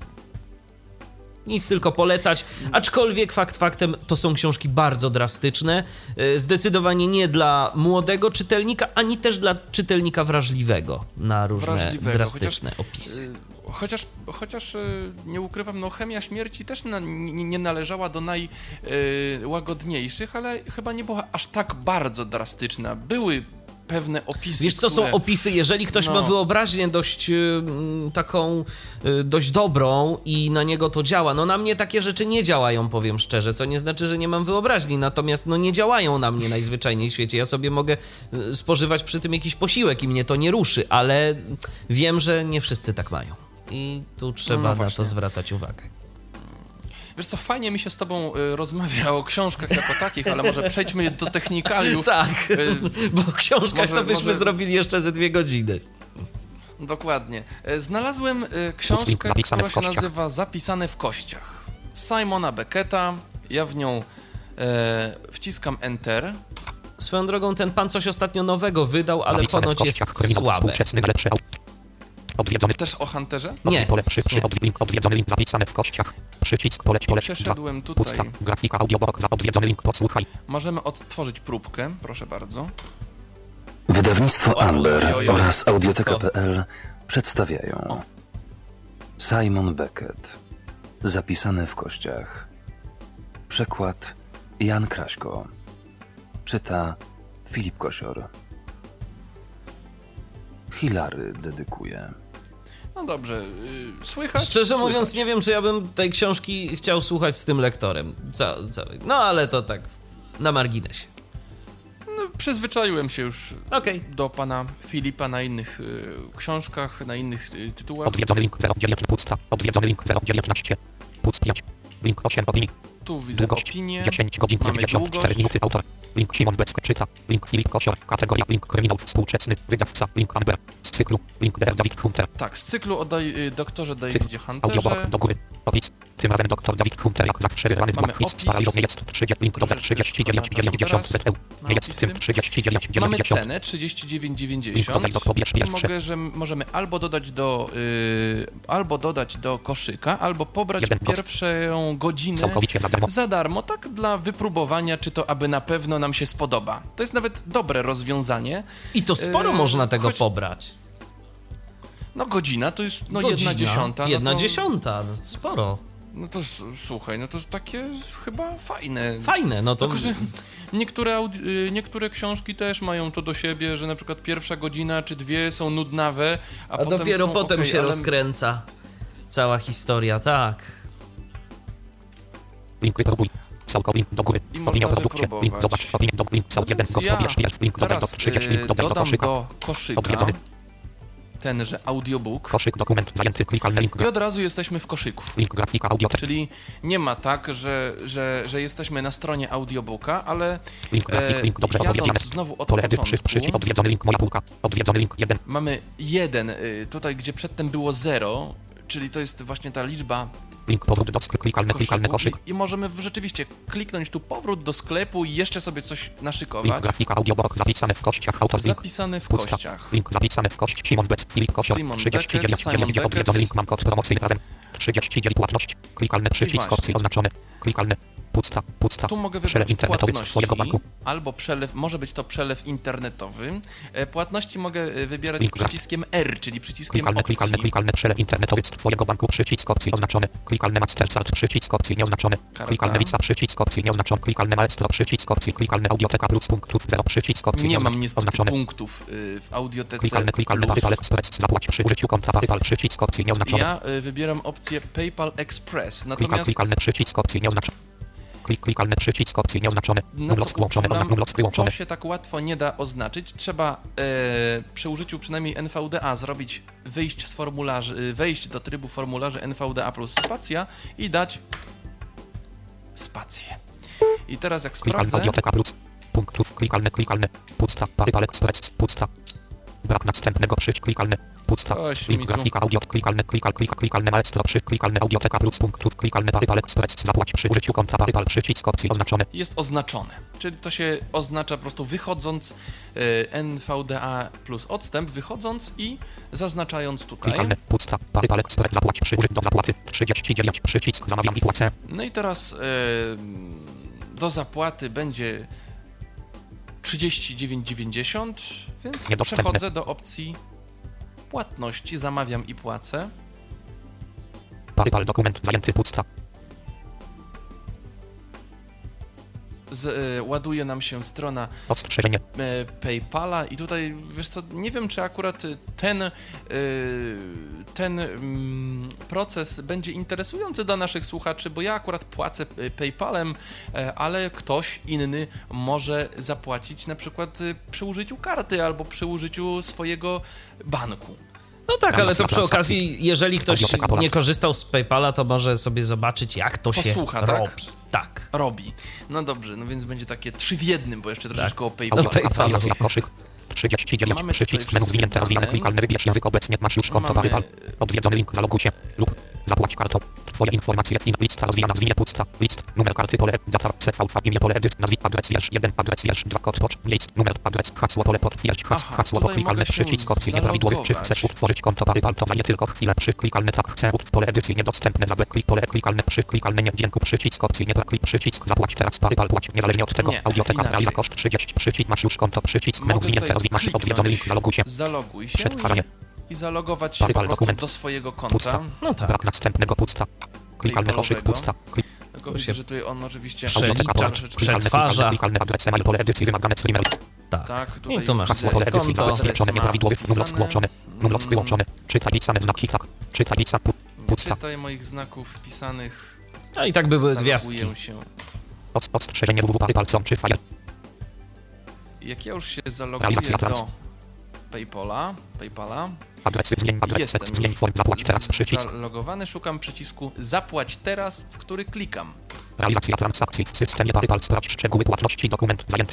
Nic tylko polecać, aczkolwiek fakt faktem to są książki bardzo drastyczne, yy, zdecydowanie nie dla młodego czytelnika, ani też dla czytelnika wrażliwego na różne Wrażliwego, drastyczne chociaż, opisy. y, Chociaż, chociaż y, nie ukrywam, no Chemia Śmierci też na, nie, nie należała do najłagodniejszych, ale chyba nie była aż tak bardzo drastyczna. Były pewne opisy, Wiesz co, które... są opisy, jeżeli ktoś No. ma wyobraźnię dość y, taką y, dość dobrą i na niego to działa, no na mnie takie rzeczy nie działają, powiem szczerze, co nie znaczy, że nie mam wyobraźni, natomiast no nie działają na mnie najzwyczajniej w świecie. Ja sobie mogę y, spożywać przy tym jakiś posiłek i mnie to nie ruszy, ale wiem, że nie wszyscy tak mają i tu trzeba No na właśnie. to zwracać uwagę. Wiesz co, fajnie mi się z tobą y, rozmawia o książkach jako takich, ale może przejdźmy do technikaliów. Tak, Y, bo o książkach może- to byśmy może- zrobili jeszcze ze dwie godziny. Dokładnie. E, Znalazłem e, książkę, która się nazywa Zapisane w kościach. Simona Becketa. Ja w nią e, wciskam Enter. Swoją drogą ten pan coś ostatnio nowego wydał, ale Zapisane w ponoć jest kościach kryminał słabe. współczesny, najlepszy au- Odwiedzony. Też o Hunterze? Nie. Pole przy, przy, Nie. od, link, odwiedzony link zapisane w kościach. Przycisk poleć, poleć. Przeszedłem dwa. tutaj. Pusta. Grafika audiobook za odwiedzony link. Posłuchaj. Możemy odtworzyć próbkę, proszę bardzo. Wydawnictwo Oj, Amber oj, oj, oj. oraz audioteka kropka pe el przedstawiają Simon Beckett. Zapisane w kościach. Przekład Jan Kraśko. Czyta Filip Kosior. Hilary dedykuje. No dobrze, yy, słychać? Szczerze słychać. mówiąc, nie wiem, czy ja bym tej książki chciał słuchać z tym lektorem. Ca- całej. No ale to tak na marginesie. No, przyzwyczaiłem się już Okej. do pana Filipa na innych y, książkach, na innych y, tytułach. Odwiedzony link zero dziewięć. Pusta. Odwiedzony link zero dziewiętnaście. Puc pięć. Link osiem opinii. Tu widzę Długość opinię. dziesięć godzin Mamy pięćdziesiąt cztery długość. minuty. Autor. Link Simon Beckett czyta. Link Filip Kosior. Kategoria link kryminał współczesny. Wydawca. Link Amber. Z cyklu. Link D R David Hunter. Tak, z cyklu o daj, y, doktorze Davidzie Audiobook Hunterze. do góry. Opis. Tym razem doktor David Hunter jak zawsze wyrwany z Mamy blok quiz. opis. Paralizo nie jest trzydzieści. Link do Troszeczkę trzydzieści dziewięć szkoda czasu dziewięćdziesiąt teraz Z E U. na Nie jest opisy. tym trzydzieści dziewięć Mamy dziewięćdziesiąt. cenę trzydzieści dziewięć Link dziewięćdziesiąt dodaj do pobierz i pierwsze. mogę, że możemy albo dodać do y, albo dodać do koszyka, albo pobrać Jeden koszt. pierwszą godzinę Całkowicie za darmo. za darmo, tak dla wypróbowania, czy to aby na pewno nam się spodoba. To jest nawet dobre rozwiązanie. I to sporo Yy, można tego choć- pobrać. No godzina to jest no Godzina, jedna dziesiąta. Jedna no to, dziesiąta, no, sporo. No to s- słuchaj, no to jest takie chyba fajne. Fajne, no to... Tylko, że niektóre, audi- y, niektóre książki też mają to do siebie, że na przykład pierwsza godzina czy dwie są nudnawe, a, A potem dopiero są potem okej, się ale... rozkręca cała historia, tak. Link wypróbuj. Całkowicie do góry. I Opinia o można produkcie. Link wypróbować. zobacz. Opinia do link cał No jeden. więc Gost ja pobierz pierwszy. Link dodaj do teraz trzydzieści. Link y, dodaj do dodam koszyka. do koszyka Odwiedzony. tenże audiobook Koszyk dokument zajęty. Klikalny link. i od razu jesteśmy w koszyku. Link grafika audioteka. Czyli nie ma tak, że, że, że jesteśmy na stronie audiobooka, ale Link grafik. e, Link dobrze jadąc opowiedziane. znowu od Pole edyt. Przy, początku, przycisk. Odwiedzony link moja półka. Odwiedzony link jeden. mamy jeden, y, tutaj gdzie przedtem było zero, czyli to jest właśnie ta liczba Link powrót do sk- klikalny. w Klikalny koszyku koszyk. i, i możemy w- rzeczywiście kliknąć tu powrót do sklepu i jeszcze sobie coś Link naszykować. grafika audiobook zapisane w kościach. Autor link. Zapisany w Pusta. kościach. Link zapisane w kość. Simon Beckett. Filip Kosior. Simon trzydzieści dziewięć Beckett, Simon dziewięć. Beckett. Odwiedzony link. Mam kod promocyjny razem. trzydzieści dziewięć płatność. Klikalny przycisk właśnie. opcji oznaczony. Klikalny. Pusta. Pusta. Tu mogę Przelew wybrać internetowy z płatności, swojego banku. albo przelew, może być to przelew internetowy. E, Płatności mogę e, wybierać Link graf- przyciskiem R, czyli przyciskiem Klikalny, opcji. klikalny, klikalny przelew internetowy z twojego banku, przycisk opcji oznaczony, klikalny Mastercard, przycisk opcji nieoznaczony, Karta. klikalny Visa, przycisk opcji nieoznaczony, klikalny Maestro, przycisk opcji, klikalny Audioteka plus punktów zero, przycisk opcji Nie mam nieoznaczony, niestety oznaczony, punktów y, w audiotece klikalny, klikalny plus. PayPal Express, zapłać przy użyciu konta PayPal, przycisk opcji nieoznaczony, Ja y, wybieram opcję PayPal Express, klikal, natomiast klikalny przycisk opcji nieoznaczony, klik, klikalny przycisk opcji nieoznaczony, na numlock co włączony, nam numlock to wyłączony, się tak łatwo nie da oznaczyć. Trzeba e, przy użyciu przynajmniej N V D A zrobić wyjść z formularzy, y, wejść do trybu formularzy N V D A plus spacja i dać spację. I teraz jak klikalny sprawdzę, Audioteka plus, punktów, klikalny, klikalny, pusta, PayPal Express, pusta, brak następnego przycisk, klikalny, pusta, Coś mi link tu- grafika audio, klikalny, klikal, klika, klikalny Maestro, przy, klikalny Audioteka plus punktów, klikalny PayPal Express, zapłać przy użyciu konta PayPal, przycisk opcji oznaczony, jest oznaczone. Czyli to się oznacza po prostu wychodząc e, N V D A plus odstęp, wychodząc i zaznaczając tutaj. klikalny, pusta, PayPal Express, zapłać przy użyciu do zapłaty, trzydzieści dziewięć, przycisk, zamawiam i płacę, No i teraz e, do zapłaty będzie trzydzieści dziewięć dziewięćdziesiąt, więc Niedostępne. przechodzę do opcji płatności, zamawiam i płacę. PayPal dokument zajęty, pusta, Z, e, ładuje nam się strona ostrzeżenie, e, PayPala i tutaj, wiesz co, nie wiem, czy akurat ten, e, ten mm, proces będzie interesujący dla naszych słuchaczy, bo ja akurat płacę e, PayPalem, e, ale ktoś inny może zapłacić na przykład e, przy użyciu karty albo przy użyciu swojego banku. No tak, ale to przy okazji, jeżeli ktoś nie korzystał z PayPala, to może sobie zobaczyć, jak to się Posłucha, tak? robi. Tak. Robi. No dobrze, no więc będzie takie trzy w jednym, bo jeszcze troszeczkę o No, PayPalu. PayPal. Audioteka, koszyk, trzydzieści dziewięć, Mamy przycisk, tutaj menu zwinięte, wszystkie rozwijamy, dane. klikalny, wybierz język, obecnie masz już konto Mamy- PayPal, odwiedzony link, zaloguj się, lub zapłać kartą, Twoje informacje. In, lista rozwijana zwinie pusta. List. Numer karty pole. Data. C V V. Imię pole. Edyt. Nazwisk. Adres. Wiersz jeden. Adres. Wiersz dwa. Kod pocz. Miejsc. Numer. Adres. Hasło pole. Potwierdź. Has, Aha, hasło tutaj klikalne. mogę się Przycisk opcji nieprawidłowych. Czy zalogować. chcesz utworzyć konto PayPal? To zajmie tylko chwilę. Przy klikalne tak. Chcę. Pole edycji niedostępne. Zabek. Klik. Pole klikalne. Przy klikalne nie wdzięku. Przycisk opcji nie klik. Przycisk. Zapłać teraz. PayPal płać. Niezależnie od tego. Nie, Audioteka. inaczej. Realiza koszt trzydzieści. Przycisk. Masz już konto. Przycisk. Menu Mogę zwinięte. tutaj Rozwij. Masz odwiedzony link. Zaloguj się. Zaloguj się Przetwarzanie. i, i zalogować się po PayPal prostu dokument. do swojego Pusta. konta. No tak. Brak następnego pusta. Klikalny koszyk. PayPalowego. Pusta. Klik. Tylko widzę, że tutaj on oczywiście Przelicza, troszeczkę- przetwarza. Klikalne adresy. Mail pole edycji. Wymagane streamer. Tak. Tak, tutaj I tu masz widzę Hasło pole edycji. konto. Zabezpieczone. Nieprawidłowy. Numlock wyłączony. Numlock wyłączony. Czytaj pisane znaki. Tak. Czytaj pisa. pu- Nie Pusta. czytaj moich znaków wpisanych. No i tak by były Zaloguję gwiazdki. się. Od- Ostrzeżenie www. PayPal są czy fire. Jak ja już się zaloguję Realizacja trans. do PayPala, PayPala, Adresy. Zmień adresy. jestem Zmień form. Zapłać teraz. już Przycisk. zalogowany, szukam przycisku zapłać teraz, w który klikam. Realizacja transakcji w systemie PayPal. Sprawdź szczegóły płatności. Dokument zajęty.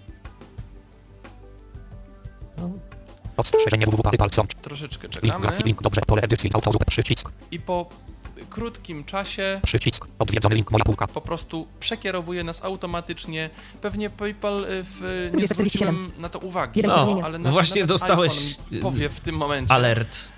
Ostrzeżenie www. PayPal są. Troszeczkę Link czekamy grafik. Link dobrze. Pole edycji. Autolub. Przycisk. i po krótkim czasie Przycisk. Odwiedzony link. Moja półka. po prostu przekierowuje nas automatycznie. Pewnie PayPal y, w, nie dwieście czterdzieści siedem. zwróciłem na to uwagi, Jeden No, wymienienia. ale nawet, właśnie nawet dostałeś, iPhone mi powie w tym momencie. Alert.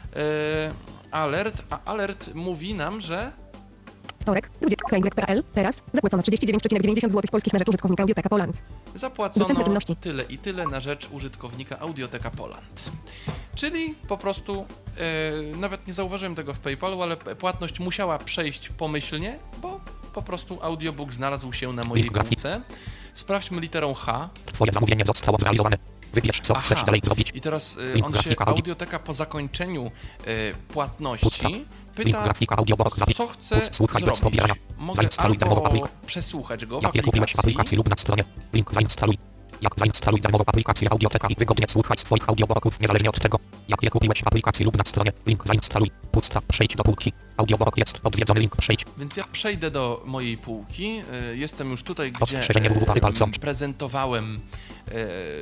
E, alert, a alert mówi nam, że Wtorek, dwudziestego Teraz zapłacono trzydzieści dziewięć przecinek dziewięćdziesiąt złotych polskich na rzecz użytkownika Audioteka Poland. zapłacono Dostępne płynności. tyle i tyle na rzecz użytkownika Audioteka Poland. Czyli po prostu, e, nawet nie zauważyłem tego w PayPalu, ale p- płatność musiała przejść pomyślnie, bo po prostu audiobook znalazł się na mojej Link grafik. półce. Sprawdźmy literą H. Twoje zamówienie zostało zrealizowane. Wybierz co Aha. chcesz dalej zrobić. I teraz e, Link on się, grafika, audio- Audioteka po zakończeniu e, płatności Pusta. Link pyta, grafika audiobook zapis. co chce Słuchaj bez zrobić. pobierania. Mogę Zainstaluj darmową albo aplikację. przesłuchać go w Jak je kupiłeś w aplikacji, aplikacji lub na stronie. Link zainstaluj. Jak zainstaluj darmową aplikację Audioteka i wygodnie słuchać swoich audiobooków niezależnie od tego, jak je kupiłeś w aplikacji lub na stronie. Link zainstaluj. Pusta. Przejdź do półki. Audiobook jest odwiedzony link. Przejdź. Więc ja przejdę do mojej półki. E, Jestem już tutaj, gdzie Ostrzeżenie www. PayPal są. e, prezentowałem, e,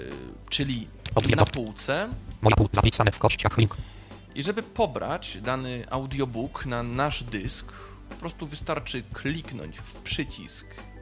czyli Odwiedzony. na półce. Moja pół zapisane w kościach. Link. I żeby pobrać dany audiobook na nasz dysk, po prostu wystarczy kliknąć w przycisk,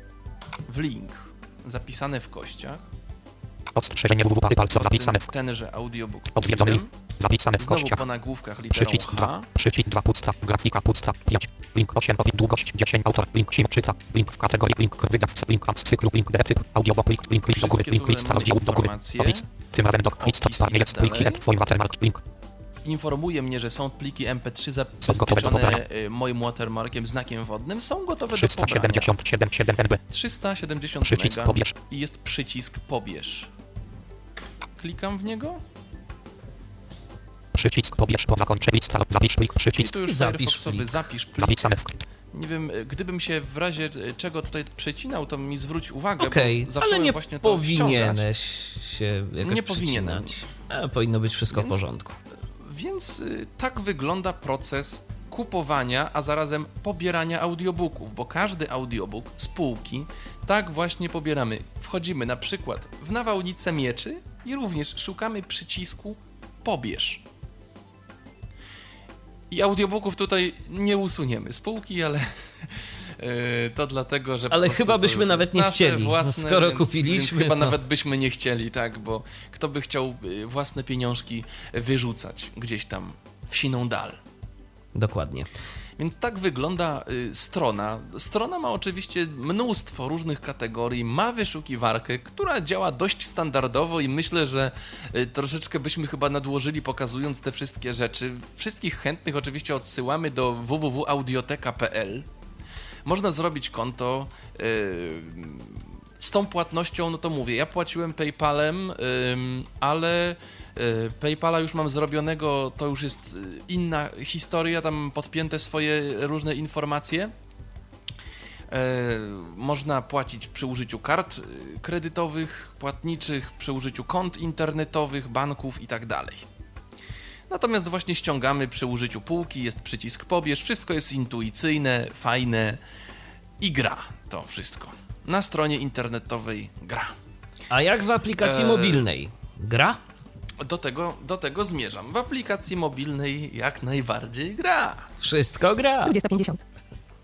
w link zapisany w kościach. Ostrzeżenie www. PayPal są To zapisane w ten, tenże audiobook. odwiedzony link. klikam. Zapisane w Znowu kościach. po nagłówkach literą Przycisk H. dwa. Przycisk dwa. Pusta. Grafika pusta. pięć. Link osiem. Opis długość dziesięć. Autor. Link sim czyta. Link w kategorii. Link wydawca. Link z cyklu. Link D typ. Audiobook. Link. Link list do góry. Wszystkie Link tutaj lista mamy rozdziałów do góry. informacje. Opis. Tym razem dok. Lista. Opis i Stanie jest tak pliki. dalej. Twój watermark. Link. Informuje mnie, że są pliki M P trzy gotowe do zabezpieczone pobrania. y, moim watermarkiem, znakiem wodnym, są gotowe do trzysta pobrania. siedemdziesiąt siedem przecinek siedem M B. trzysta siedemdziesiąt Przycisk mega pobierz. i jest przycisk pobierz. Klikam w niego Przycisk pobierz po zakończeniu lista. Zapisz plik. i Przycisk. tu już Zapisz Firefoxowy plik. zapisz plik. Zapisane w Nie wiem, y, gdybym się w razie y, czego tutaj przecinał, to mi zwróć uwagę, Okej, bo zacząłem ale nie właśnie to ściągać. powinieneś się jakoś Nie powinienem. przycinać. A, powinno być wszystko Więc- w porządku. Więc y, tak wygląda proces kupowania, a zarazem pobierania audiobooków, bo każdy audiobook z półki tak właśnie pobieramy. Wchodzimy na przykład w nawałnicę mieczy i również szukamy przycisku pobierz. I audiobooków tutaj nie usuniemy z półki, ale y, to dlatego, że... po Ale prostu chyba to byśmy już nawet jest nie nasze chcieli. No Własne, skoro więc, kupiliśmy, więc chyba to- nawet byśmy nie chcieli, tak, bo kto by chciał y, własne pieniążki wyrzucać gdzieś tam w siną dal. Dokładnie. Więc tak wygląda y, strona. Strona ma oczywiście mnóstwo różnych kategorii, ma wyszukiwarkę, która działa dość standardowo i myślę, że y, troszeczkę byśmy chyba nadłożyli, pokazując te wszystkie rzeczy. Wszystkich chętnych oczywiście odsyłamy do w w w kropka audioteka kropka p l. Można zrobić konto. y, Z tą płatnością, no to mówię, ja płaciłem PayPalem, ym, ale y, PayPala już mam zrobionego, to już jest y, inna historia, tam podpięte swoje różne informacje. E, można płacić przy użyciu kart y, kredytowych, płatniczych, przy użyciu kont internetowych, banków i tak dalej. Natomiast właśnie ściągamy przy użyciu półki, jest przycisk pobierz, wszystko jest intuicyjne, fajne i gra to wszystko. Na stronie internetowej gra. A jak w aplikacji Eee. mobilnej? Gra? Do tego, do tego zmierzam. W aplikacji mobilnej jak najbardziej gra. Wszystko gra. dwudziesta pięćdziesiąt.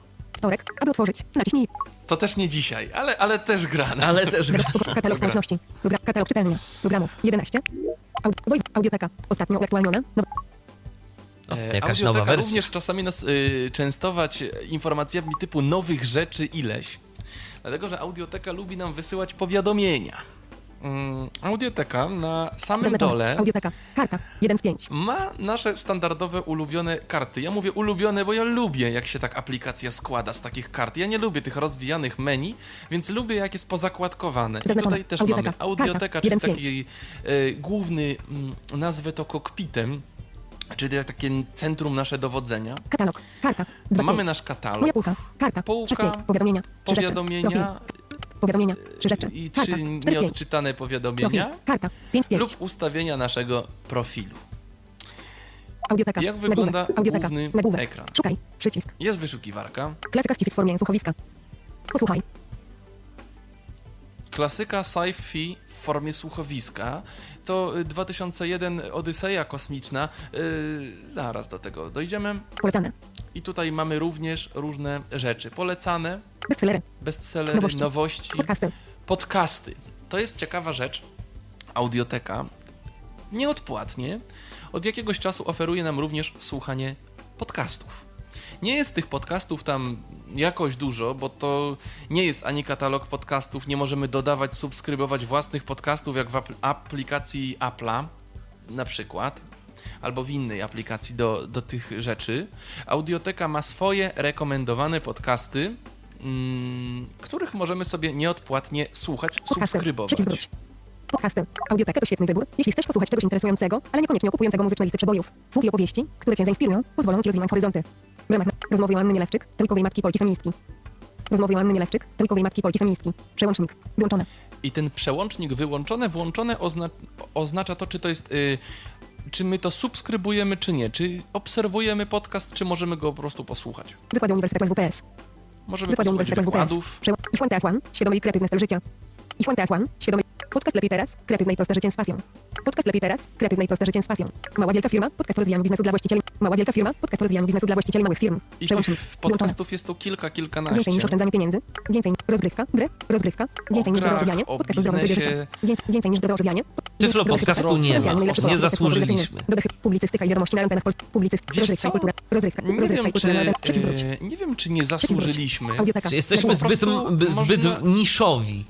Wtorek. Aby otworzyć. Naciśnij. To też nie dzisiaj, ale, ale też grane. Ale też gra. Katalog społeczności. Program, katalog czytelnia. Programów. jedenaście. Aud, voice, audioteka. Ostatnio uaktualniona. No, O, E, jakaś Audioteka nowa wersja. również czasami nas y, częstować informacjami typu nowych rzeczy ileś. Dlatego, że Audioteka lubi nam wysyłać powiadomienia. Mm, Audioteka na samym zaznaczone. dole Audioteka. Karta. jeden z pięć. ma nasze standardowe ulubione karty. Ja mówię ulubione, bo ja lubię, jak się tak aplikacja składa z takich kart. Ja nie lubię tych rozwijanych menu, więc lubię, jak jest pozakładkowane. I Zaznaczone. tutaj też Audioteka. mamy Audioteka, Karta. czyli jeden z pięć. taki e, główny, mm, nazwę to kokpitem, czyli takie centrum nasze dowodzenia. Katalog. Karta. dwa z Mamy pięć. nasz katalog. Moja półka. Karta. Półka, trzy z pięć. Powiadomienia. trzy rzeczy. powiadomienia Profil. Powiadomienia. trzy rzeczy. i Karta. trzy cztery z pięć. nieodczytane powiadomienia Profil. Karta. pięć z pięć. lub ustawienia naszego profilu. Audioteka. Jak wygląda Nagłówek. Audioteka. główny Nagłówek. ekran? Szukaj. Przycisk. Jest wyszukiwarka. Klasyka sci-fi w formie słuchowiska. Posłuchaj. Klasyka sci-fi w formie słuchowiska to y, dwa tysiące jeden Odyseja Kosmiczna. Yy, zaraz do tego dojdziemy. Polecane. I tutaj mamy również różne rzeczy. Polecane, Bestsellery. bestsellery, Nowości. nowości, Podcasty. podcasty. To jest ciekawa rzecz. Audioteka nieodpłatnie od jakiegoś czasu oferuje nam również słuchanie podcastów. Nie jest tych podcastów tam jakoś dużo, bo to nie jest ani katalog podcastów, nie możemy dodawać, subskrybować własnych podcastów, jak w apl- aplikacji Apple'a na przykład, albo w innej aplikacji do, do tych rzeczy. Audioteka ma swoje rekomendowane podcasty, mm, których możemy sobie nieodpłatnie słuchać, Podcasty. subskrybować. Przycisk wróć. Podcasty. Audioteka to świetny wybór, jeśli chcesz posłuchać czegoś interesującego, ale niekoniecznie okupującego muzyczne listy przebojów. Słów i opowieści, które cię zainspirują, pozwolą ci rozwinąć horyzonty. W ramach rozmowy Joanny Nielewczyk, trójkowej matki Polki feministki. Rozmowy Joanny Nielewczyk, trójkowej matki Polki feministki. Przełącznik. Wyłączone. I ten przełącznik wyłączone, włączone ozna- oznacza to, czy to jest... Y- czy my to subskrybujemy, czy nie. Czy obserwujemy podcast, czy możemy go po prostu posłuchać. Wykłady Uniwersytetu S W P S. Możemy Wykłady posłuchać Uniwersytetu S W P S. wykładów. Przeł- Ichwan Teachwan. Świadomy i kreatywny styl życia. Ichwan Teachwan. Świadomy. Podcast Lepiej Teraz. Kreatywne i proste życie z pasją. Podcast Lepiej Teraz. Kreatywne i proste życie z pasją. Mała wielka firma. Podcast o rozwijaniu biznesu dla właścicieli. Mała wielka firma. Podcast o rozwijaniu biznesu dla właścicieli małych firm. I Przełącznik. tych Wyłączone. podcastów jest tu kilka, Więcej kilkanaście. niż oszczędzanie pieniędzy. Więcej rozgrywka, gry, rozgrywka. Więcej O niż zdrowe grach, odżywianie. o Podcast o zdrowym trybiu biznesie. życia. Więcej, więcej niż zdrowe odżywianie. Tyflo Dodechy podcastu podcastu. nie ma. Specjalnie najlepszy Nie podcast zasłużyliśmy. motoryzacyjny. Dodechy, publicystyka i wiadomości na antenach polskich. Publicystyka, Wiesz rozrywka co? i kultura. Rozrywka, Nie rozrywka wiem, i kultura na czy, antenach. Przycisk wróć. e, nie wiem, czy nie zasłużyliśmy. Audioteka. Czy jesteśmy Po zbyt, prostu b- zbyt można- niszowi?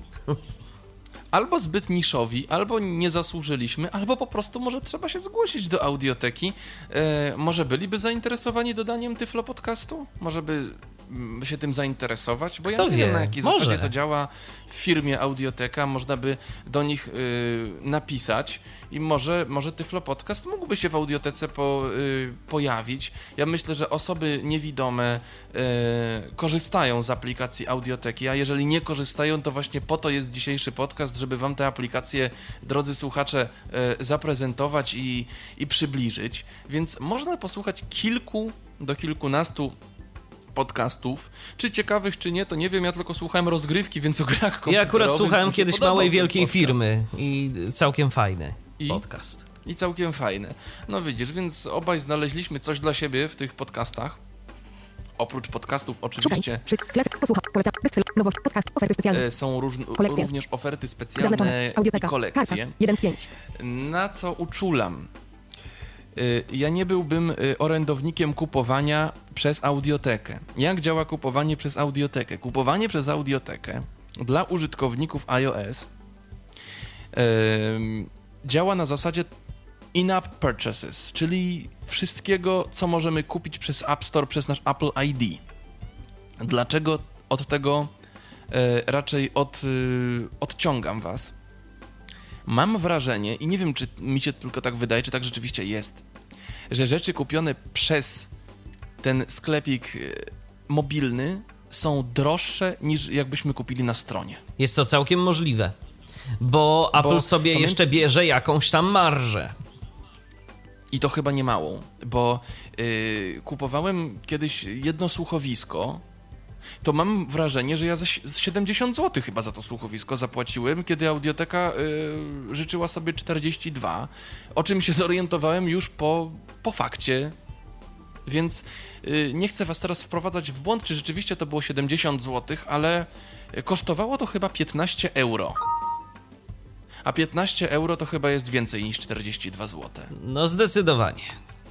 Albo zbyt niszowi, albo nie zasłużyliśmy, albo po prostu może trzeba się zgłosić do audioteki. E, może byliby zainteresowani dodaniem Tyflo Podcastu? Może by mm, się tym zainteresować? Bo Kto ja nie wie? wiem, na jakiej Może. zasadzie to działa w firmie Audioteka. Można by do nich y, napisać i może, może Tyflo Podcast mógłby się w audiotece po, y, pojawić. Ja myślę, że osoby niewidome y, korzystają z aplikacji audioteki, a jeżeli nie korzystają, to właśnie po to jest dzisiejszy podcast, żeby wam tę aplikację, drodzy słuchacze, y, zaprezentować i, i przybliżyć. Więc można posłuchać kilku do kilkunastu podcastów. Czy ciekawych, czy nie, to nie wiem, ja tylko słuchałem rozgrywki, więc o grach komputerowych. Ja akurat mi słuchałem się kiedyś podobał Małej ten Wielkiej podcast. Firmy i całkiem fajny I? podcast. I całkiem fajne. No widzisz, więc obaj znaleźliśmy coś dla siebie w tych podcastach. Oprócz podcastów oczywiście Szukaj. Przy, klasyk. Posłuchaj. Poleca. Bestseller. Nowość. Podcast. Oferty specjalne. e, są różn- Kolekcje. również oferty specjalne Zaznaczone. i Audioteka. Karta. kolekcje. jeden z pięć. Na co uczulam? Y, Ja nie byłbym y, orędownikiem kupowania przez audiotekę. Jak działa kupowanie przez audiotekę? Kupowanie przez audiotekę dla użytkowników iOS ym, działa na zasadzie in-app purchases, czyli wszystkiego, co możemy kupić przez App Store, przez nasz Apple I D. Dlaczego od tego y, raczej od, y, odciągam was? Mam wrażenie, i nie wiem, czy mi się tylko tak wydaje, czy tak rzeczywiście jest, że rzeczy kupione przez ten sklepik y, mobilny są droższe niż jakbyśmy kupili na stronie. Jest to całkiem możliwe, bo Apple Bo sobie pamię- jeszcze bierze jakąś tam marżę. I to chyba nie małą, bo y, kupowałem kiedyś jedno słuchowisko, to mam wrażenie, że ja za si- z siedemdziesiąt złotych chyba za to słuchowisko zapłaciłem, kiedy audioteka y, życzyła sobie czterdzieści dwa, o czym się zorientowałem już po, po fakcie Więc y, nie chcę was teraz wprowadzać w błąd, czy rzeczywiście to było siedemdziesiąt złotych, ale kosztowało to chyba piętnaście euro. A piętnaście euro to chyba jest więcej niż czterdzieści dwa złote. No zdecydowanie.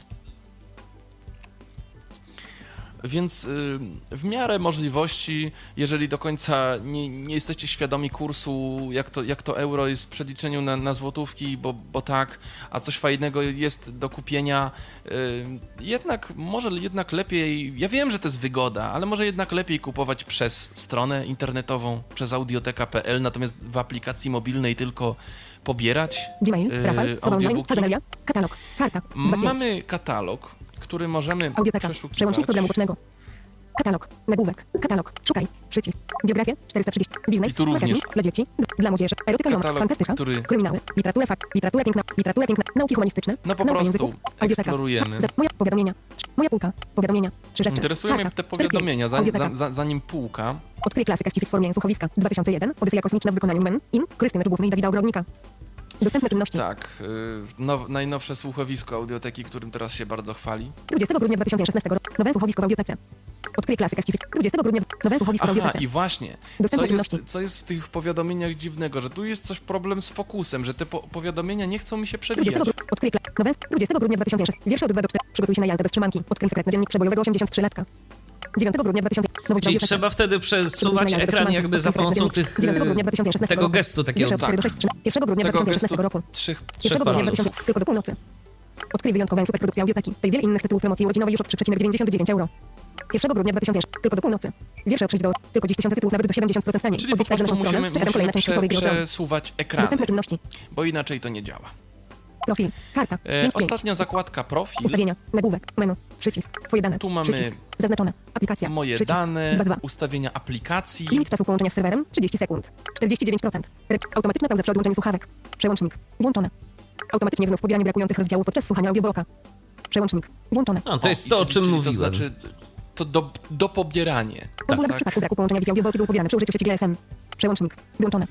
Więc y, w miarę możliwości, jeżeli do końca nie, nie jesteście świadomi kursu, jak to, jak to euro jest w przeliczeniu na, na złotówki, bo, bo tak, a coś fajnego jest do kupienia, y, jednak może jednak lepiej, ja wiem, że to jest wygoda, ale może jednak lepiej kupować przez stronę internetową, przez audioteka kropka p l, natomiast w aplikacji mobilnej tylko pobierać Gmail, y, Rafał, Sowa Online, audiobooki. Kazamelia, katalog, karta, Mamy katalog, który możemy Audioteka, przeszukiwać. przełącznik programu bocznego. Katalog, nagłówek, katalog, szukaj, przycisk, biografia, czterysta trzydzieści, biznes, I tu również. marketing, dla dzieci, d- dla młodzieży, erotyka, Katalog, fantastyka, który- kryminały, literatura fakt, literatura piękna, literatura piękna, nauki humanistyczne, No po nauka prostu języków, audioteka, eksplorujemy. za- moja powiadomienia, trz- moja półka, powiadomienia, trzy rzeczy, Interesują mnie karta, te cztery pięć, powiadomienia, za, audioteka, za, za, zanim półka. odkryj klasykę sci-fi w formie słuchowiska, dwa tysiące jeden, Odyseja kosmiczna w wykonaniu Men, In, Krystyny Czubównej i Dawida Ogrodnika. Dostępne czynności. Tak, y, now, najnowsze słuchowisko audioteki, którym teraz się bardzo chwali. dwudziestego grudnia dwa tysiące szesnastego roku. Nowe słuchowisko w audiotece. Odkryj klasykę sci-fi. dwudziestego grudnia. Nowe słuchowisko w Aha, audiotece. i właśnie, co Dostępne jest, czynności. co jest w tych powiadomieniach dziwnego, że tu jest coś problem z fokusem, że te po powiadomienia nie chcą mi się przewijać. dwudziestego grudnia. Odkryj kla- Nowe. dwudziestego grudnia dwa tysiące szesnastego. Wiersze od dwa do czterech. Przygotuj się na jazdę bez trzymanki. Odkryj sekretny dziennik przebojowego osiemdziesiąt trzy latka. dziewiątego grudnia dwa tysiące. Nowość w Czyli audiotece. trzeba wtedy przesuwać ekran jakby za pomocą tych, dziewiątego grudnia dwa tysiące szesnastego tego roku. gestu takiego. Wiersze od cztery do sześciu. pierwszego grudnia dwa Tego tysiące gestu szesnastego roku. trzech, trzech pierwszego grudnia dwa palców. tysiące. Tylko do północy. Odkryj wyjątkową superprodukcję audioteki. I wiele innych tytułów promocji urodzinowej już od trzy przecinek dziewięćdziesiąt dziewięć euro. pierwszego grudnia dwa tysiące. Tylko do północy. Wiersze od sześciu do tylko dziesięć tysięcy tytułów nawet do siedemdziesiąt procent taniej. Czyli po Odwiedź także prostu naszą stronę, musimy, czy ewentualnie musimy część prze, skrótowej gry przesuwać ekrany, Dostępne czynności. bo inaczej to nie działa. Profil. Karta. E, pięć z pięciu. ostatnia zakładka profil. Ustawienia. Nagłówek. Menu. Przycisk. Twoje dane. Tu mamy Przycisk. Zaznaczone. Aplikacja. Moje Przycisk. dane, dwa dwa. ustawienia aplikacji. Limit czasu połączenia z serwerem. trzydzieści sekund. czterdzieści dziewięć procent. Re- Automatyczna pauza przy odłączeniu słuchawek. Przełącznik. Włączone. Automatycznie wznów pobieranie brakujących rozdziałów podczas słuchania audiobooka. Przełącznik. Włączone. No, to jest i to, o czyli- czym czyli mówiłem. To znaczy to do, do pobieranie. Pozwolę w tak. przypadku braku połączenia Wi-Fi audiobooki był pobierany przy użyciu sieci G S M. Przełącznik. Włączone.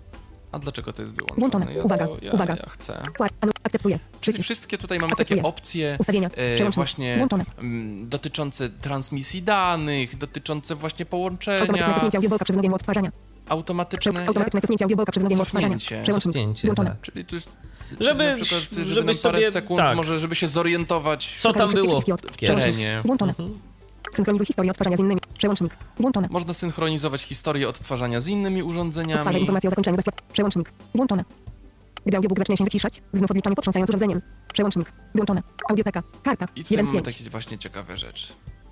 A dlaczego to jest wyłączone? Włączone. Ja Uwaga, to, ja, uwaga. ja chcę. Płać. Anu. Akceptuję. Czyli Przycisk. wszystkie tutaj mamy Akceptuję. takie opcje Ustawienia. e, Przełącznik. właśnie Włączone. m, dotyczące transmisji danych, dotyczące właśnie połączenia, Automatyczne cofnięcie audiobooka przy wznowieniu odtwarzania. automatyczne... Prze- Automatyczne cofnięcie audiobooka przy wznowieniu odtwarzania. Cofnięcie. Przełącznik. Cofnięcie, Włączone. tak. Czyli tu jest... Żeby- Żeby, na przykład, żeby, żeby nam parę sobie- sekund, tak. może żeby się zorientować Co tam Wszystkie było przyciski od- w terenie? terenie. Włączone. Mhm. Synchronizuj historię odtwarzania z innymi. Przełącznik. Włączone. Można synchronizować historię odtwarzania z innymi Odtwarzaj urządzeniami. informacje o zakończeniu bezpłat. Przełącznik. Włączone. Gdy audiobook zacznie się wyciszać, znów odliczanie potrząsając urządzeniem. Przełącznik. Włączone. Audioteka. Karta. I tutaj jeden z mamy pięciu. takie właśnie ciekawe rzeczy.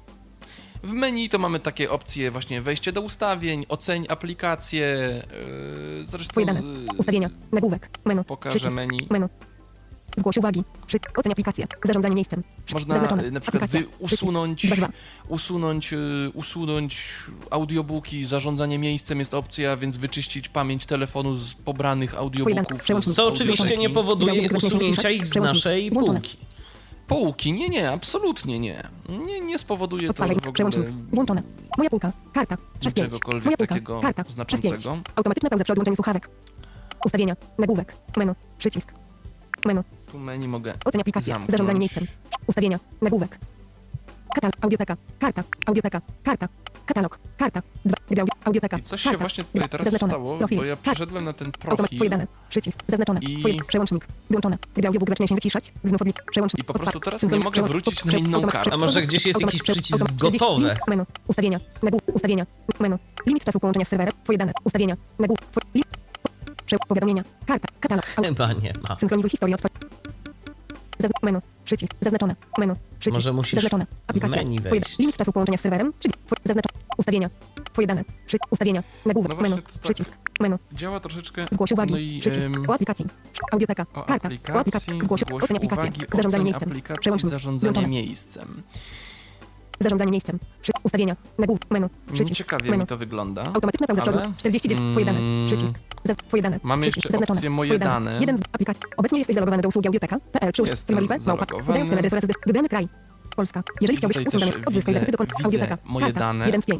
W menu to mamy takie opcje właśnie wejście do ustawień, oceń aplikację, yy, zresztą Twoje dane. yy, Ustawienia. Nagłówek. Menu. pokażę Przycisk. menu. Menu. Zgłoś uwagi. Przy... Oceń aplikację. Zarządzanie miejscem. Przy... Można Zaznaczone. yy, na przykład Aplikacja. wy usunąć, Przycisk. dwa dwa. usunąć, yy, usunąć audiobooki, zarządzanie miejscem jest opcja, więc wyczyścić pamięć telefonu z pobranych audiobooków. Przełącznik. z Co oczywiście nie audioteki. powoduje Audiobook zacznie się usunięcia wyciszać. ich z Przełącznik. naszej Włączone. półki. Półki, nie, nie, absolutnie nie. Nie, nie spowoduje to Odtwarzaj. w ogóle Przełącznik. Włączone. Moja półka. Karta. trzy z pięciu. Niczegokolwiek Moja półka. takiego Karta. trzy z pięciu. znaczącego. Automatyczna pauza przy odłączeniu słuchawek. Ustawienia. Nagłówek. Menu. Przycisk. Menu. Tu menu mogę Oceń aplikację. zamknąć. Zarządzanie miejscem. Ustawienia. Nagłówek. Katalog. Audioteka. Karta. Audioteka. Karta. Katalog. Karta. Dwa. Gdy audi- audioteka. I coś Karta. się właśnie tutaj Dwa. teraz Zaznaczone. stało, Profil. bo ja Karta. przeszedłem na ten Automat. profil Twoje dane. Przycisk. Zaznaczone. I- Twoje. Przełącznik. Włączone. Gdy audiobook zacznie się wyciszać, znów odlicz. Przełącznik. I po prostu Otwarte. teraz nie Synchroni- mogę przełącz- wrócić na prze- inną automat- kartę. A może gdzieś jest automat- jakiś prze- przycisk automat- czterdzieści gotowe? Limit. Menu. Ustawienia. Nagłówek. Ustawienia. Menu. Limit czasu połączenia z serwerem. Twoje dane. Ustawienia. Nagłówek. Twoje... Lim... Prze... Powiadomienia. Karta. Katalog. Au- Chyba nie ma. Synchronizuj historię otwórz. Zazn- menu. Przycisk. Zaznaczone. Menu. Przycisk. Może musisz Zaznaczone. Aplikacja. w menu Twoje... wejść. Limit czasu połączenia z serwerem. trzydzieści. Twoje... Zaznaczone. Ustawienia. Twoje dane. Przy... Ustawienia. Nagłówek. No właśnie menu. to tak. Przycisk. Menu. Działa troszeczkę... Zgłoś uwagi. No i Przycisk. em, O aplikacji. Audioteka. o Karta. aplikacji, O aplikacji. Zgłoś. zgłoś Oceń aplikację. uwagi, Zarządzanie oceń miejscem. aplikacji, Przełącznik. zarządzanie Włączone. miejscem. Zarządzanie miejscem. Przy... Ustawienia. Nagłówek. Menu. Przycisk. Ciekawie menu. mi to wygląda. Automatyczna pauza ale- przodu. czterdzieści dziewięć. Twoje dane. Mm. Przycisk. Zaz... Twoje dane. Mamy Przycisk. jeszcze Zaznaczone. opcję moje Twoje dane. Jeden z aplikacji. Obecnie jesteś zalogowany do usługi audioteka kropka p l. Przyłóż. Jestem Możliwe. Małpa. zalogowany. Wybierając adres oraz wybrany kraj. Polska. Jeżeli I chciałbyś tutaj usługi też danych, odzyskaj widzę- zapyty do konta. widzę Audioteka. moje Karta. dane. jeden z pięciu.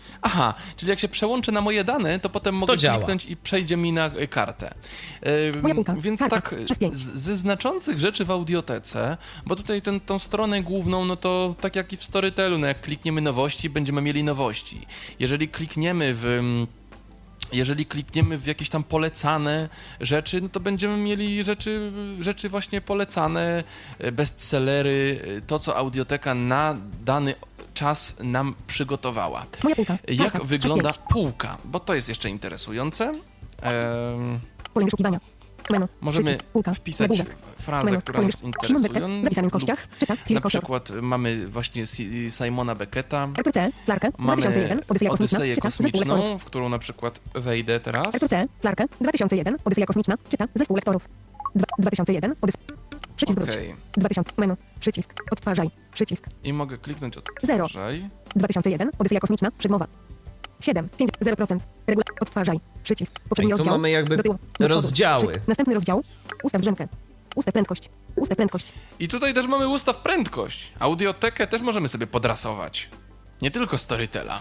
Aha, czyli jak się przełączę na moje dane, to potem mogę To działa. kliknąć i przejdzie mi na y, kartę. Ym, Moja półka. Więc Karta. tak, Przez pięć. z, ze znaczących rzeczy w audiotece, bo tutaj ten, tą stronę główną, no to tak jak i w Storytelu, no jak klikniemy nowości, będziemy mieli nowości. Jeżeli klikniemy w... ym, Jeżeli klikniemy w jakieś tam polecane rzeczy, no to będziemy mieli rzeczy, rzeczy właśnie polecane, bestsellery, to co Audioteka na dany czas nam przygotowała. Moja półka. Jak Karta. wygląda Przez pięć. półka? Bo to jest jeszcze interesujące. Ehm, Pole wyszukiwania. Menu. możemy Przycisk. Półka. wpisać Nagłówek. frazę, Menu. która Pole nas wysz- Szymon Beckett. interesuje. Zapisany w kościach. Czyta. Film Na Koszor. przykład mamy właśnie Si- Simona Becketta. Artur C. Clarke. dwa Mamy tysiące jeden. Odyseja kosmiczna. Odyseję Czyta. Zespół lektorów. kosmiczną, w którą na przykład wejdę teraz. Artur C. Clarke. dwa tysiące jeden. Odyseja kosmiczna. Czyta. Zespół lektorów. Dwa- dwa tysiące jeden. Odys... Przycisk wróć. Okej. dwa tysiące. Menu. Przycisk. Odtwarzaj. Przycisk. I mogę kliknąć Zero. odtwarzaj. dwa tysiące jeden. Odyseja kosmiczna. Przedmowa. siedem. pięć. zero procent. Regula... Odtwarzaj. Przycisk. Poprzedni I tu rozdział. mamy jakby Do tyłu. Do przodu. rozdziały. Przycisk. Następny rozdział. Ustaw drzemkę. Ustaw prędkość. Ustaw prędkość. I tutaj też mamy ustaw prędkość. Audiotekę też możemy sobie podrasować. Nie tylko Storytela.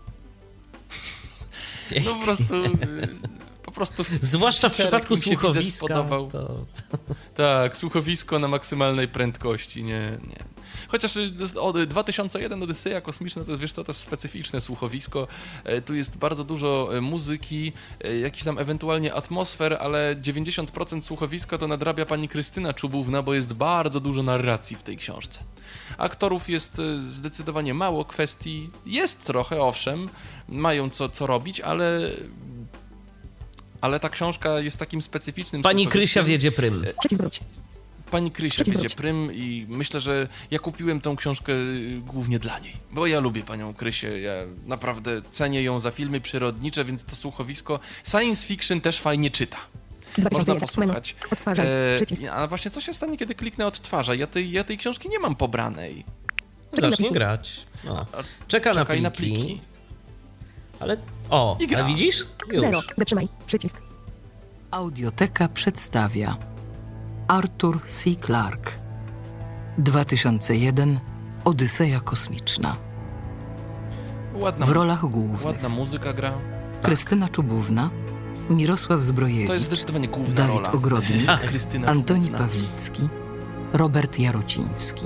No po prostu... y, Po prostu... Zwłaszcza w featurek przypadku mi się, widzę, słuchowiska. spodobał. To... Tak, słuchowisko na maksymalnej prędkości, nie, nie. Chociaż y, od dwa tysiące jeden Odyseja Kosmiczna to jest, wiesz co, to jest specyficzne słuchowisko. E, Tu jest bardzo dużo e, muzyki, e, jakiś tam ewentualnie atmosfer, ale dziewięćdziesiąt procent słuchowiska to nadrabia pani Krystyna Czubówna, bo jest bardzo dużo narracji w tej książce. Aktorów jest e, zdecydowanie mało, kwestii jest trochę, owszem, mają co, co robić, ale... Ale ta książka jest takim specyficznym Pani słuchowiskiem. Krysia wiedzie prym. Przycisk wróć. Pani Krysia Przycisk wiedzie wróć. prym i myślę, że ja kupiłem tą książkę y, głównie dla niej, bo ja lubię panią Krysię, ja naprawdę cenię ją za filmy przyrodnicze, więc to słuchowisko science fiction też fajnie czyta. dwa tysiące Można jeden. posłuchać. Menu. Odtwarzaj. E, Przycisk. a właśnie co się stanie, kiedy kliknę odtwarza? Ja tej, ja tej książki nie mam pobranej. Czekaj na Zacznie pliki. grać. No. A- Czeka na Czekaj pliki. na pliki. Ale... O, I gra. a widzisz? Już. Zero. Zatrzymaj. Przycisk. Audioteka przedstawia Arthur C. Clarke dwa tysiące jeden Odyseja kosmiczna. Ładna, W rolach głównych ładna muzyka gra. Krystyna Czubówna, Mirosław Zbrojewicz, To jest zdecydowanie główna Dawid rola. Ogrodnik, Tak. Krystyna Antoni Czubówna. Pawlicki, Robert Jarociński.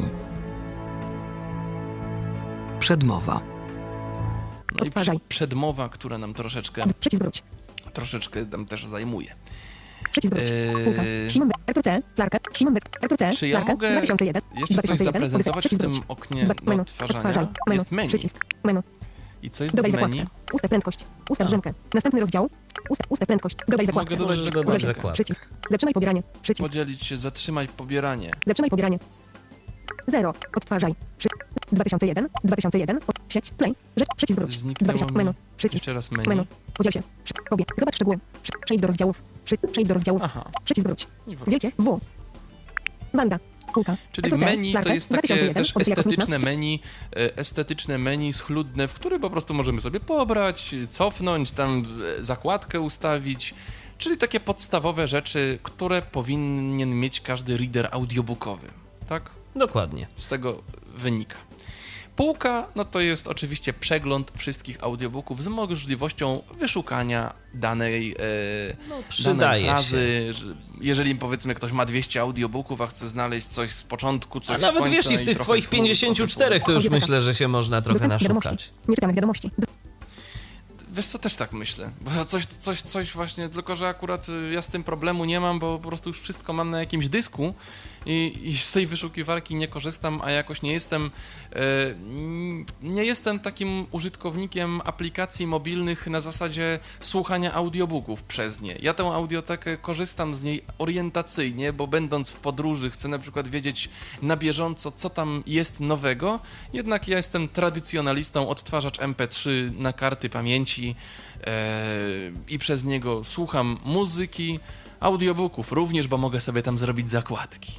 Przedmowa. No i Odtwarzaj. prze- przedmowa, która nam troszeczkę, Przycisk wróć. troszeczkę nam też zajmuje. Przycisk wróć. Eee, Półka. Simon Beck. Artur C. Clarke. Simon Beck. Artur C. Czy ja Clarke. mogę dwa tysiące jeden. jeszcze coś dwa tysiące jeden. zaprezentować w Przycisk tym wróć. oknie Dwa- do menu. odtwarzania? Odtwarzaj. Menu. Jest menu. Przycisk. Menu. I co jest Dodaj w menu? zakładkę. Ustaw prędkość. Ustaw drzemkę. Następny rozdział. Ustaw, ustaw prędkość. Dodaj zakładkę. Mogę dodać Możesz zakładkę. dodać zakładkę. Przycisk. Zatrzymaj pobieranie. Przycisk. Podzielić się, zatrzymaj pobieranie. Zatrzymaj pobieranie. Zero. Odtwarzaj. Przy... dwa tysiące jeden. dwa tysiące jeden. O, sieć. Play. Rzecz. Przycisk wróć. Zniknęło dwa tysiące. mi. Menu. Przycisk. Jeszcze raz menu. Menu. Podziel się. Przy... Pobie. Zobacz szczegóły. Przy... Przejdź do rozdziałów. Przy... Przejdź do rozdziałów. Aha. Przycisk wróć. I wróć. Wielkie W. Wanda. Półka. Czyli Artur C. menu to Clarke. jest dwa tysiące takie jeden. też Odyseja kosmiczna. estetyczne menu, e, estetyczne menu schludne, w którym po prostu możemy sobie pobrać, cofnąć, tam e, zakładkę ustawić, czyli takie podstawowe rzeczy, które powinien mieć każdy reader audiobookowy, tak? Dokładnie. Z tego wynika. Półka, no to jest oczywiście przegląd wszystkich audiobooków z możliwością wyszukania danej, e, No, danej przydaje frazy. Że jeżeli powiedzmy ktoś ma dwieście audiobooków, a chce znaleźć coś z początku, coś A z nawet końca wiesz, i w i tych trochę twoich z pięćdziesięciu czterech to już Audioteka. myślę, że się można trochę Dostęp wiadomości. naszukać. Nieczytane wiadomości. Wiesz co, też tak myślę, bo coś, coś, coś właśnie, tylko że akurat y, ja z tym problemu nie mam, bo po prostu już wszystko mam na jakimś dysku i, i z tej wyszukiwarki nie korzystam, a jakoś nie jestem, y, n- nie jestem takim użytkownikiem aplikacji mobilnych na zasadzie słuchania audiobooków przez nie. Ja tę audiotekę korzystam z niej orientacyjnie, bo będąc w podróży chcę na przykład wiedzieć na bieżąco, co tam jest nowego, jednak ja jestem tradycjonalistą, odtwarzacz em pe trzy na karty pamięci e, i przez niego słucham muzyki, audiobooków również, bo mogę sobie tam zrobić zakładki.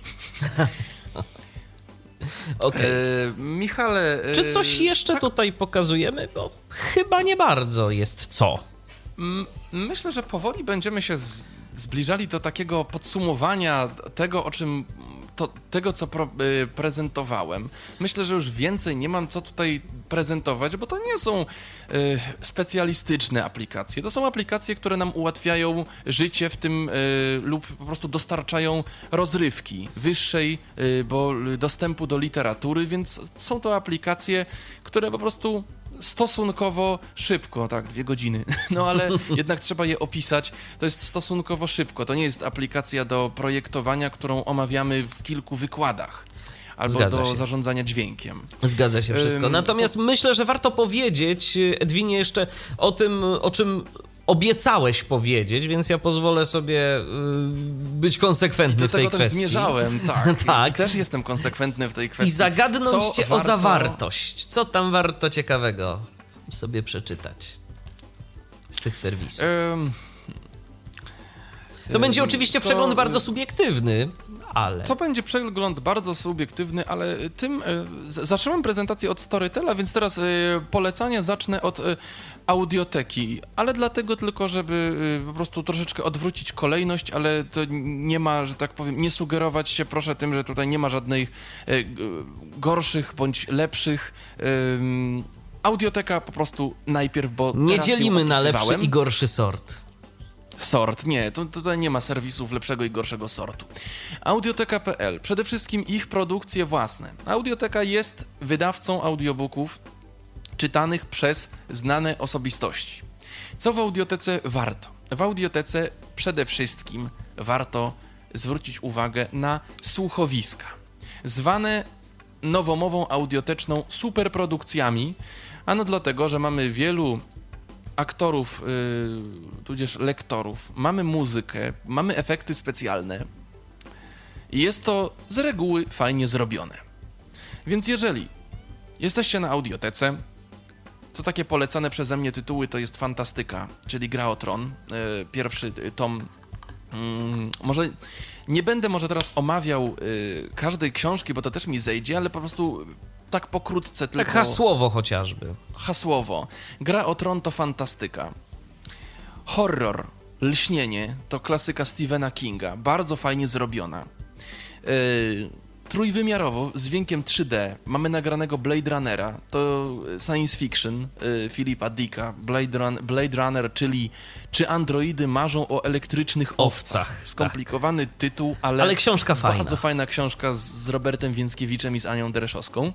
Okej. E, Michale... e, Czy coś jeszcze tak, tutaj pokazujemy? Bo chyba nie bardzo jest co. m- Myślę, że powoli będziemy się z, zbliżali do takiego podsumowania tego, o czym to, tego, co pro, y, prezentowałem. Myślę, że już więcej nie mam co tutaj prezentować, bo to nie są y, specjalistyczne aplikacje. To są aplikacje, które nam ułatwiają życie w tym y, lub po prostu dostarczają rozrywki wyższej, y, bo dostępu do literatury, więc są to aplikacje, które po prostu stosunkowo szybko, tak, dwie godziny, no ale jednak trzeba je opisać, to jest stosunkowo szybko, to nie jest aplikacja do projektowania, którą omawiamy w kilku wykładach, albo Zgadza do się. zarządzania dźwiękiem. Zgadza się wszystko. Ym, Natomiast to... myślę, że warto powiedzieć, Edwinie, jeszcze o tym, o czym obiecałeś powiedzieć, więc ja pozwolę sobie y, być konsekwentny do w tej tego też kwestii. zmierzałem, tak. tak. I też jestem konsekwentny w tej kwestii. I zagadnąć Co cię warto... o zawartość. Co tam warto ciekawego sobie przeczytać z tych serwisów? Ym... To będzie oczywiście to... przegląd bardzo subiektywny, ale... To będzie przegląd bardzo subiektywny, ale tym... z- Zacząłem prezentację od Storytela, więc teraz y, polecanie zacznę od y, audioteki, ale dlatego tylko, żeby y, po prostu troszeczkę odwrócić kolejność, ale to nie ma, że tak powiem, nie sugerować się proszę tym, że tutaj nie ma żadnych y, g- gorszych bądź lepszych. Y, audioteka po prostu najpierw, bo Nie teraz ją dzielimy na lepszy opisywałem. i gorszy sort. Sort, nie, tu, tutaj nie ma serwisów lepszego i gorszego sortu. Audioteka kropka p l, przede wszystkim ich produkcje własne. Audioteka jest wydawcą audiobooków czytanych przez znane osobistości. Co w audiotece warto? W audiotece przede wszystkim warto zwrócić uwagę na słuchowiska, zwane nowomową audioteczną superprodukcjami, ano dlatego, że mamy wielu aktorów, yy, tudzież lektorów, mamy muzykę, mamy efekty specjalne i jest to z reguły fajnie zrobione. Więc jeżeli jesteście na audiotece, to takie polecane przeze mnie tytuły to jest Fantastyka, czyli Gra o Tron, yy, pierwszy tom. Yy, może nie będę może teraz omawiał yy, każdej książki, bo to też mi zejdzie, ale po prostu tak pokrótce tylko... Tak hasłowo chociażby. Hasłowo. Gra o Tron to fantastyka. Horror, Lśnienie to klasyka Stephena Kinga, bardzo fajnie zrobiona. Yy, trójwymiarowo, z dźwiękiem trzy D, mamy nagranego Blade Runnera, to science fiction yy, Philipa Dicka, Blade, Run, Blade Runner, czyli Czy androidy marzą o elektrycznych owcach. Owcach, Skomplikowany tak. tytuł, ale, ale książka fajna. Bardzo fajna książka z, z Robertem Więckiewiczem i z Anią Dereszowską.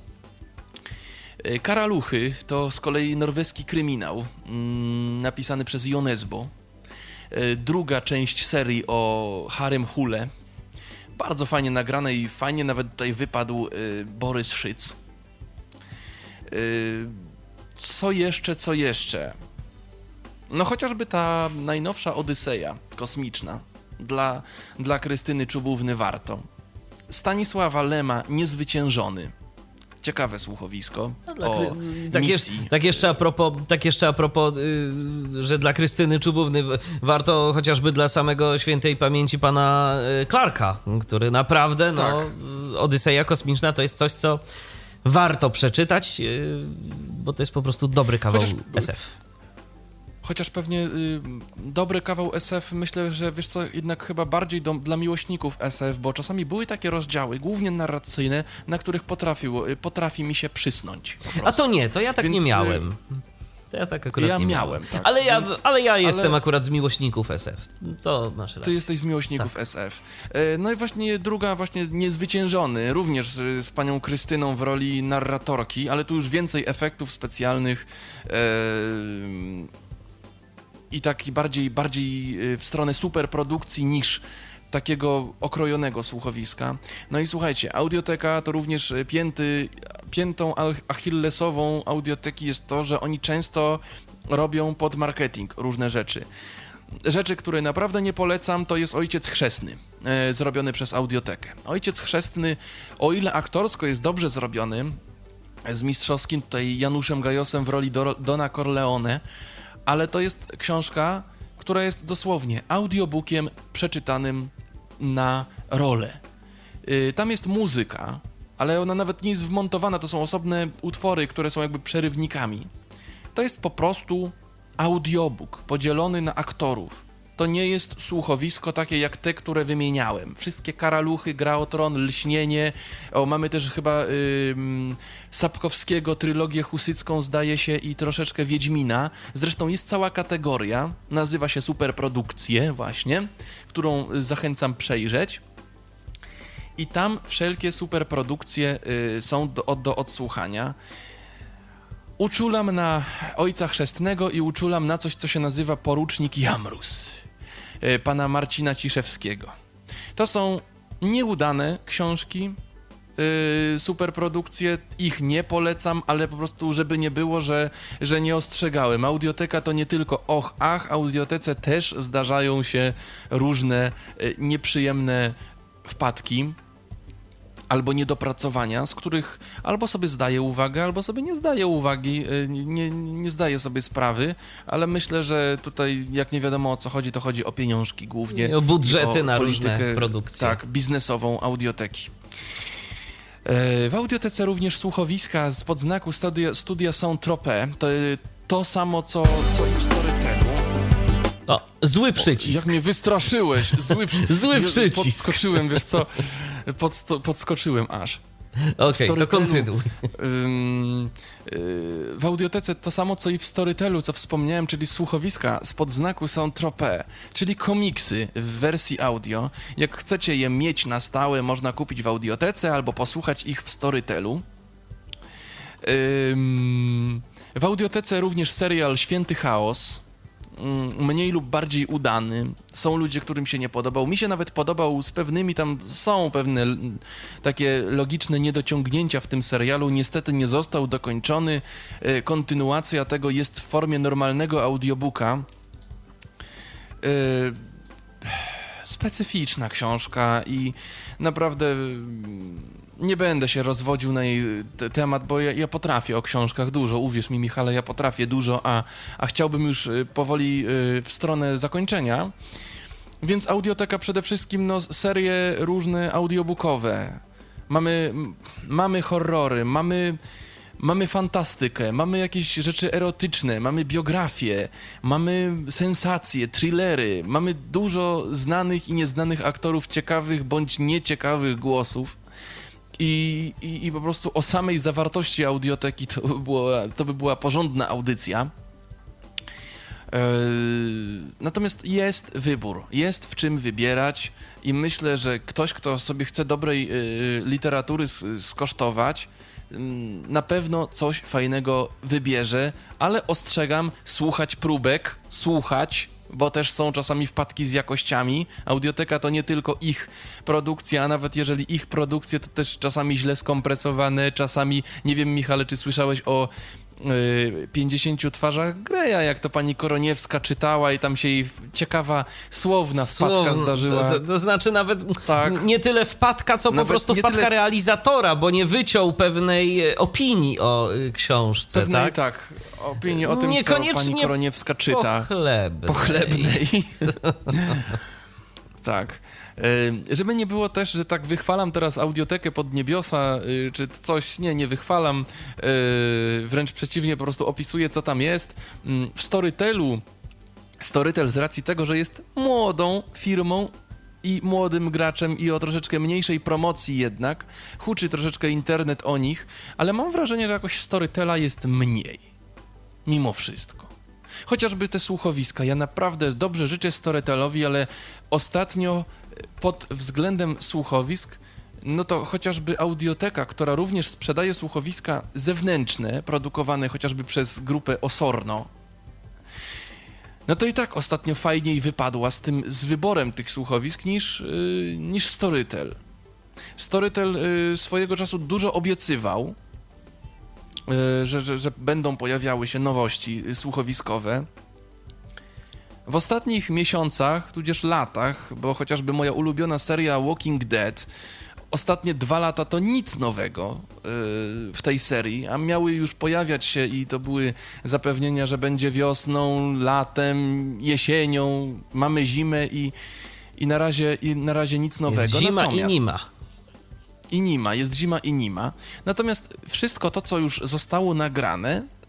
Karaluchy to z kolei norweski kryminał mm, napisany przez Jonesbo. Druga część serii o Harem Hule. Bardzo fajnie nagrane i fajnie nawet tutaj wypadł y, Borys Szyc. Y, co jeszcze, co jeszcze? No chociażby ta najnowsza Odyseja kosmiczna dla, dla Krystyny Czubówny warto. Stanisława Lema Niezwyciężony. Ciekawe słuchowisko dla, o tak, jest, tak jeszcze a propos, tak jeszcze a propos yy, że dla Krystyny Czubówny warto chociażby dla samego świętej pamięci pana yy, Clarka, który naprawdę, no, tak. Odyseja kosmiczna to jest coś, co warto przeczytać, yy, bo to jest po prostu dobry kawał Chociaż... S F. Chociaż pewnie y, dobry kawał S F, myślę, że wiesz co, jednak chyba bardziej do, dla miłośników S F, bo czasami były takie rozdziały, głównie narracyjne, na których potrafił, y, potrafi mi się przysnąć. A to nie, to ja tak Więc, nie miałem. To ja tak akurat ja nie miałem, miałem. tak. Ale, ja, Więc, ale ja jestem ale... akurat z miłośników S F. To masz rację. Ty jesteś z miłośników tak. S F. No i właśnie druga, właśnie Niezwyciężony, również z, z panią Krystyną w roli narratorki, ale tu już więcej efektów specjalnych. Yy... I taki bardziej, bardziej w stronę superprodukcji niż takiego okrojonego słuchowiska. No i słuchajcie, audioteka to również pięty, piętą achillesową audioteki jest to, że oni często robią pod marketing różne rzeczy. Rzeczy, które naprawdę nie polecam, to jest Ojciec Chrzestny, e, zrobiony przez Audiotekę. Ojciec Chrzestny, o ile aktorsko jest dobrze zrobiony, z mistrzowskim tutaj Januszem Gajosem w roli Do- Dona Corleone, ale to jest książka, która jest dosłownie audiobookiem przeczytanym na rolę. Yy, tam jest muzyka, ale ona nawet nie jest wmontowana, to są osobne utwory, które są jakby przerywnikami. To jest po prostu audiobook podzielony na aktorów. to nie jest słuchowisko takie jak te, które wymieniałem. Wszystkie Karaluchy, Gra o Tron, Lśnienie, o, mamy też chyba y, Sapkowskiego, trylogię husycką zdaje się i troszeczkę Wiedźmina. Zresztą jest cała kategoria, nazywa się Superprodukcje właśnie, którą zachęcam przejrzeć. I tam wszelkie superprodukcje y, są do, do odsłuchania. Uczulam na Ojca Chrzestnego i uczulam na coś, co się nazywa Porucznik Jamrus y, pana Marcina Ciszewskiego. To są nieudane książki, y, superprodukcje. Ich nie polecam, ale po prostu, żeby nie było, że, że nie ostrzegałem. Audioteka to nie tylko och, ach, audiotece też zdarzają się różne y, nieprzyjemne wpadki albo niedopracowania, z których albo sobie zdaję uwagę, albo sobie nie zdaję uwagi, nie, nie zdaję sobie sprawy, ale myślę, że tutaj jak nie wiadomo o co chodzi, to chodzi o pieniążki głównie. I o budżety o na politykę, różne produkcje. Tak, biznesową audioteki. W audiotece również słuchowiska z podznaku studia, studia Saint-Tropez. To, to samo, co, co i w Storytelu. O, zły przycisk. O, jak mnie wystraszyłeś. Zły, przy... Zły przycisk. Podskoczyłem, wiesz co? Podsto- podskoczyłem aż. Okej, okay, to kontynuuj. Ym, yy, w audiotece to samo, co i w Storytelu, co wspomniałem, czyli słuchowiska z podznaku Saint-Tropez, czyli komiksy w wersji audio. Jak chcecie je mieć na stałe, można kupić w audiotece albo posłuchać ich w Storytelu. Ym, w audiotece również serial Święty Chaos, mniej lub bardziej udany. Są ludzie, którym się nie podobał. Mi się nawet podobał z pewnymi, tam są pewne takie logiczne niedociągnięcia w tym serialu. Niestety nie został dokończony. Kontynuacja tego jest w formie normalnego audiobooka. Specyficzna książka i naprawdę nie będę się rozwodził na jej te- temat, bo ja, ja potrafię o książkach dużo, uwierz mi, Michale, ja potrafię dużo, a, a chciałbym już powoli w stronę zakończenia. Więc audioteka przede wszystkim, no, serie różne audiobookowe. Mamy, mamy horrory, mamy, mamy fantastykę, mamy jakieś rzeczy erotyczne, mamy biografie, mamy sensacje, thrillery, mamy dużo znanych i nieznanych aktorów, ciekawych bądź nieciekawych głosów. I, i, I po prostu o samej zawartości audioteki to by była, to by była porządna audycja. Yy, natomiast jest wybór, jest w czym wybierać i myślę, że ktoś, kto sobie chce dobrej yy, literatury s- skosztować, yy, na pewno coś fajnego wybierze, ale ostrzegam, słuchać próbek, słuchać, bo też są czasami wpadki z jakościami. Audioteka to nie tylko ich produkcja, a nawet jeżeli ich produkcje, to też czasami źle skompresowane, czasami, nie wiem, Michale, czy słyszałeś o y, pięćdziesięciu twarzach Greya, jak to pani Koroniewska czytała i tam się jej ciekawa słowna wpadka Słowna, zdarzyła. To, to, to znaczy nawet tak. nie tyle wpadka, co Nawet po prostu wpadka tyle... realizatora, bo nie wyciął pewnej opinii o y, książce, Pewnej, tak? tak, opinii o tym, Niekoniecznie co pani Koroniewska czyta. Pochlebnej. Pochlebnej. Tak. Y, żeby nie było też, że tak wychwalam teraz audiotekę pod niebiosa, y, czy coś, nie, nie wychwalam, y, wręcz przeciwnie, po prostu opisuję, co tam jest. Y, w Storytelu, Storytel z racji tego, że jest młodą firmą i młodym graczem i o troszeczkę mniejszej promocji jednak, huczy troszeczkę internet o nich, ale mam wrażenie, że jakoś Storytela jest mniej. Mimo wszystko. Chociażby te słuchowiska. Ja naprawdę dobrze życzę Storytelowi, ale ostatnio pod względem słuchowisk, no to chociażby Audioteka, która również sprzedaje słuchowiska zewnętrzne, produkowane chociażby przez grupę Osorno, no to i tak ostatnio fajniej wypadła z tym, z wyborem tych słuchowisk niż, yy, niż Storytel. Storytel yy, swojego czasu dużo obiecywał, yy, że, że, że będą pojawiały się nowości słuchowiskowe. W ostatnich miesiącach, tudzież latach, bo chociażby moja ulubiona seria Walking Dead, ostatnie dwa lata to nic nowego yy, w tej serii, a miały już pojawiać się i to były zapewnienia, że będzie wiosną, latem, jesienią, mamy zimę i, i, na, razie, i na razie nic nowego. Jest zima Natomiast, i nie ma. I nie ma, jest zima i nie ma. Natomiast wszystko to, co już zostało nagrane,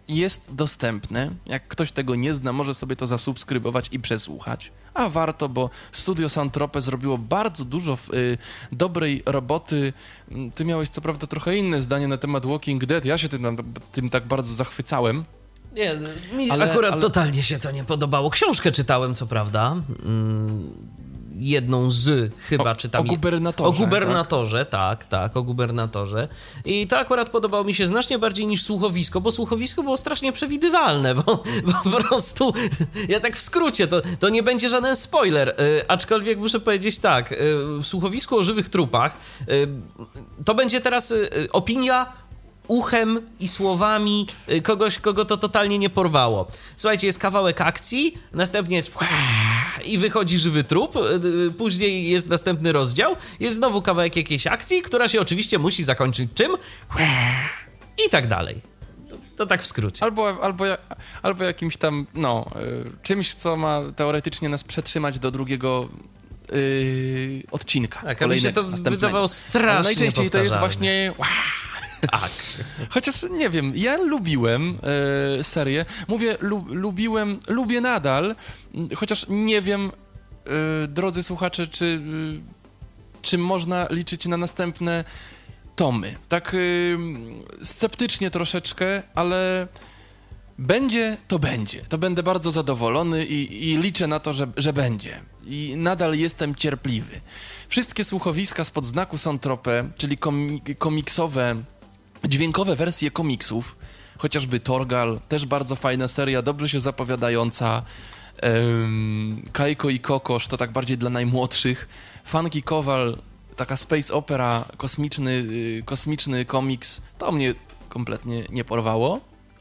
jest dostępne. Jak ktoś tego nie zna, może sobie to zasubskrybować i przesłuchać. A warto, bo Studio Soundtrope zrobiło bardzo dużo y, dobrej roboty. Ty miałeś co prawda trochę inne zdanie na temat Walking Dead. Ja się tym, tym tak bardzo zachwycałem. Nie, mi ale, akurat ale... totalnie się to nie podobało. Książkę czytałem, co prawda. Mm, jedną z chyba o, czytam. O gubernatorze. O gubernatorze, tak? tak, tak, o gubernatorze. I to akurat podobało mi się znacznie bardziej niż Słuchowisko, bo Słuchowisko było strasznie przewidywalne, bo, bo po prostu, ja tak w skrócie, to, to nie będzie żaden spoiler, y, aczkolwiek muszę powiedzieć tak, y, w Słuchowisku o żywych trupach y, to będzie teraz y, opinia uchem i słowami kogoś, kogo to totalnie nie porwało. Słuchajcie, jest kawałek akcji, następnie jest i wychodzi żywy trup, później jest następny rozdział, jest znowu kawałek jakiejś akcji, która się oczywiście musi zakończyć czym? I tak dalej. To, to tak w skrócie. Albo, albo, albo jakimś tam, no, czymś, co ma teoretycznie nas przetrzymać do drugiego yy, odcinka. Tak, a mi się to wydawało strasznie ale najczęściej to jest właśnie... Tak. Chociaż nie wiem, ja lubiłem e, serię. Mówię, lu, lubiłem, lubię nadal, chociaż nie wiem, e, drodzy słuchacze, czy, e, czy można liczyć na następne tomy. Tak e, sceptycznie troszeczkę, ale będzie, to będzie. To będę bardzo zadowolony i, i liczę na to, że, że będzie. I nadal jestem cierpliwy. Wszystkie słuchowiska spod znaku Soundtrope, czyli komi- komiksowe, dźwiękowe wersje komiksów, chociażby Torgal, też bardzo fajna seria, dobrze się zapowiadająca, um, Kajko i Kokosz, to tak bardziej dla najmłodszych, Funky Kowal, taka space opera, kosmiczny, y, kosmiczny komiks, to mnie kompletnie nie porwało.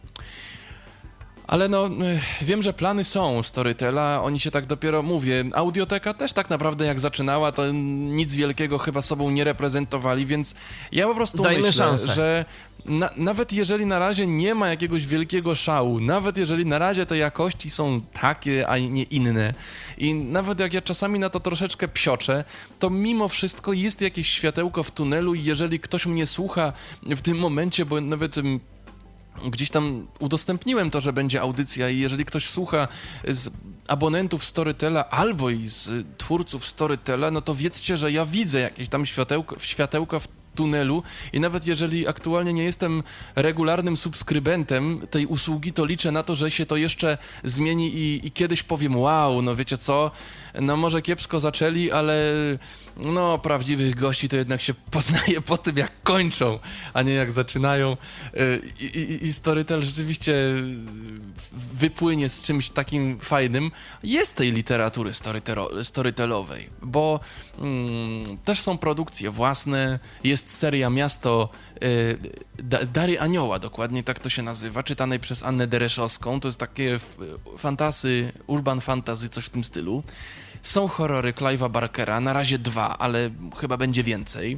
Ale no, wiem, że plany są Storytela, oni się tak dopiero, mówię, Audioteka też tak naprawdę jak zaczynała, to nic wielkiego chyba sobą nie reprezentowali, więc ja po prostu Dajmy myślę, szansę. że na, nawet jeżeli na razie nie ma jakiegoś wielkiego szału, nawet jeżeli na razie te jakości są takie, a nie inne i nawet jak ja czasami na to troszeczkę psioczę, to mimo wszystko jest jakieś światełko w tunelu i jeżeli ktoś mnie słucha w tym momencie, bo nawet gdzieś tam udostępniłem to, że będzie audycja i jeżeli ktoś słucha z abonentów Storytela albo i z twórców Storytela, no to wiedzcie, że ja widzę jakieś tam światełko, światełko w tunelu i nawet jeżeli aktualnie nie jestem regularnym subskrybentem tej usługi, to liczę na to, że się to jeszcze zmieni i, i kiedyś powiem, wow, no wiecie co, no może kiepsko zaczęli, ale no prawdziwych gości to jednak się poznaje po tym, jak kończą, a nie jak zaczynają. I, i, i Storytel rzeczywiście wypłynie z czymś takim fajnym. Jest tej literatury storytero- storytelowej, bo mm, też są produkcje własne, jest seria Miasto y, da, Dary Anioła, dokładnie tak to się nazywa, czytanej przez Annę Dereszowską. To jest takie fantasy, urban fantasy, coś w tym stylu. Są horrory Clive'a Barkera, na razie dwa, ale chyba będzie więcej.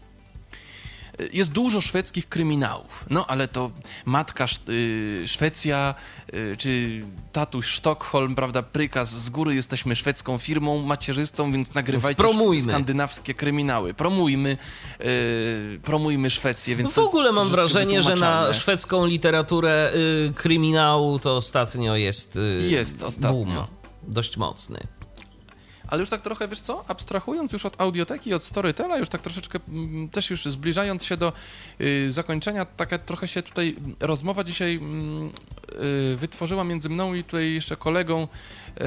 Jest dużo szwedzkich kryminałów, no ale to matka y, Szwecja, y, czy tatuś Sztokholm, prawda, prykaz z góry, jesteśmy szwedzką firmą macierzystą, więc nagrywajcie więc skandynawskie kryminały. Promujmy, y, promujmy Szwecję. Więc w ogóle mam wrażenie, że na szwedzką szwedzką literaturę y, kryminału to ostatnio jest, y, jest ostatnio. boom dość mocny. Ale już tak trochę, wiesz co, abstrahując już od Audioteki, od Storytela, już tak troszeczkę m, też już zbliżając się do y, zakończenia, taka trochę się tutaj rozmowa dzisiaj m, y, wytworzyła między mną i tutaj jeszcze kolegą, y,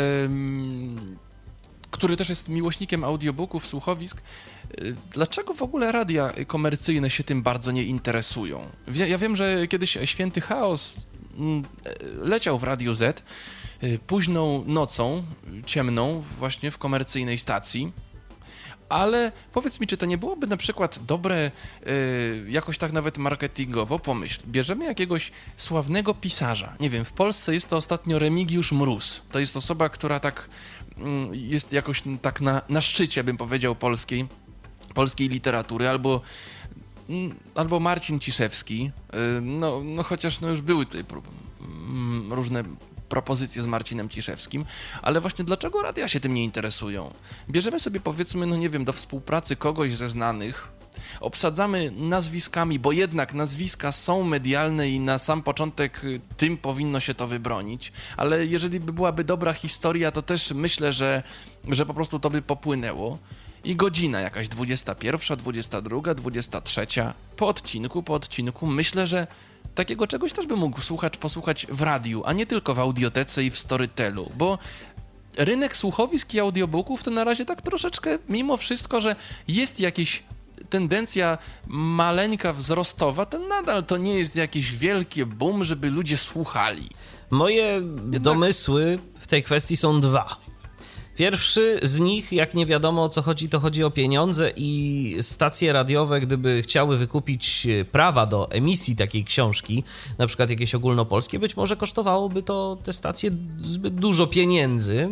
który też jest miłośnikiem audiobooków, słuchowisk. Y, dlaczego w ogóle radia komercyjne się tym bardzo nie interesują? Wie, ja wiem, że kiedyś Święty Chaos m, leciał w Radiu Z, późną nocą, ciemną, właśnie w komercyjnej stacji, ale powiedz mi, czy to nie byłoby na przykład dobre, yy, jakoś tak nawet marketingowo, pomyśl, bierzemy jakiegoś sławnego pisarza, nie wiem, w Polsce jest to ostatnio Remigiusz Mróz, to jest osoba, która tak yy, jest jakoś tak na, na szczycie, bym powiedział, polskiej, polskiej literatury, albo albo Marcin Ciszewski, yy, no, no chociaż no już były tutaj yy, różne propozycje z Marcinem Ciszewskim, ale właśnie dlaczego radia się tym nie interesują? Bierzemy sobie, powiedzmy, no nie wiem, do współpracy kogoś ze znanych, obsadzamy nazwiskami, bo jednak nazwiska są medialne i na sam początek tym powinno się to wybronić, ale jeżeli by byłaby dobra historia, to też myślę, że, że po prostu to by popłynęło. I godzina jakaś dwudziesta pierwsza, dwudziesta druga, dwudziesta trzecia, po odcinku, po odcinku, myślę, że takiego czegoś też by mógł słuchacz posłuchać w radiu, a nie tylko w audiotece i w Storytelu, bo rynek słuchowisk i audiobooków to na razie tak troszeczkę, mimo wszystko, że jest jakieś tendencja maleńka wzrostowa, to nadal to nie jest jakieś wielkie boom, żeby ludzie słuchali. Moje Jednak... domysły w tej kwestii są dwa. Pierwszy z nich, jak nie wiadomo o co chodzi, to chodzi o pieniądze i stacje radiowe, gdyby chciały wykupić prawa do emisji takiej książki, na przykład jakieś ogólnopolskie, być może kosztowałoby to te stacje zbyt dużo pieniędzy,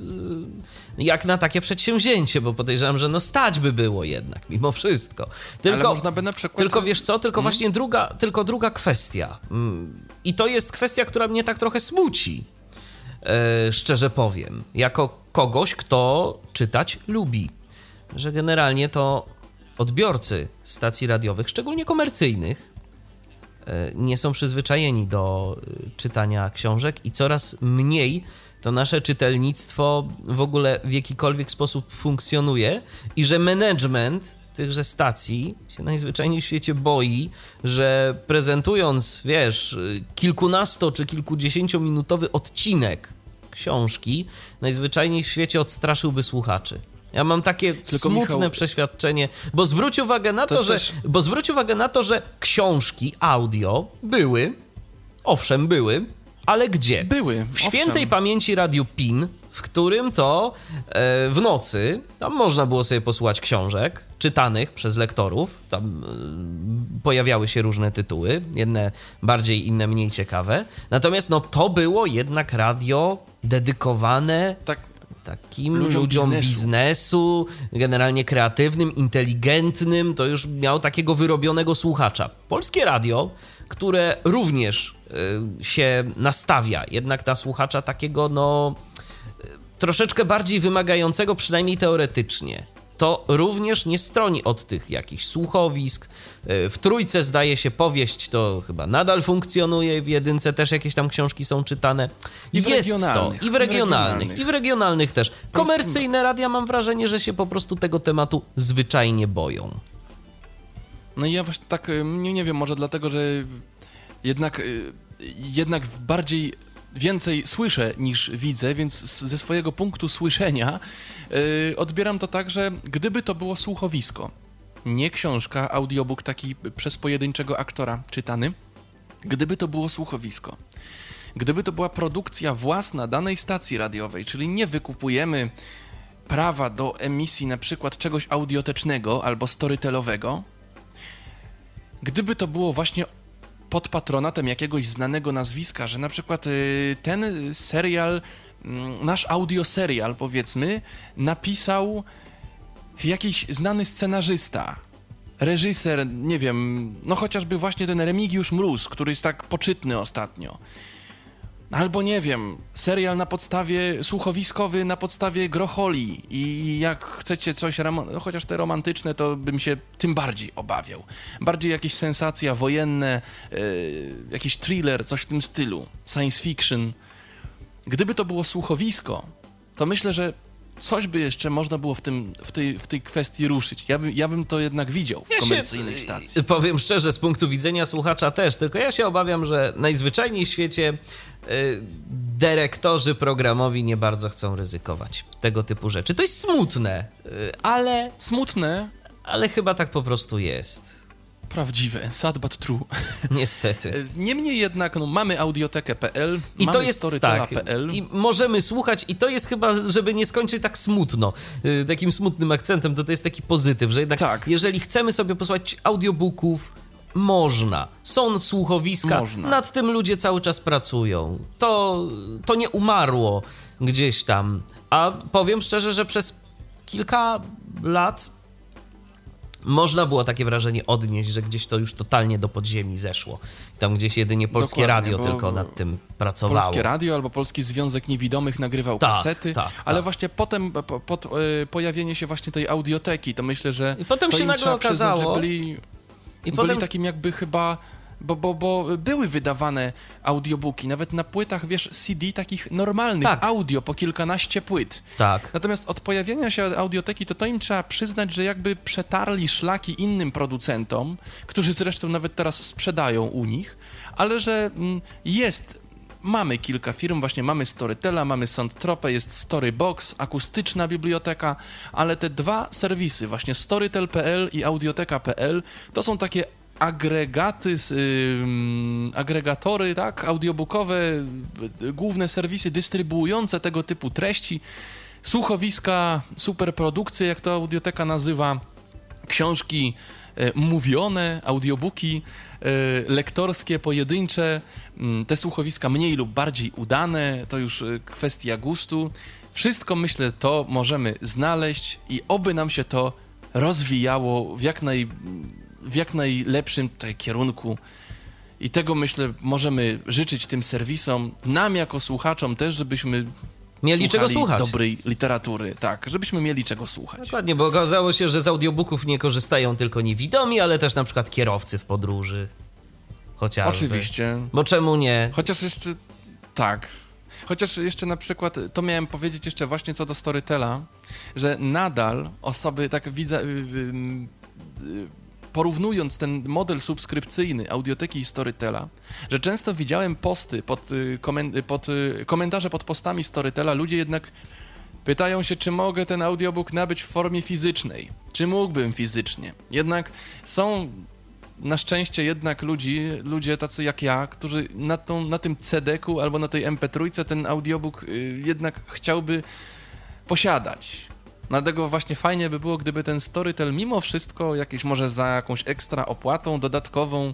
jak na takie przedsięwzięcie, bo podejrzewam, że no stać by było jednak, mimo wszystko. Tylko, ale można by na przykład... Tylko wiesz co, tylko hmm? właśnie druga, tylko druga kwestia. I to jest kwestia, która mnie tak trochę smuci. E, szczerze powiem, jako kogoś, kto czytać lubi, że generalnie to odbiorcy stacji radiowych, szczególnie komercyjnych, e, nie są przyzwyczajeni do czytania książek i coraz mniej to nasze czytelnictwo w ogóle w jakikolwiek sposób funkcjonuje i że management tychże stacji się najzwyczajniej w świecie boi, że prezentując, wiesz, kilkunasto czy kilkudziesięciominutowy odcinek książki, najzwyczajniej w świecie odstraszyłby słuchaczy. Ja mam takie Tylko smutne Michał... przeświadczenie, bo zwróć uwagę na to, to że też... bo zwróć uwagę na to, że książki audio były, owszem, były, ale gdzie? Były. W świętej owszem. pamięci Radiu Pin, w którym to e, w nocy tam można było sobie posłuchać książek czytanych przez lektorów. Tam e, pojawiały się różne tytuły, jedne bardziej, inne mniej ciekawe. Natomiast no to było jednak radio dedykowane tak. takim ludziom, ludziom biznesu. biznesu, generalnie kreatywnym, inteligentnym. To już miało takiego wyrobionego słuchacza. Polskie radio, które również y, się nastawia jednak na słuchacza takiego, no, troszeczkę bardziej wymagającego, przynajmniej teoretycznie. To również nie stroni od tych jakichś słuchowisk. W Trójce, zdaje się, powieść to chyba nadal funkcjonuje, w Jedynce też jakieś tam książki są czytane. I w Jest regionalnych. to. I w regionalnych. I w regionalnych też. Komercyjne radia, mam wrażenie, że się po prostu tego tematu zwyczajnie boją. No i ja właśnie tak, nie, nie wiem, może dlatego, że jednak, jednak bardziej... więcej słyszę niż widzę, więc ze swojego punktu słyszenia yy, odbieram to tak, że gdyby to było słuchowisko, nie książka, audiobook taki przez pojedynczego aktora czytany, gdyby to było słuchowisko, gdyby to była produkcja własna danej stacji radiowej, czyli nie wykupujemy prawa do emisji na przykład czegoś audiotecznego albo storytelowego, gdyby to było właśnie pod patronatem jakiegoś znanego nazwiska, że na przykład y, ten serial, y, nasz audioserial, powiedzmy, napisał jakiś znany scenarzysta, reżyser, nie wiem, no chociażby właśnie ten Remigiusz Mróz, który jest tak poczytny ostatnio. Albo nie wiem, serial na podstawie, słuchowiskowy na podstawie Grocholi i jak chcecie coś, no chociaż te romantyczne, to bym się tym bardziej obawiał. Bardziej jakieś sensacja wojenne, yy, jakiś thriller, coś w tym stylu, science fiction. Gdyby to było słuchowisko, to myślę, że coś by jeszcze można było w, tym, w, tej, w tej kwestii ruszyć. Ja, by, ja bym to jednak widział w ja komercyjnej się, stacji. Powiem szczerze, z punktu widzenia słuchacza też, tylko ja się obawiam, że najzwyczajniej w świecie y, dyrektorzy programowi nie bardzo chcą ryzykować tego typu rzeczy. To jest smutne, y, ale... Smutne? Ale chyba tak po prostu jest. Prawdziwe, sad but true. Niestety. Niemniej jednak no, mamy audiotekę kropka p l, I mamy to jest storytela tak, kropka p l. I możemy słuchać i to jest chyba, żeby nie skończyć tak smutno, yy, takim smutnym akcentem, to to jest taki pozytyw, że jednak tak. Jeżeli chcemy sobie posłuchać audiobooków, można. Są słuchowiska, można. Nad tym ludzie cały czas pracują. To, to nie umarło gdzieś tam. A powiem szczerze, że przez kilka lat można było takie wrażenie odnieść, że gdzieś to już totalnie do podziemi zeszło. Tam gdzieś jedynie Polskie Dokładnie, Radio tylko nad tym pracowało. Polskie Radio albo Polski Związek Niewidomych nagrywał tak, kasety, tak, ale tak. właśnie potem po, po, y, pojawienie się właśnie tej audioteki, to myślę, że I potem to się im nagle trzeba przyznać, okazało... że byli, I byli potem... takim jakby chyba... Bo, bo, bo były wydawane audiobooki, nawet na płytach, wiesz, C D takich normalnych, tak. audio po kilkanaście płyt. Tak. Natomiast od pojawienia się audioteki, to to im trzeba przyznać, że jakby przetarli szlaki innym producentom, którzy zresztą nawet teraz sprzedają u nich, ale że mm, jest... Mamy kilka firm, właśnie mamy Storytela, mamy Soundtropę, jest Storybox, akustyczna biblioteka, ale te dwa serwisy, właśnie Storytel kropka p l i audioteka kropka p l, to są takie agregaty, yy, agregatory, tak, audiobookowe, yy, główne serwisy dystrybuujące tego typu treści, słuchowiska, superprodukcje, jak to audioteka nazywa, książki yy, mówione, audiobooki yy, lektorskie, pojedyncze, yy, te słuchowiska mniej lub bardziej udane, to już yy, kwestia gustu. Wszystko, myślę, to możemy znaleźć i oby nam się to rozwijało w jak naj... w jak najlepszym tutaj kierunku i tego, myślę, możemy życzyć tym serwisom, nam jako słuchaczom też, żebyśmy mieli czego słuchać. Dobrej literatury, tak, żebyśmy mieli czego słuchać. Dokładnie, bo okazało się, że z audiobooków nie korzystają tylko niewidomi, ale też na przykład kierowcy w podróży. Chociażby. Oczywiście. Bo czemu nie? Chociaż jeszcze, tak, chociaż jeszcze na przykład, to miałem powiedzieć jeszcze właśnie co do Storytela, że nadal osoby, tak widzę... Yy, yy, porównując ten model subskrypcyjny audioteki i Storytela, że często widziałem posty, pod, komen- pod, komentarze pod postami Storytela, ludzie jednak pytają się, czy mogę ten audiobook nabyć w formie fizycznej, czy mógłbym fizycznie. Jednak są na szczęście jednak ludzi, ludzie tacy jak ja, którzy na, tą, na tym C D-ku albo na tej em pe trzy ten audiobook jednak chciałby posiadać. Dlatego właśnie fajnie by było, gdyby ten Storytel mimo wszystko, jakieś może za jakąś ekstra opłatą dodatkową,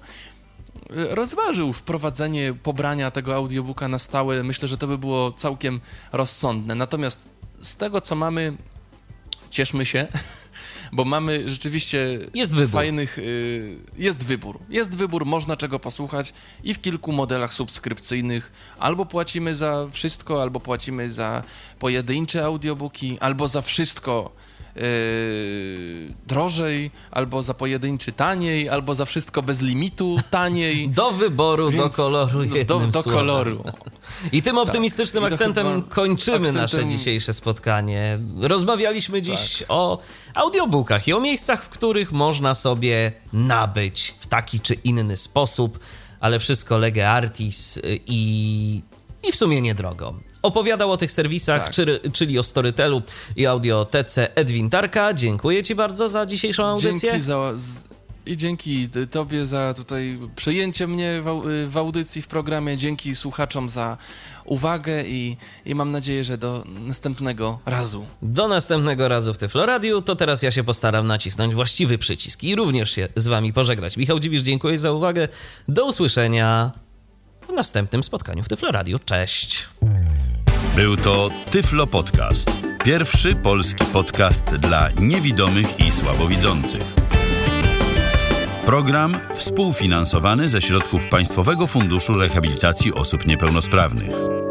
rozważył wprowadzenie pobrania tego audiobooka na stałe. Myślę, że to by było całkiem rozsądne. Natomiast z tego, co mamy, cieszmy się, bo mamy rzeczywiście jest wybór. fajnych... Y, jest wybór. Jest wybór, można czego posłuchać i w kilku modelach subskrypcyjnych. Albo płacimy za wszystko, albo płacimy za pojedyncze audiobooki, albo za wszystko y, drożej, albo za pojedynczy taniej, albo za wszystko bez limitu taniej. Do wyboru, Więc do koloru, jednym do, do słowem. koloru. I tym optymistycznym tak. I akcentem chyba kończymy akcentem... nasze dzisiejsze spotkanie. Rozmawialiśmy dziś tak. o audiobookach i o miejscach, w których można sobie nabyć w taki czy inny sposób, ale wszystko lege artis i, i w sumie niedrogo. Opowiadał o tych serwisach, tak. czy, czyli o Storytelu i audiotece Edwin Tarka. Dziękuję Ci bardzo za dzisiejszą audycję. Dzięki za... I dzięki Tobie za tutaj przyjęcie mnie w, w audycji, w programie. Dzięki słuchaczom za uwagę i, i mam nadzieję, że do następnego razu. Do następnego razu w Tyflo Radiu. To teraz ja się postaram nacisnąć właściwy przycisk i również się z Wami pożegnać. Michał Dziwisz, dziękuję za uwagę. Do usłyszenia w następnym spotkaniu w Tyflo Radiu. Cześć. Był to Tyflo Podcast. Pierwszy polski podcast dla niewidomych i słabowidzących. Program współfinansowany ze środków Państwowego Funduszu Rehabilitacji Osób Niepełnosprawnych.